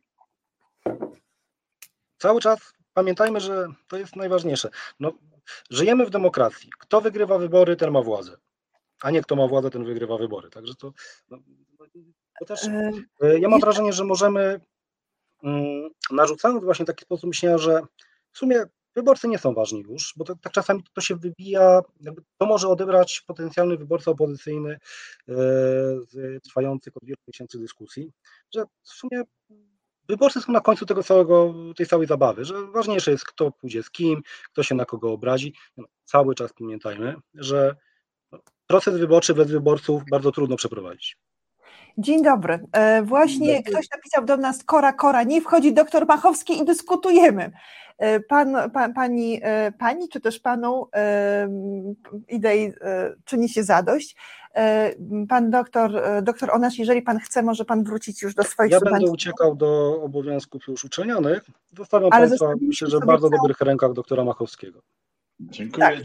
S2: Cały czas pamiętajmy, że to jest najważniejsze. No, żyjemy w demokracji. Kto wygrywa wybory, ten ma władzę. A nie kto ma władzę, ten wygrywa wybory. Także to też ja mam wrażenie, że możemy, narzucając właśnie taki sposób myślenia, że w sumie wyborcy nie są ważni już, bo tak czasami to się wybija, to może odebrać potencjalny wyborca opozycyjny z trwających od wielu miesięcy dyskusji, że w sumie wyborcy są na końcu tej całej zabawy, że ważniejsze jest, kto pójdzie z kim, kto się na kogo obrazi. Cały czas pamiętajmy, że proces wyborczy bez wyborców bardzo trudno przeprowadzić.
S1: Dzień dobry. Właśnie ktoś napisał do nas, Kora, nie wchodzi doktor Machowski i dyskutujemy. Pani, czy też panu idei czyni się zadość. Pan doktor Onasz, jeżeli pan chce, może pan wrócić już do swoich
S2: subwencji. Ja będę uciekał do obowiązków już uczelnianych. Zostawiam państwa, myślę, że w bardzo dobrych rękach doktora Machowskiego.
S3: Dziękuję. Tak,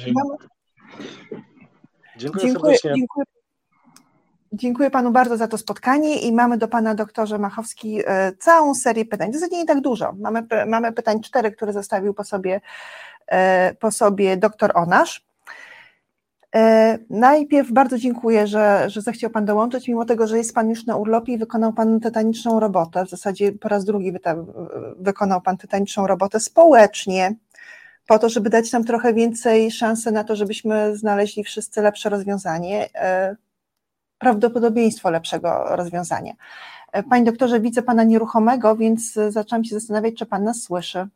S2: dziękuję serdecznie.
S1: Dziękuję panu bardzo za to spotkanie i mamy do pana doktorze Machowski całą serię pytań. W zasadzie nie tak dużo. Mamy pytań 4, które zostawił po sobie doktor Onasz. Najpierw bardzo dziękuję, że zechciał pan dołączyć, mimo tego, że jest pan już na urlopie i wykonał pan tytaniczną robotę. W zasadzie po raz drugi wykonał pan tytaniczną robotę społecznie, po to, żeby dać nam trochę więcej szansy na to, żebyśmy znaleźli wszyscy lepsze rozwiązanie, prawdopodobieństwo lepszego rozwiązania. Panie doktorze, widzę pana nieruchomego, więc zaczęłam się zastanawiać, czy pan nas słyszy.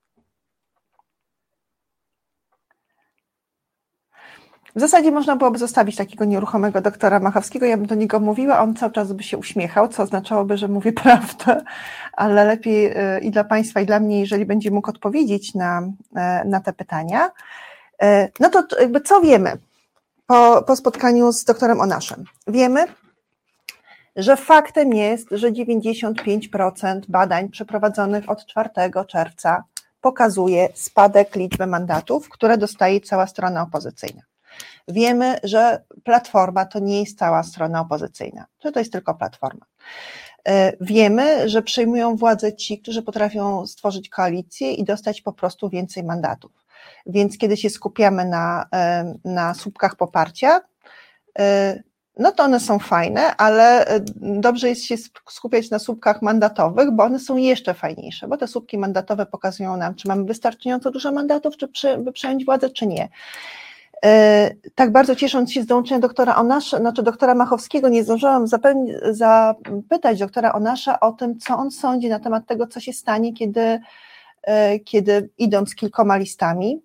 S1: W zasadzie można byłoby zostawić takiego nieruchomego doktora Machowskiego, ja bym do niego mówiła, on cały czas by się uśmiechał, co oznaczałoby, że mówię prawdę, ale lepiej i dla państwa, i dla mnie, jeżeli będzie mógł odpowiedzieć na te pytania. No to jakby co wiemy po spotkaniu z doktorem Onaszem? Wiemy, że faktem jest, że 95% badań przeprowadzonych od 4 czerwca pokazuje spadek liczby mandatów, które dostaje cała strona opozycyjna. Wiemy, że Platforma to nie jest cała strona opozycyjna, że to jest tylko Platforma. Wiemy, że przejmują władzę ci, którzy potrafią stworzyć koalicję i dostać po prostu więcej mandatów. Więc kiedy się skupiamy na słupkach poparcia, no to one są fajne, ale dobrze jest się skupiać na słupkach mandatowych, bo one są jeszcze fajniejsze, bo te słupki mandatowe pokazują nam, czy mamy wystarczająco dużo mandatów, by przejąć władzę, czy nie. Tak bardzo ciesząc się z dołączenia doktora Onasza, znaczy doktora Machowskiego, nie zdążyłam zapytać doktora Onasza o tym, co on sądzi na temat tego, co się stanie, kiedy idąc kilkoma listami,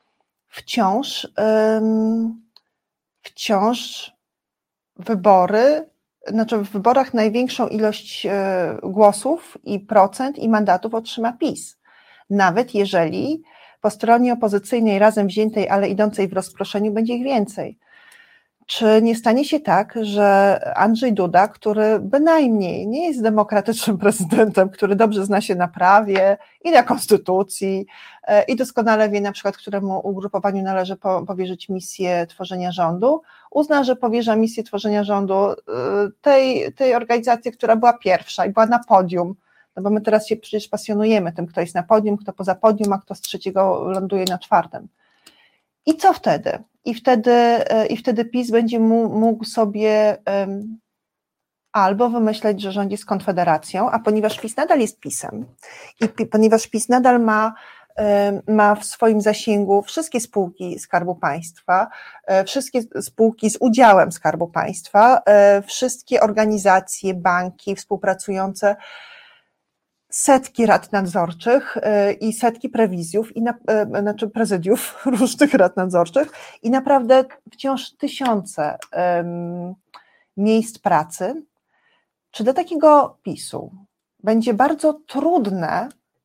S1: wciąż wybory, znaczy w wyborach największą ilość głosów i procent i mandatów otrzyma PiS. Nawet jeżeli po stronie opozycyjnej razem wziętej, ale idącej w rozproszeniu będzie ich więcej. Czy nie stanie się tak, że Andrzej Duda, który bynajmniej nie jest demokratycznym prezydentem, który dobrze zna się na prawie i na konstytucji i doskonale wie na przykład, któremu ugrupowaniu należy powierzyć misję tworzenia rządu, uzna, że powierza misję tworzenia rządu tej organizacji, która była pierwsza i była na podium, no bo my teraz się przecież pasjonujemy tym, kto jest na podium, kto poza podium, a kto z trzeciego ląduje na czwartym. I co wtedy? I wtedy PiS będzie mógł sobie albo wymyśleć, że rządzi z Konfederacją, a ponieważ PiS nadal jest PiS-em i ponieważ PiS nadal ma w swoim zasięgu wszystkie spółki Skarbu Państwa, wszystkie spółki z udziałem Skarbu Państwa, wszystkie organizacje, banki współpracujące, setki rad nadzorczych i setki prewizjów, znaczy prezydiów różnych rad nadzorczych i naprawdę wciąż tysiące miejsc pracy. Czy do takiego PiS-u będzie bardzo trudne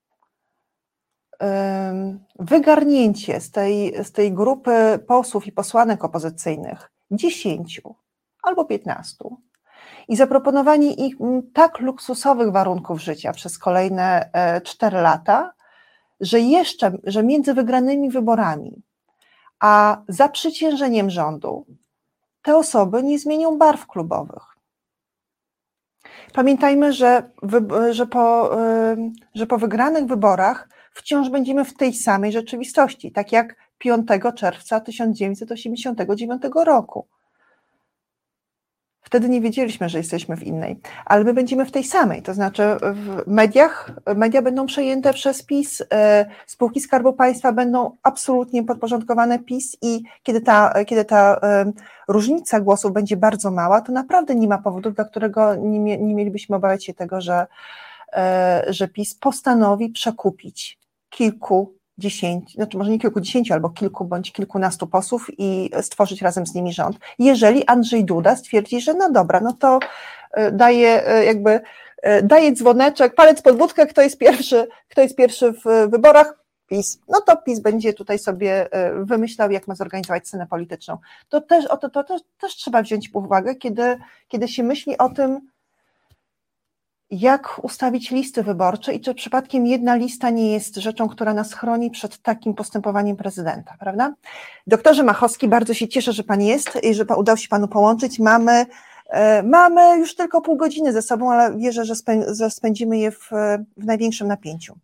S1: wygarnięcie z tej grupy posłów i posłanek opozycyjnych 10 albo 15 i zaproponowanie ich tak luksusowych warunków życia przez kolejne 4 lata, że między wygranymi wyborami a zaprzysiężeniem rządu te osoby nie zmienią barw klubowych. Pamiętajmy, że po wygranych wyborach wciąż będziemy w tej samej rzeczywistości, tak jak 5 czerwca 1989 roku. Wtedy nie wiedzieliśmy, że jesteśmy w innej, ale my będziemy w tej samej, to znaczy media będą przejęte przez PiS, spółki Skarbu Państwa będą absolutnie podporządkowane PiS i kiedy ta różnica głosów będzie bardzo mała, to naprawdę nie ma powodu, dla którego nie mielibyśmy obawiać się tego, że PiS postanowi przekupić znaczy może nie kilkudziesięciu, albo kilku bądź kilkunastu posłów i stworzyć razem z nimi rząd. Jeżeli Andrzej Duda stwierdzi, że no dobra, no to daje dzwoneczek, palec pod wódkę, kto jest pierwszy w wyborach, PiS. No to PiS będzie tutaj sobie wymyślał, jak ma zorganizować scenę polityczną. To też trzeba wziąć pod uwagę, kiedy się myśli o tym, jak ustawić listy wyborcze i czy przypadkiem jedna lista nie jest rzeczą, która nas chroni przed takim postępowaniem prezydenta, prawda? Doktorze Machowski, bardzo się cieszę, że Pan jest i że udało się Panu połączyć. Mamy już tylko pół godziny ze sobą, ale wierzę, że spędzimy je w największym napięciu.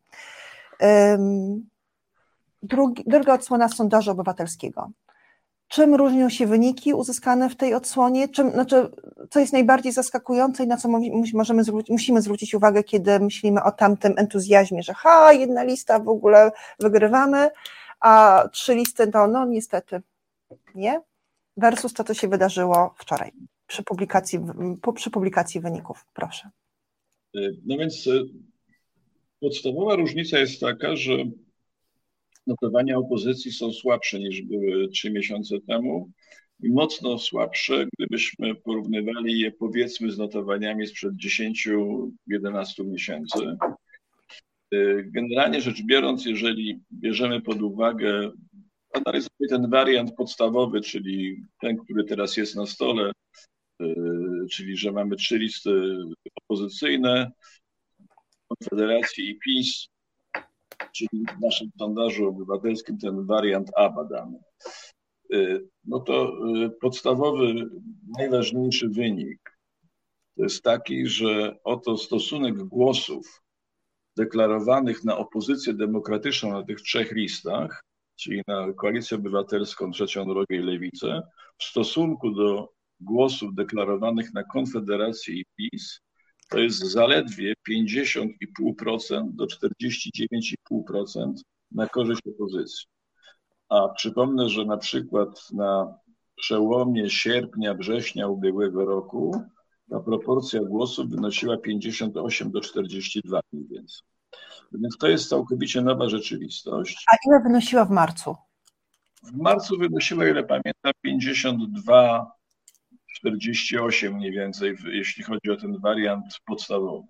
S1: Druga odsłona sondażu obywatelskiego. Czym różnią się wyniki uzyskane w tej odsłonie? Co jest najbardziej zaskakujące i na co musimy zwrócić uwagę, kiedy myślimy o tamtym entuzjazmie, że jedna lista w ogóle wygrywamy, a 3 listy to no niestety nie, versus to, co się wydarzyło wczoraj przy publikacji wyników. Proszę.
S3: No więc podstawowa różnica jest taka, że notowania opozycji są słabsze niż były 3 miesiące temu i mocno słabsze, gdybyśmy porównywali je powiedzmy z notowaniami sprzed 10-11 miesięcy. Generalnie rzecz biorąc, jeżeli bierzemy pod uwagę, analizujemy ten wariant podstawowy, czyli ten, który teraz jest na stole, czyli że mamy 3 listy opozycyjne, Konfederacji i PiS, czyli w naszym sondażu obywatelskim ten wariant A badamy. No to podstawowy, najważniejszy wynik to jest taki, że oto stosunek głosów deklarowanych na opozycję demokratyczną na tych 3 listach, czyli na Koalicję Obywatelską, Trzecią Drogę i Lewicę, w stosunku do głosów deklarowanych na Konfederację i PiS, to jest zaledwie 50,5% do 49,5% na korzyść opozycji. A przypomnę, że na przykład na przełomie sierpnia, września ubiegłego roku ta proporcja głosów wynosiła 58 do 42 mniej więcej. Więc to jest całkowicie nowa rzeczywistość.
S1: A ile wynosiła w marcu?
S3: W marcu wynosiła, ile pamiętam, 52, 48 mniej więcej, jeśli chodzi o ten wariant podstawowy.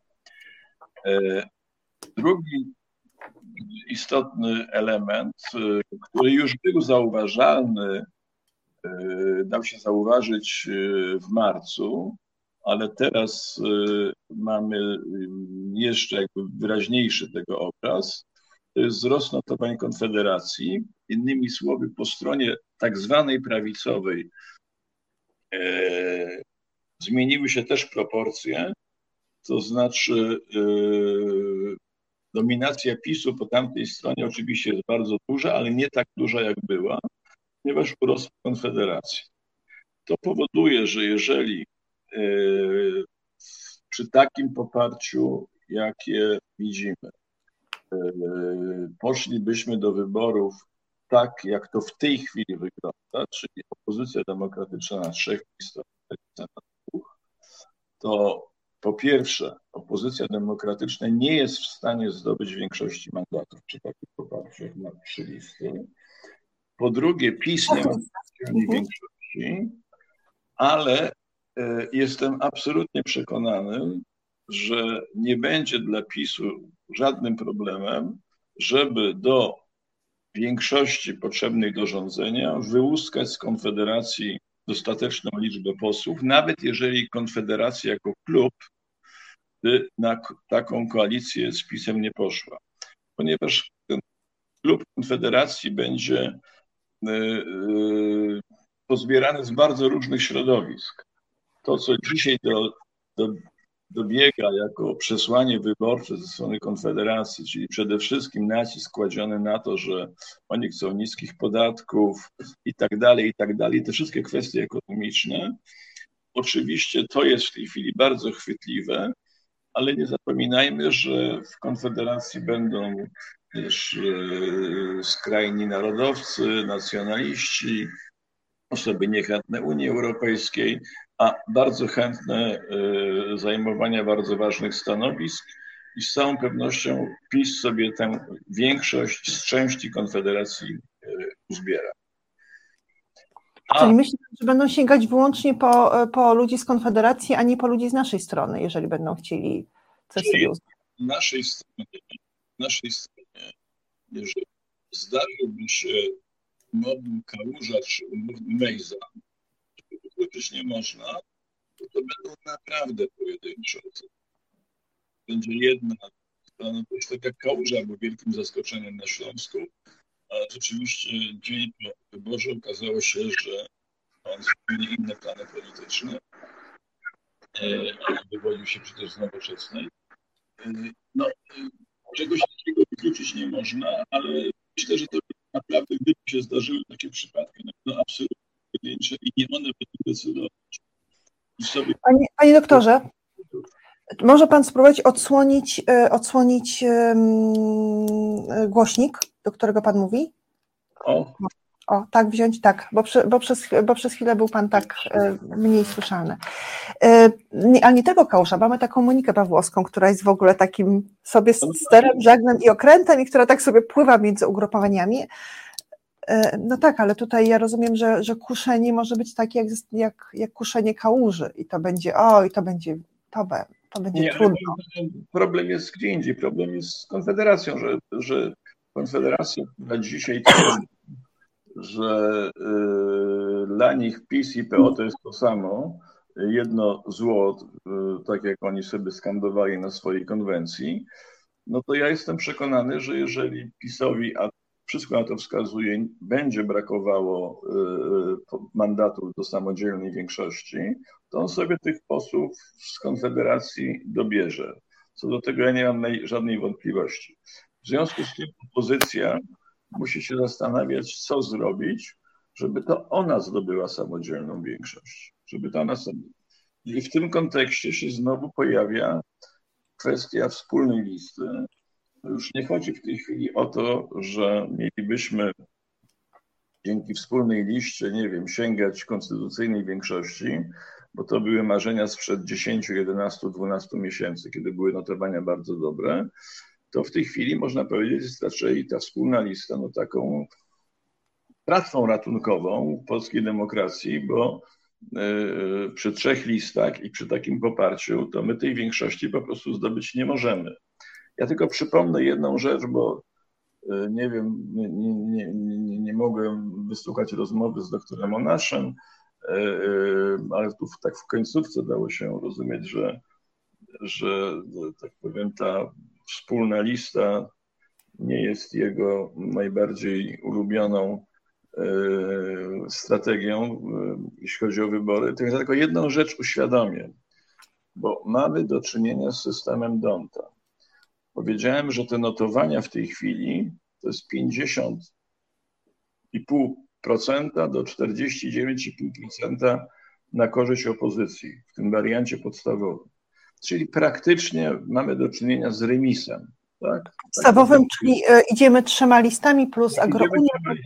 S3: Drugi istotny element, który już był zauważalny dał się zauważyć w marcu, ale teraz mamy jeszcze jakby wyraźniejszy tego obraz. To jest wzrost notowań Konfederacji. Innymi słowy, po stronie tak zwanej prawicowej zmieniły się też proporcje, to znaczy dominacja PiS-u po tamtej stronie oczywiście jest bardzo duża, ale nie tak duża jak była, ponieważ urosła Konfederacja. To powoduje, że jeżeli przy takim poparciu, jakie widzimy, poszlibyśmy do wyborów tak, jak to w tej chwili wygląda, czyli opozycja demokratyczna na 3 listach, na 2, to po pierwsze opozycja demokratyczna nie jest w stanie zdobyć większości mandatów przy takim poparciu jak na 3 listy. Po drugie, PiS nie ma większości, ale jestem absolutnie przekonany, że nie będzie dla PiS-u żadnym problemem, żeby do większości potrzebnej do rządzenia wyłuskać z Konfederacji dostateczną liczbę posłów, nawet jeżeli Konfederacja jako klub by na taką koalicję z PiS-em nie poszła. Ponieważ ten klub Konfederacji będzie pozbierany z bardzo różnych środowisk. To, co dzisiaj dobiega jako przesłanie wyborcze ze strony Konfederacji, czyli przede wszystkim nacisk kładziony na to, że oni chcą niskich podatków i tak dalej, te wszystkie kwestie ekonomiczne. Oczywiście to jest w tej chwili bardzo chwytliwe, ale nie zapominajmy, że w Konfederacji będą też skrajni narodowcy, nacjonaliści, osoby niechętne Unii Europejskiej, a bardzo chętne zajmowania bardzo ważnych stanowisk i z całą pewnością PiS sobie tę większość z części Konfederacji uzbiera.
S1: Czyli myślę, że będą sięgać wyłącznie po ludzi z Konfederacji, a nie po ludzi z naszej strony, jeżeli będą chcieli coś sobie uzbierać.
S3: Naszej stronie, jeżeli zdarzyłby się mobbing Kałuża czy Mejza, wykluczyć nie można, to będą naprawdę pojedyncze osoby. Będzie jedna, to jest tak jak Kałuża był wielkim zaskoczeniem na Śląsku, a rzeczywiście dzień po wyborze okazało się, że on zupełnie inne plany polityczne, wywodził się przecież z Nowoczesnej. No, czegoś takiego wykluczyć nie można, ale myślę, że to naprawdę, gdyby się zdarzyły takie przypadki, no absolutnie pojedyncze i nie one będą decydować.
S1: Panie doktorze, może pan spróbować odsłonić głośnik, do którego pan mówi? O, tak wziąć, tak, bo przez chwilę był pan tak mniej słyszalny. Ale nie tego Kałusza, mamy taką Monikę Pawłowską, która jest w ogóle takim sobie sterem, żaglem i okrętem i która tak sobie pływa między ugrupowaniami. No tak, ale tutaj ja rozumiem, że kuszenie może być takie jak kuszenie kałuży i to będzie, to będzie trudno.
S3: Problem jest gdzie indziej, problem jest z Konfederacją, że Konfederacja, która dzisiaj że dla nich PiS i PO to jest to samo, jedno zło, tak jak oni sobie skandowali na swojej konwencji, no to ja jestem przekonany, że jeżeli PiS-owi, a wszystko na to wskazuje, będzie brakowało mandatów do samodzielnej większości, to on sobie tych posłów z Konfederacji dobierze. Co do tego ja nie mam żadnej wątpliwości. W związku z tym opozycja musi się zastanawiać, co zrobić, żeby to ona zdobyła samodzielną większość. I w tym kontekście się znowu pojawia kwestia wspólnej listy. Już nie chodzi w tej chwili o to, że mielibyśmy dzięki wspólnej liście, nie wiem, sięgać konstytucyjnej większości, bo to były marzenia sprzed 10, 11, 12 miesięcy, kiedy były notowania bardzo dobre. To w tej chwili można powiedzieć, jest raczej ta wspólna lista taką tratwą ratunkową polskiej demokracji, bo przy 3 listach i przy takim poparciu to my tej większości po prostu zdobyć nie możemy. Ja tylko przypomnę jedną rzecz, bo Nie wiem, nie mogłem wysłuchać rozmowy z doktorem Onaszem, ale tu tak w końcówce dało się rozumieć, że tak powiem, ta wspólna lista nie jest jego najbardziej ulubioną strategią, jeśli chodzi o wybory. To ja tylko jedną rzecz uświadomię, bo mamy do czynienia z systemem D'Hondta. Powiedziałem, że te notowania w tej chwili to jest 50,5% do 49,5% na korzyść opozycji w tym wariancie podstawowym. Czyli praktycznie mamy do czynienia z remisem. Tak?
S1: Podstawowym, czyli idziemy 3 listami plus Agro-Unia.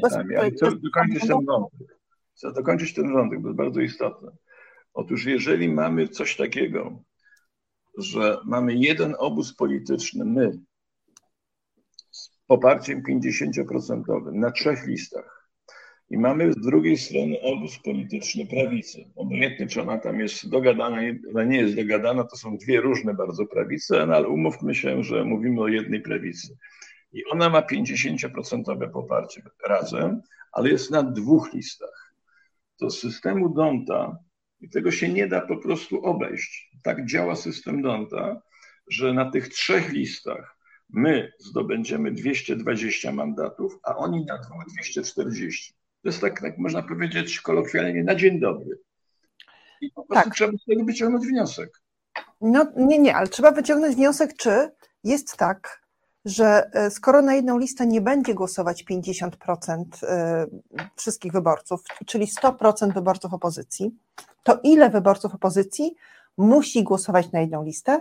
S3: Chcę dokończyć ten wątek, bo jest bardzo istotne. Otóż jeżeli mamy coś takiego, że mamy jeden obóz polityczny, my, z poparciem 50% na 3 listach i mamy z drugiej strony obóz polityczny prawicy, obojętnie czy ona tam jest dogadana, ona nie jest dogadana, to są dwie różne bardzo prawice, no ale umówmy się, że mówimy o jednej prawicy. I ona ma 50% poparcie razem, ale jest na 2 listach. To z systemu D'Hondta, i tego się nie da po prostu obejść. Tak działa system D'Hondta, że na tych 3 listach my zdobędziemy 220 mandatów, a oni na 2 240. To jest tak można powiedzieć kolokwialnie, na dzień dobry. I po prostu trzeba z tego wyciągnąć wniosek.
S1: No nie, ale trzeba wyciągnąć wniosek, czy jest tak, że skoro na jedną listę nie będzie głosować 50% wszystkich wyborców, czyli 100% wyborców opozycji, to ile wyborców opozycji musi głosować na jedną listę,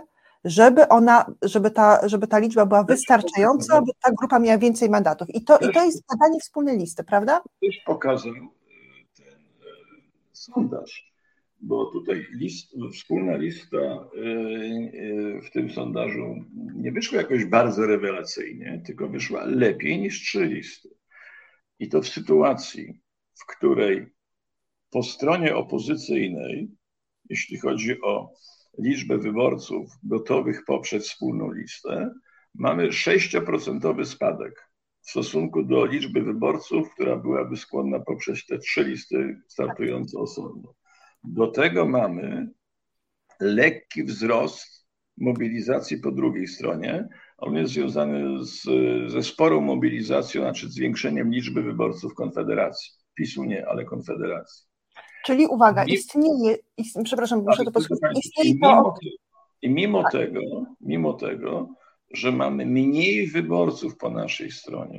S1: żeby ta liczba była wystarczająca, aby ta grupa miała więcej mandatów. I to jest badanie wspólnej listy, prawda?
S3: Też pokazał ten sondaż, bo tutaj wspólna lista w tym sondażu nie wyszła jakoś bardzo rewelacyjnie, tylko wyszła lepiej niż 3 listy. I to w sytuacji, w której po stronie opozycyjnej, jeśli chodzi o liczbę wyborców gotowych poprzeć wspólną listę, mamy 6% spadek w stosunku do liczby wyborców, która byłaby skłonna poprzeć te 3 listy startujące osobno. Do tego mamy lekki wzrost mobilizacji po drugiej stronie. On jest związany ze sporą mobilizacją, znaczy zwiększeniem liczby wyborców Konfederacji. PiS-u nie, ale Konfederacji.
S1: Czyli uwaga, istnieje, przepraszam, muszę to powiedzieć,
S3: I mimo tego, że mamy mniej wyborców po naszej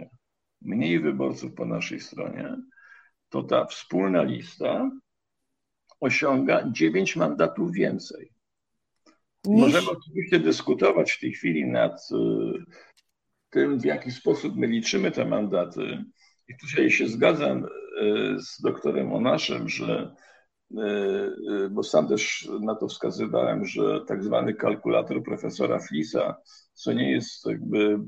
S3: stronie, to ta wspólna lista osiąga 9 mandatów więcej. Możemy oczywiście dyskutować w tej chwili nad tym, w jaki sposób my liczymy te mandaty. I tutaj się zgadzam z doktorem Onaszem, że, bo sam też na to wskazywałem, że tak zwany kalkulator profesora Flisa, co nie jest jakby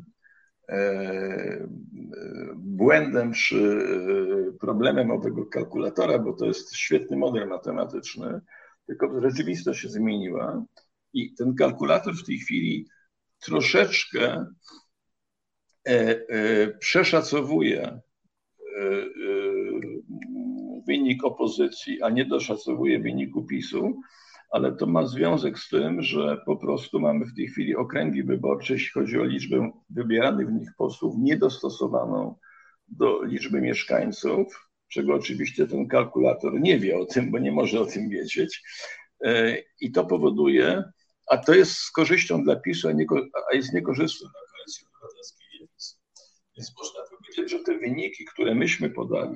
S3: błędem czy problemem owego kalkulatora, bo to jest świetny model matematyczny, tylko rzeczywistość się zmieniła i ten kalkulator w tej chwili troszeczkę przeszacowuje wynik opozycji, a nie doszacowuje wyniku PiS-u, ale to ma związek z tym, że po prostu mamy w tej chwili okręgi wyborcze, jeśli chodzi o liczbę wybieranych w nich posłów, niedostosowaną do liczby mieszkańców, czego oczywiście ten kalkulator nie wie o tym, bo nie może o tym wiedzieć. I to powoduje, a to jest z korzyścią dla PiS-u, a jest niekorzystne dla Koalicji Obywatelskiej. Więc można powiedzieć, że te wyniki, które myśmy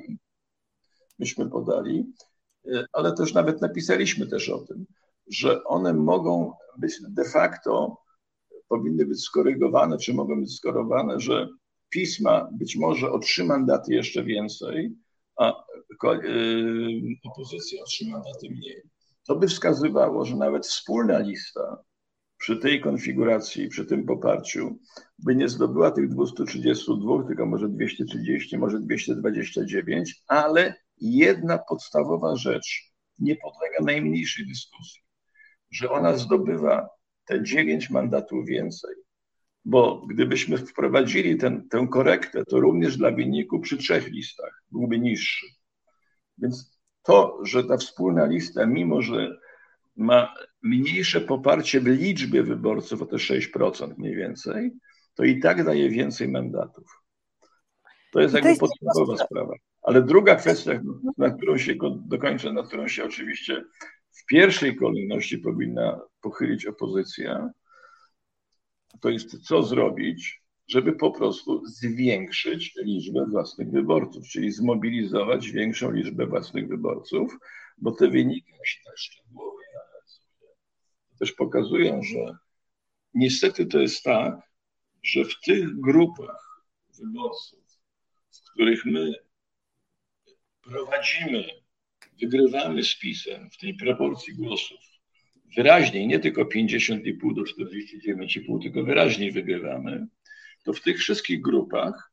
S3: podali, ale też nawet napisaliśmy też o tym, że one mogą być de facto, powinny być skorygowane, czy mogą być skorowane, że PiS ma być może o 3 mandaty jeszcze więcej, a opozycja o 3 mandaty mniej. To by wskazywało, że nawet wspólna lista przy tej konfiguracji, przy tym poparciu by nie zdobyła tych 232, tylko może 230, może 229, ale jedna podstawowa rzecz nie podlega najmniejszej dyskusji, że ona zdobywa te 9 mandatów więcej. bo gdybyśmy wprowadzili tę korektę, to również dla wyniku przy 3 listach byłby niższy. Więc to, że ta wspólna lista, mimo że ma mniejsze poparcie w liczbie wyborców o te 6% mniej więcej, to i tak daje więcej mandatów. To jest jakby podstawowa sprawa. Ale druga kwestia, na którą się dokończę, na którą się oczywiście w pierwszej kolejności powinna pochylić opozycja, to jest co zrobić, żeby po prostu zwiększyć liczbę własnych wyborców, czyli zmobilizować większą liczbę własnych wyborców, bo te wyniki, jak się tak szczegółowo też pokazują, że niestety to jest tak, że w tych grupach wyborców, w których my prowadzimy, wygrywamy z PiS-em w tej proporcji głosów wyraźniej, nie tylko 50,5 do 49,5, tylko wyraźniej wygrywamy, to w tych wszystkich grupach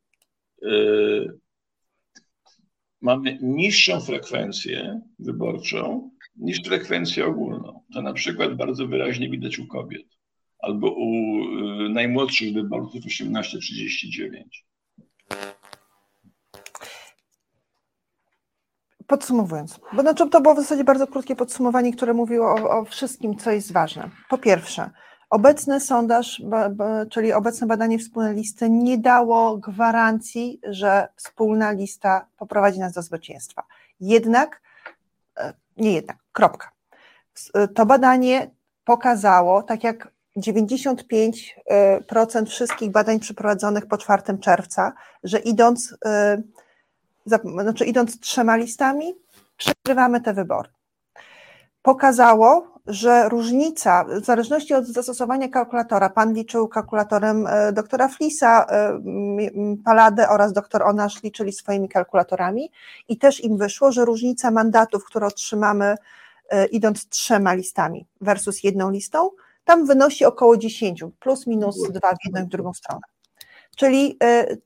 S3: mamy niższą frekwencję wyborczą niż frekwencję ogólną. To na przykład bardzo wyraźnie widać u kobiet albo u najmłodszych wyborców 18-39.
S1: Podsumowując, bo to było w zasadzie bardzo krótkie podsumowanie, które mówiło o wszystkim, co jest ważne. Po pierwsze, obecny sondaż, czyli obecne badanie wspólnej listy nie dało gwarancji, że wspólna lista poprowadzi nas do zwycięstwa. Kropka. To badanie pokazało, tak jak 95% wszystkich badań przeprowadzonych po 4 czerwca, że idąc 3 listami, przegrywamy te wybory. Pokazało, że różnica, w zależności od zastosowania kalkulatora, pan liczył kalkulatorem doktora Flisa, Paladę oraz doktor Onasz liczyli swoimi kalkulatorami i też im wyszło, że różnica mandatów, które otrzymamy idąc 3 listami versus 1 listą, tam wynosi około 10, plus minus 2 w jedną i w drugą stronę. Czyli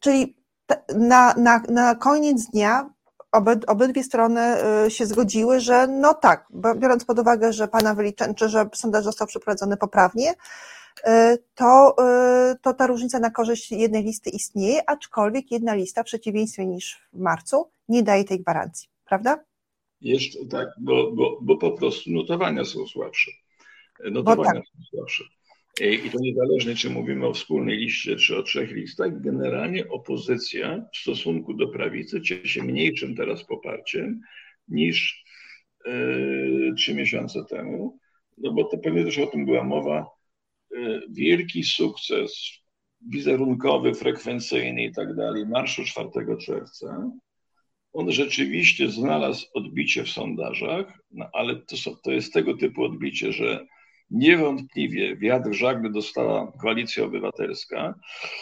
S1: na koniec dnia obydwie strony się zgodziły, że no tak, biorąc pod uwagę, że pana wyliczenie, czy że sondaż został przeprowadzony poprawnie, to ta różnica na korzyść jednej listy istnieje, aczkolwiek jedna lista w przeciwieństwie niż w marcu nie daje tej gwarancji, prawda?
S3: Jeszcze tak, bo po prostu notowania są słabsze. I to niezależnie, czy mówimy o wspólnej liście, czy o 3 listach, generalnie opozycja w stosunku do prawicy cieszy się mniejszym teraz poparciem niż 3 miesiące temu, no bo to pewnie też o tym była mowa. Wielki sukces wizerunkowy, frekwencyjny i tak dalej marszu 4 czerwca, on rzeczywiście znalazł odbicie w sondażach, no ale to jest tego typu odbicie, że niewątpliwie wiatr w żagle dostała Koalicja Obywatelska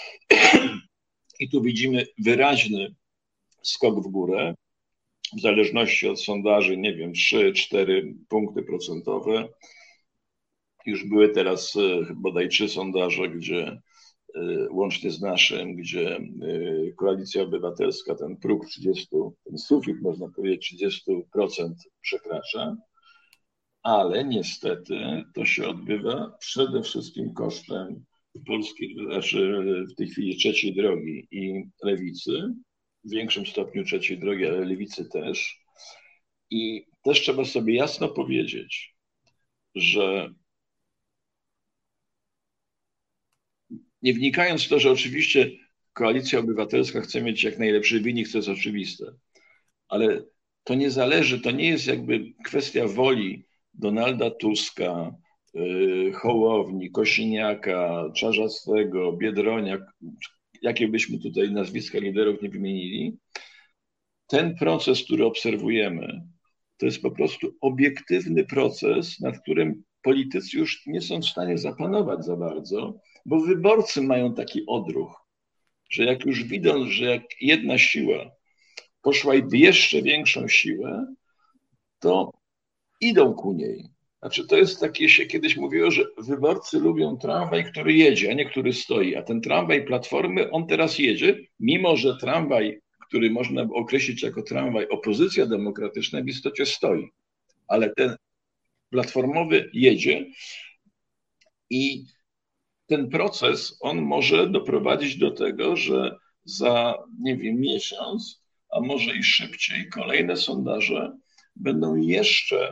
S3: i tu widzimy wyraźny skok w górę, w zależności od sondaży, nie wiem, 3-4 punkty procentowe. Już były teraz bodaj 3 sondaże, gdzie łącznie z naszym, gdzie Koalicja Obywatelska ten próg 30, ten sufit można powiedzieć 30% przekracza. Ale niestety to się odbywa przede wszystkim kosztem polskiej, znaczy w tej chwili trzeciej drogi i lewicy, w większym stopniu trzeciej drogi, ale lewicy też. I też trzeba sobie jasno powiedzieć, że nie wnikając w to, że oczywiście Koalicja Obywatelska chce mieć jak najlepszy wynik, to jest oczywiste, ale to nie zależy, to nie jest jakby kwestia woli Donalda Tuska, Hołowni, Kosiniaka, Czarzastego, Biedronia, jakie byśmy tutaj nazwiska liderów nie wymienili, ten proces, który obserwujemy, to jest po prostu obiektywny proces, nad którym politycy już nie są w stanie zapanować za bardzo, bo wyborcy mają taki odruch, że jak już widzą, że jak jedna siła poszła w jeszcze większą siłę, to idą ku niej. Znaczy to jest takie, się kiedyś mówiło, że wyborcy lubią tramwaj, który jedzie, a nie który stoi. A ten tramwaj Platformy, on teraz jedzie, mimo że tramwaj, który można określić jako tramwaj opozycja demokratyczna, w istocie stoi. Ale ten platformowy jedzie i ten proces, on może doprowadzić do tego, że za, nie wiem, miesiąc, a może i szybciej, kolejne sondaże będą jeszcze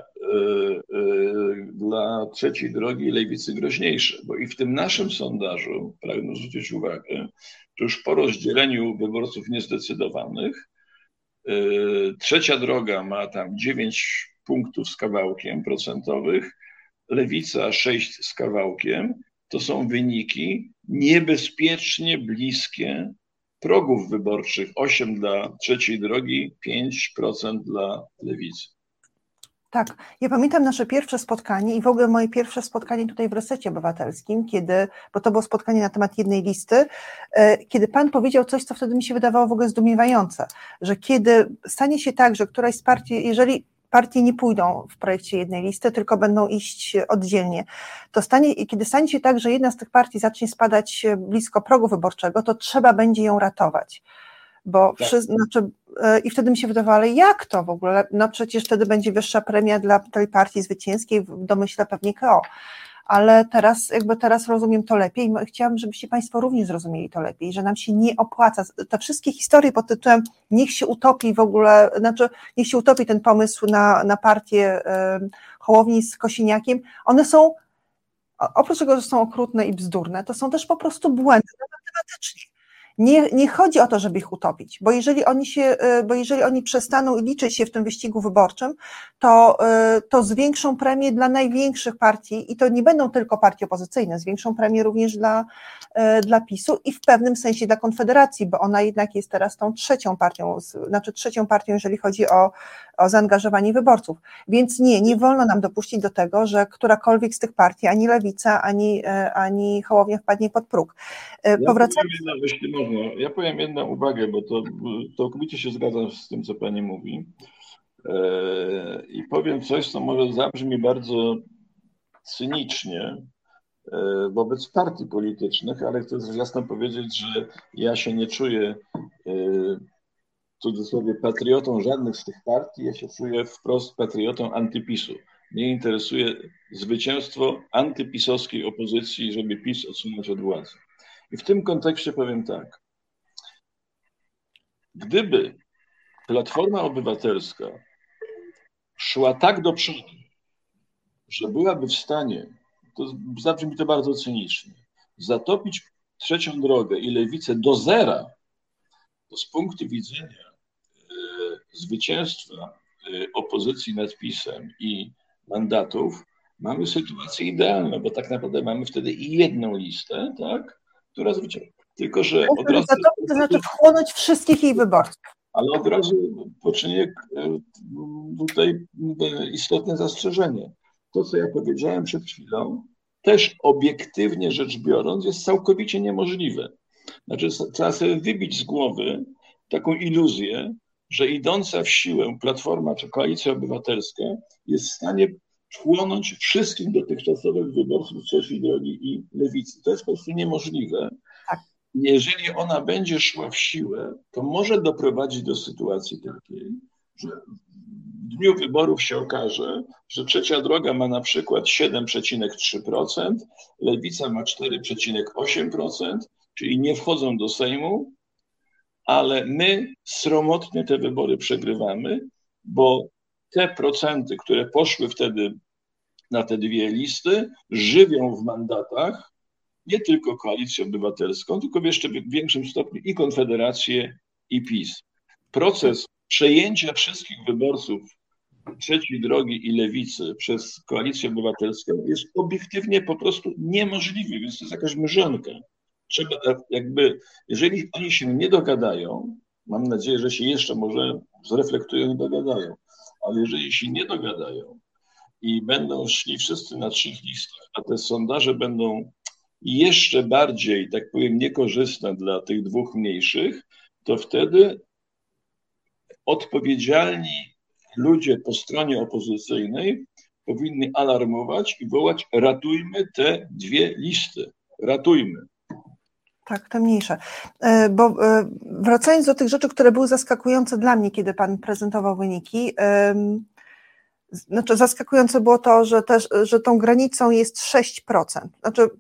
S3: dla trzeciej drogi i lewicy groźniejsze, bo i w tym naszym sondażu, pragnę zwrócić uwagę, to już po rozdzieleniu wyborców niezdecydowanych, trzecia droga ma tam 9 punktów z kawałkiem procentowych, lewica 6 z kawałkiem. To są wyniki niebezpiecznie bliskie progów wyborczych. 8 dla trzeciej drogi, 5% dla lewicy.
S1: Tak, ja pamiętam nasze pierwsze spotkanie i w ogóle moje pierwsze spotkanie tutaj w Resecie Obywatelskim, bo to było spotkanie na temat jednej listy, kiedy pan powiedział coś, co wtedy mi się wydawało w ogóle zdumiewające, że kiedy stanie się tak, że któraś z partii, jeżeli partie nie pójdą w projekcie jednej listy, tylko będą iść oddzielnie, to kiedy stanie się tak, że jedna z tych partii zacznie spadać blisko progu wyborczego, to trzeba będzie ją ratować. Bo i wtedy mi się wydawało, ale jak to w ogóle? No przecież wtedy będzie wyższa premia dla tej partii zwycięskiej, w domyśle pewnie KO. Ale teraz rozumiem to lepiej i chciałabym, żebyście Państwo również zrozumieli to lepiej, że nam się nie opłaca. Te wszystkie historie pod tytułem niech się utopi w ogóle, niech się utopi ten pomysł na partię Hołowni z Kosiniakiem, one są, oprócz tego, że są okrutne i bzdurne, to są też po prostu błędy matematycznie. Nie chodzi o to, żeby ich utopić, bo jeżeli oni przestaną liczyć się w tym wyścigu wyborczym, to zwiększą premię dla największych partii i to nie będą tylko partie opozycyjne, zwiększą premię również dla PiS-u i w pewnym sensie dla Konfederacji, bo ona jednak jest teraz tą trzecią partią, jeżeli chodzi o zaangażowanie wyborców. Więc nie wolno nam dopuścić do tego, że którakolwiek z tych partii, ani Lewica, ani Hołownia wpadnie pod próg.
S3: Ja powiem jedną uwagę, bo to całkowicie się zgadzam z tym, co pani mówi. I powiem coś, co może zabrzmi bardzo cynicznie wobec partii politycznych, ale chcę jasno powiedzieć, że ja się nie czuję w cudzysłowie patriotą żadnych z tych partii, ja się czuję wprost patriotą antypisu. Mnie interesuje zwycięstwo antypisowskiej opozycji, żeby PiS odsunąć od władzy. I w tym kontekście powiem tak. Gdyby Platforma Obywatelska szła tak do przodu, że byłaby w stanie, to zabrzmi to bardzo cynicznie, zatopić trzecią drogę i lewicę do zera, to z punktu widzenia zwycięstwa opozycji nad PiS-em i mandatów mamy sytuację idealną, bo tak naprawdę mamy wtedy i jedną listę, tak, która zwycięży. Tylko że od razu...
S1: To znaczy wchłonąć wszystkich jej wyborców.
S3: Ale od razu poczynię tutaj istotne zastrzeżenie. To, co ja powiedziałem przed chwilą, też obiektywnie rzecz biorąc, jest całkowicie niemożliwe. Znaczy, trzeba sobie wybić z głowy taką iluzję, że idąca w siłę Platforma czy Koalicja Obywatelska jest w stanie wchłonąć wszystkich dotychczasowych wyborców trzeciej drogi i lewicy. To jest po prostu niemożliwe.
S1: Tak.
S3: Jeżeli ona będzie szła w siłę, to może doprowadzić do sytuacji takiej, że w dniu wyborów się okaże, że trzecia droga ma na przykład 7,3%, lewica ma 4,8%, czyli nie wchodzą do Sejmu, ale my sromotnie te wybory przegrywamy, bo te procenty, które poszły wtedy na te dwie listy, żywią w mandatach nie tylko Koalicję Obywatelską, tylko w jeszcze większym stopniu i Konfederację, i PiS. Proces przejęcia wszystkich wyborców trzeciej drogi i lewicy przez Koalicję Obywatelską jest obiektywnie po prostu niemożliwy, więc to jest jakaś mrzonka. Trzeba jeżeli oni się nie dogadają, mam nadzieję, że się jeszcze może zreflektują i dogadają, ale jeżeli się nie dogadają i będą szli wszyscy na 3 listach, a te sondaże będą jeszcze bardziej, tak powiem, niekorzystne dla tych dwóch mniejszych, to wtedy odpowiedzialni ludzie po stronie opozycyjnej powinni alarmować i wołać: ratujmy te dwie listy, ratujmy.
S1: Tak, te mniejsze. Bo wracając do tych rzeczy, które były zaskakujące dla mnie, kiedy pan prezentował wyniki, zaskakujące było to, że tą granicą jest 6%. Znaczy,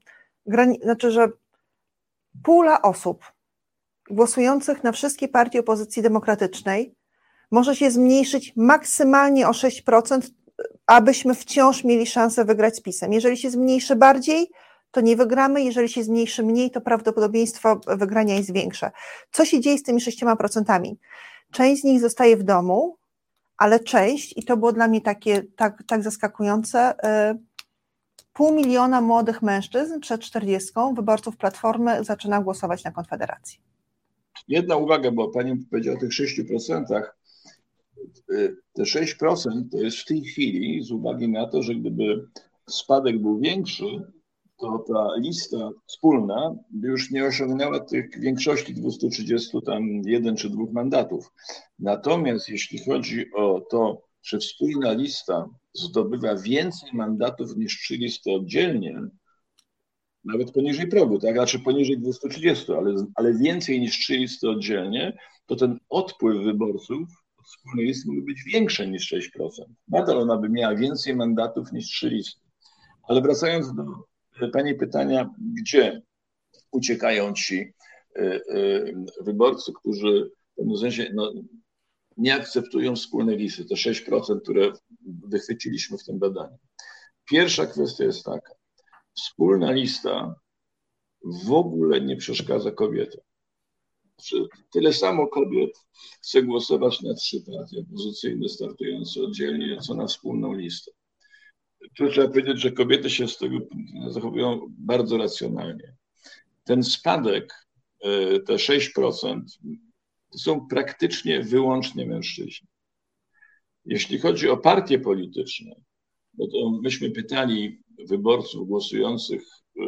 S1: znaczy, że pula osób głosujących na wszystkie partie opozycji demokratycznej może się zmniejszyć maksymalnie o 6%, abyśmy wciąż mieli szansę wygrać z PiS-em. Jeżeli się zmniejszy bardziej, to nie wygramy, jeżeli się zmniejszy mniej, to prawdopodobieństwo wygrania jest większe. Co się dzieje z tymi 6%? Część z nich zostaje w domu, ale część, i to było dla mnie tak zaskakujące, 500 000 młodych mężczyzn przed 40, wyborców Platformy, zaczyna głosować na Konfederację.
S3: Jedna uwaga, bo pani powiedziała o tych 6%. Te 6% to jest w tej chwili, z uwagi na to, że gdyby spadek był większy, to ta lista wspólna by już nie osiągnęła tych większości 230, tam 1 czy 2 mandatów. Natomiast jeśli chodzi o to, że wspólna lista zdobywa więcej mandatów niż 3 listy oddzielnie, nawet poniżej progu, tak? Znaczy poniżej 230, ale więcej niż 3 listy oddzielnie, to ten odpływ wyborców od wspólnej listy mógł być większy niż 6%. Nadal ona by miała więcej mandatów niż 3 listy. Ale wracając do pani pytania, gdzie uciekają ci wyborcy, którzy w pewnym sensie nie akceptują wspólnej listy, te 6%, które wychwyciliśmy w tym badaniu. Pierwsza kwestia jest taka. Wspólna lista w ogóle nie przeszkadza kobietom. Tyle samo kobiet chce głosować na 3 partie opozycyjne startujące oddzielnie, co na wspólną listę. Tu trzeba powiedzieć, że kobiety się z tego zachowują bardzo racjonalnie. Ten spadek, te 6%, to są praktycznie wyłącznie mężczyźni. Jeśli chodzi o partie polityczne, no to myśmy pytali wyborców głosujących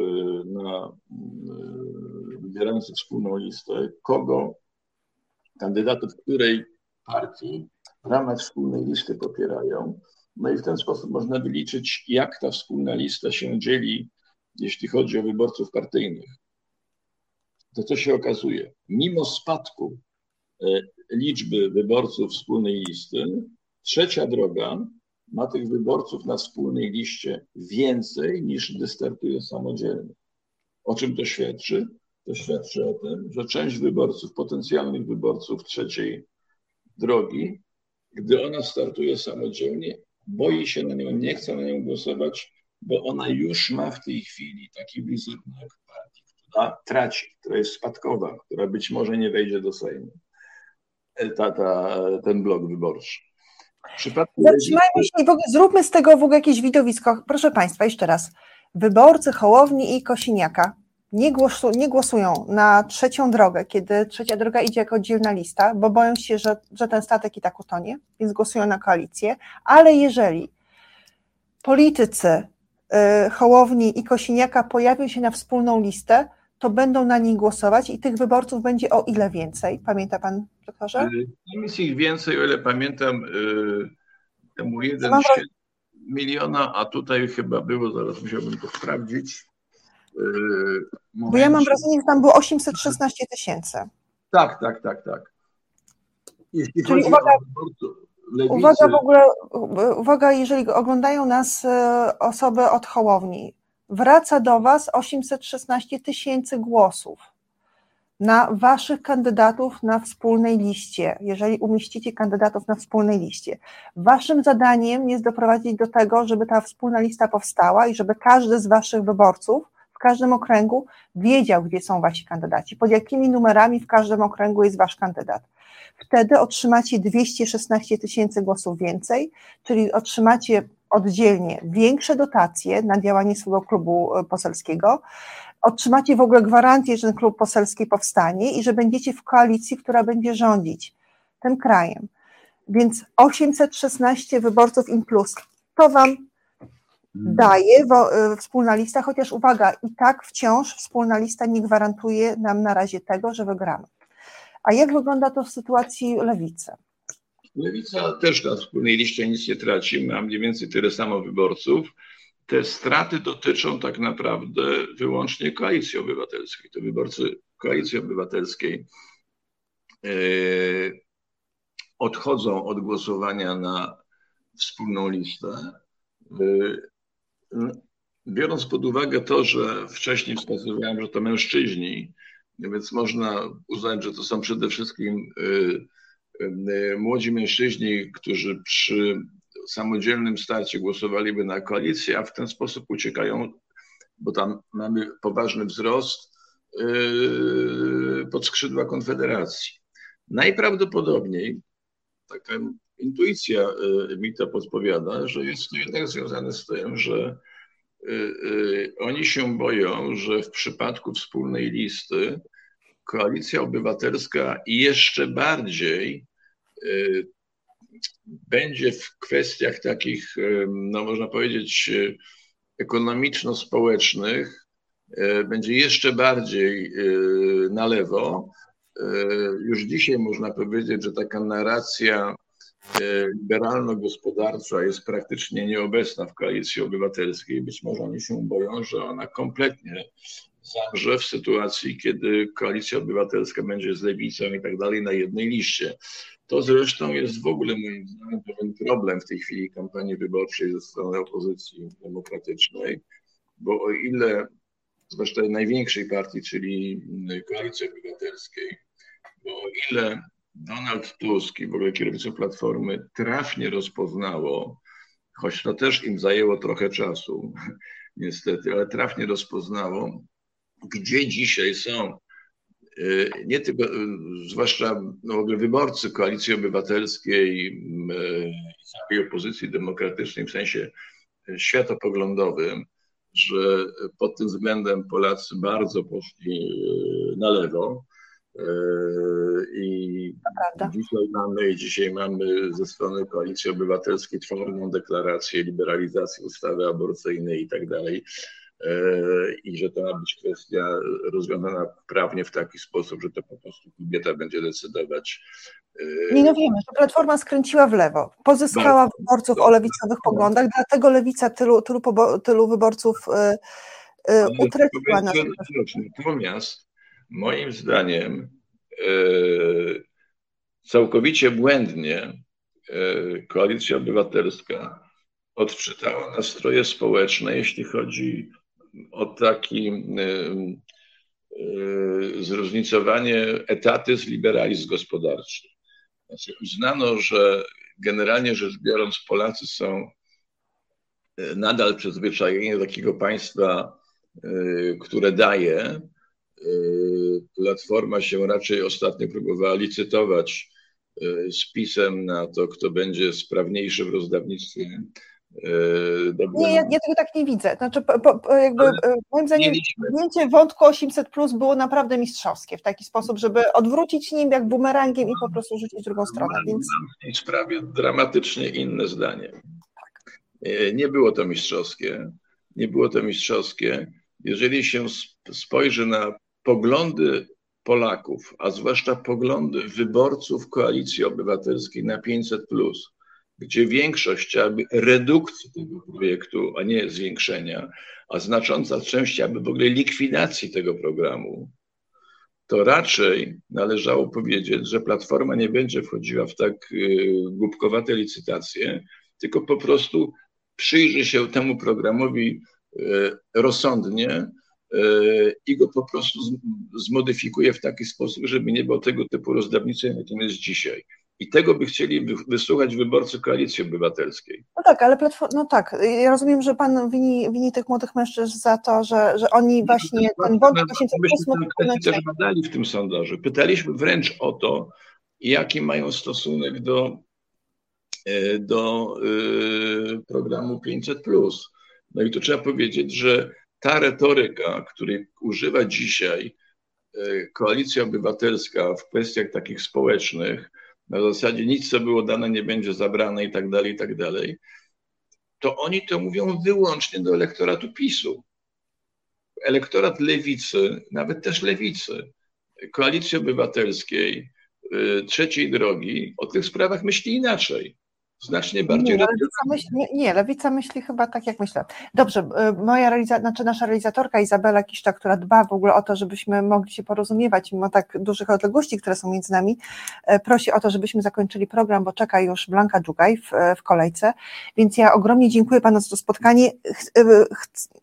S3: wybierających wspólną listę, kogo kandydatów której partii w ramach wspólnej listy popierają. No i w ten sposób można wyliczyć, jak ta wspólna lista się dzieli, jeśli chodzi o wyborców partyjnych. To co się okazuje? Mimo spadku liczby wyborców wspólnej listy, Trzecia Droga ma tych wyborców na wspólnej liście więcej niż gdy startuje samodzielnie. O czym to świadczy? To świadczy o tym, że część wyborców, potencjalnych wyborców Trzeciej Drogi, gdy ona startuje samodzielnie, boi się na nią, nie chce na nią głosować, bo ona już ma w tej chwili taki wizerunek partii, która traci, która jest spadkowa, która być może nie wejdzie do Sejmu. Ten blok wyborczy.
S1: Zatrzymajmy się i w ogóle zróbmy z tego w ogóle jakieś widowisko. Proszę Państwa, jeszcze raz. Wyborcy Hołowni i Kosiniaka nie głosują na Trzecią Drogę, kiedy Trzecia Droga idzie jako oddzielna lista, bo boją się, że ten statek i tak utonie, więc głosują na koalicję, ale jeżeli politycy Hołowni i Kosiniaka pojawią się na wspólną listę, to będą na niej głosować i tych wyborców będzie o ile więcej? Pamięta Pan, doktorze?
S3: Tam jest ich więcej, o ile pamiętam, temu 1 miliona, a tutaj chyba było, zaraz musiałbym to sprawdzić.
S1: Bo ja mam wrażenie, że tam było 816 000.
S3: Tak. Jeśli
S1: czyli
S3: chodzi
S1: uwaga,
S3: Lewicy,
S1: uwaga, jeżeli oglądają nas osoby od Hołowni, wraca do Was 816 000 głosów na Waszych kandydatów na wspólnej liście, jeżeli umieścicie kandydatów na wspólnej liście. Waszym zadaniem jest doprowadzić do tego, żeby ta wspólna lista powstała i żeby każdy z Waszych wyborców w każdym okręgu wiedział, gdzie są Wasi kandydaci, pod jakimi numerami w każdym okręgu jest Wasz kandydat. Wtedy otrzymacie 216 000 głosów więcej, czyli otrzymacie oddzielnie większe dotacje na działanie swojego klubu poselskiego, otrzymacie w ogóle gwarancję, że ten klub poselski powstanie i że będziecie w koalicji, która będzie rządzić tym krajem. Więc 816 wyborców in plus, to Wam daje wspólna lista, chociaż uwaga, i tak wciąż wspólna lista nie gwarantuje nam na razie tego, że wygramy. A jak wygląda to w sytuacji Lewicy?
S3: Lewica też na wspólnej liście nic nie traci, ma mniej więcej tyle samo wyborców. Te straty dotyczą tak naprawdę wyłącznie Koalicji Obywatelskiej. To wyborcy Koalicji Obywatelskiej odchodzą od głosowania na wspólną listę. biorąc pod uwagę to, że wcześniej wskazywałem, że to mężczyźni, więc można uznać, że to są przede wszystkim młodzi mężczyźni, którzy przy samodzielnym starcie głosowaliby na koalicję, a w ten sposób uciekają, bo tam mamy poważny wzrost pod skrzydła Konfederacji. Najprawdopodobniej taka intuicja mi to podpowiada, że jest to jednak związane z tym, że oni się boją, że w przypadku wspólnej listy Koalicja Obywatelska jeszcze bardziej będzie w kwestiach takich, no można powiedzieć, ekonomiczno-społecznych, będzie jeszcze bardziej na lewo. Już dzisiaj można powiedzieć, że taka narracja liberalno-gospodarcza jest praktycznie nieobecna w Koalicji Obywatelskiej. Być może oni się boją, że ona kompletnie zamrze w sytuacji, kiedy Koalicja Obywatelska będzie z lewicą i tak dalej na jednej liście. To zresztą jest w ogóle moim zdaniem pewien problem w tej chwili kampanii wyborczej ze strony opozycji demokratycznej, bo o ile, zwłaszcza największej partii, czyli Koalicji Obywatelskiej, bo o ile Donald Tusk i w ogóle kierownictwo Platformy trafnie rozpoznało, choć to też im zajęło trochę czasu, niestety, ale trafnie rozpoznało, gdzie dzisiaj są nie tylko, zwłaszcza no w ogóle wyborcy Koalicji Obywatelskiej i całej opozycji demokratycznej w sensie światopoglądowym, że pod tym względem Polacy bardzo poszli na lewo. I dzisiaj mamy ze strony Koalicji Obywatelskiej twardą deklarację liberalizacji ustawy aborcyjnej i tak dalej. I że to ma być kwestia rozwiązana prawnie w taki sposób, że to po prostu kobieta będzie decydować.
S1: Nie, no wiemy, że Platforma skręciła w lewo, pozyskała wyborców o lewicowych poglądach, dlatego Lewica tylu wyborców utraciła na tym.
S3: Natomiast moim zdaniem całkowicie błędnie Koalicja Obywatelska odczytała nastroje społeczne, jeśli chodzi o takie zróżnicowanie etatyzm, liberalizm gospodarczy. Znaczy uznano, że generalnie rzecz biorąc Polacy są nadal przyzwyczajeni do takiego państwa, które daje. Platforma się raczej ostatnio próbowała licytować z PiS-em na to, kto będzie sprawniejszy w rozdawnictwie.
S1: Nie, ja tego tak nie widzę. Znaczy, moim zdaniem zdjęcie wątku 800+ było naprawdę mistrzowskie w taki sposób, żeby odwrócić nim jak bumerangiem i po prostu rzucić w drugą stronę. Więc...
S3: Mam w tej sprawie dramatycznie inne zdanie. Nie było to mistrzowskie. Nie było to mistrzowskie. Jeżeli się spojrzy na poglądy Polaków, a zwłaszcza poglądy wyborców Koalicji Obywatelskiej na 500+, gdzie większość chciałaby redukcji tego projektu, a nie zwiększenia, a znacząca część chciałaby w ogóle likwidacji tego programu, to raczej należało powiedzieć, że Platforma nie będzie wchodziła w tak głupkowate licytacje, tylko po prostu przyjrzy się temu programowi rozsądnie i go po prostu zmodyfikuje w taki sposób, żeby nie było tego typu rozdawnictwa, jakim jest dzisiaj. I tego by chcieli wysłuchać wyborcy Koalicji Obywatelskiej.
S1: No tak, ale no tak, ja rozumiem, że pan wini tych młodych mężczyzn za to, że oni właśnie ten wątek 800+
S3: też badali w tym sondażu. Pytaliśmy wręcz o to, jaki mają stosunek do programu 500+. No i tu trzeba powiedzieć, że ta retoryka, której używa dzisiaj Koalicja Obywatelska w kwestiach takich społecznych, na zasadzie nic, co było dane, nie będzie zabrane i tak dalej, to oni to mówią wyłącznie do elektoratu PiS-u. Elektorat lewicy, nawet też lewicy, Koalicji Obywatelskiej, Trzeciej Drogi o tych sprawach myśli inaczej. Znacznie bardziej...
S1: Lewica myśli chyba tak, jak myślę. Dobrze, nasza realizatorka Izabela Kiszcza, która dba w ogóle o to, żebyśmy mogli się porozumiewać mimo tak dużych odległości, które są między nami, prosi o to, żebyśmy zakończyli program, bo czeka już Blanka Dżugaj w kolejce, więc ja ogromnie dziękuję panu za to spotkanie.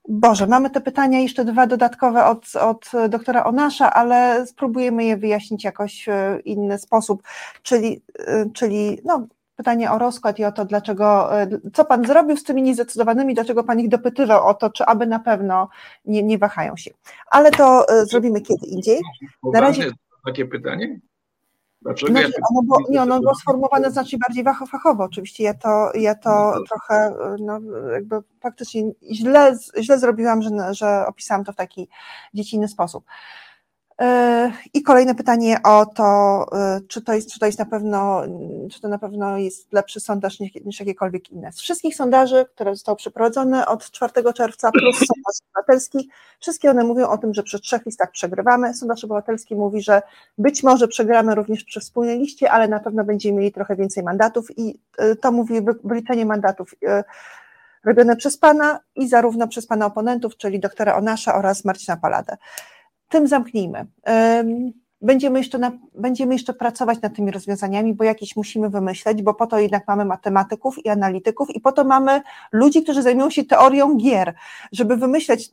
S1: Boże, mamy te pytania jeszcze 2 dodatkowe od doktora Onasza, ale spróbujemy je wyjaśnić jakoś w inny sposób, czyli no, pytanie o rozkład i o to, dlaczego, co Pan zrobił z tymi niezdecydowanymi, dlaczego Pan ich dopytywał o to, czy aby na pewno nie wahają się. Ale to zrobimy kiedy indziej.
S3: Na razie takie pytanie? Dlaczego?
S1: No, ono było sformułowane znacznie bardziej fachowo. Oczywiście ja to trochę no, jakby faktycznie źle zrobiłam, że opisałam to w taki dziecinny sposób. I kolejne pytanie o to, czy to na pewno jest lepszy sondaż niż jakiekolwiek inne. Z wszystkich sondaży, które zostały przeprowadzone od 4 czerwca plus sondaż obywatelski, wszystkie one mówią o tym, że przy 3 listach przegrywamy. Sondaż obywatelski mówi, że być może przegramy również przy wspólnej liście, ale na pewno będziemy mieli trochę więcej mandatów i to mówi wyliczenie mandatów robione przez Pana i zarówno przez Pana oponentów, czyli doktora Onasza oraz Marcina Paladę. Tym zamknijmy. Będziemy jeszcze pracować nad tymi rozwiązaniami, bo jakieś musimy wymyśleć, bo po to jednak mamy matematyków i analityków i po to mamy ludzi, którzy zajmują się teorią gier, żeby wymyśleć,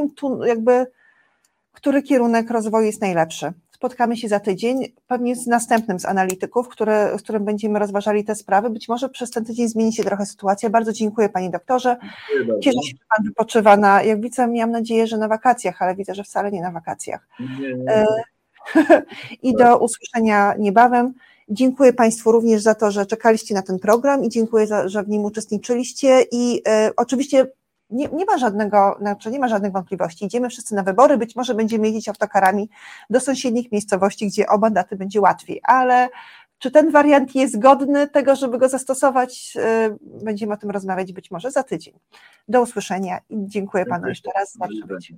S1: który kierunek rozwoju jest najlepszy. Spotkamy się za tydzień, pewnie z następnym z analityków, z którym będziemy rozważali te sprawy. Być może przez ten tydzień zmieni się trochę sytuacja. Bardzo dziękuję Panie doktorze. Cieszę się, że Pan wypoczywa jak widzę, miałam nadzieję, że na wakacjach, ale widzę, że wcale nie na wakacjach. Nie. I do usłyszenia niebawem. Dziękuję Państwu również za to, że czekaliście na ten program i dziękuję, że w nim uczestniczyliście i oczywiście nie ma żadnych wątpliwości. Idziemy wszyscy na wybory, być może będziemy jeździć autokarami do sąsiednich miejscowości, gdzie o mandaty będzie łatwiej, ale czy ten wariant jest godny tego, żeby go zastosować? Będziemy o tym rozmawiać być może za tydzień. Do usłyszenia i dziękuję Panu jeszcze raz za przybycie.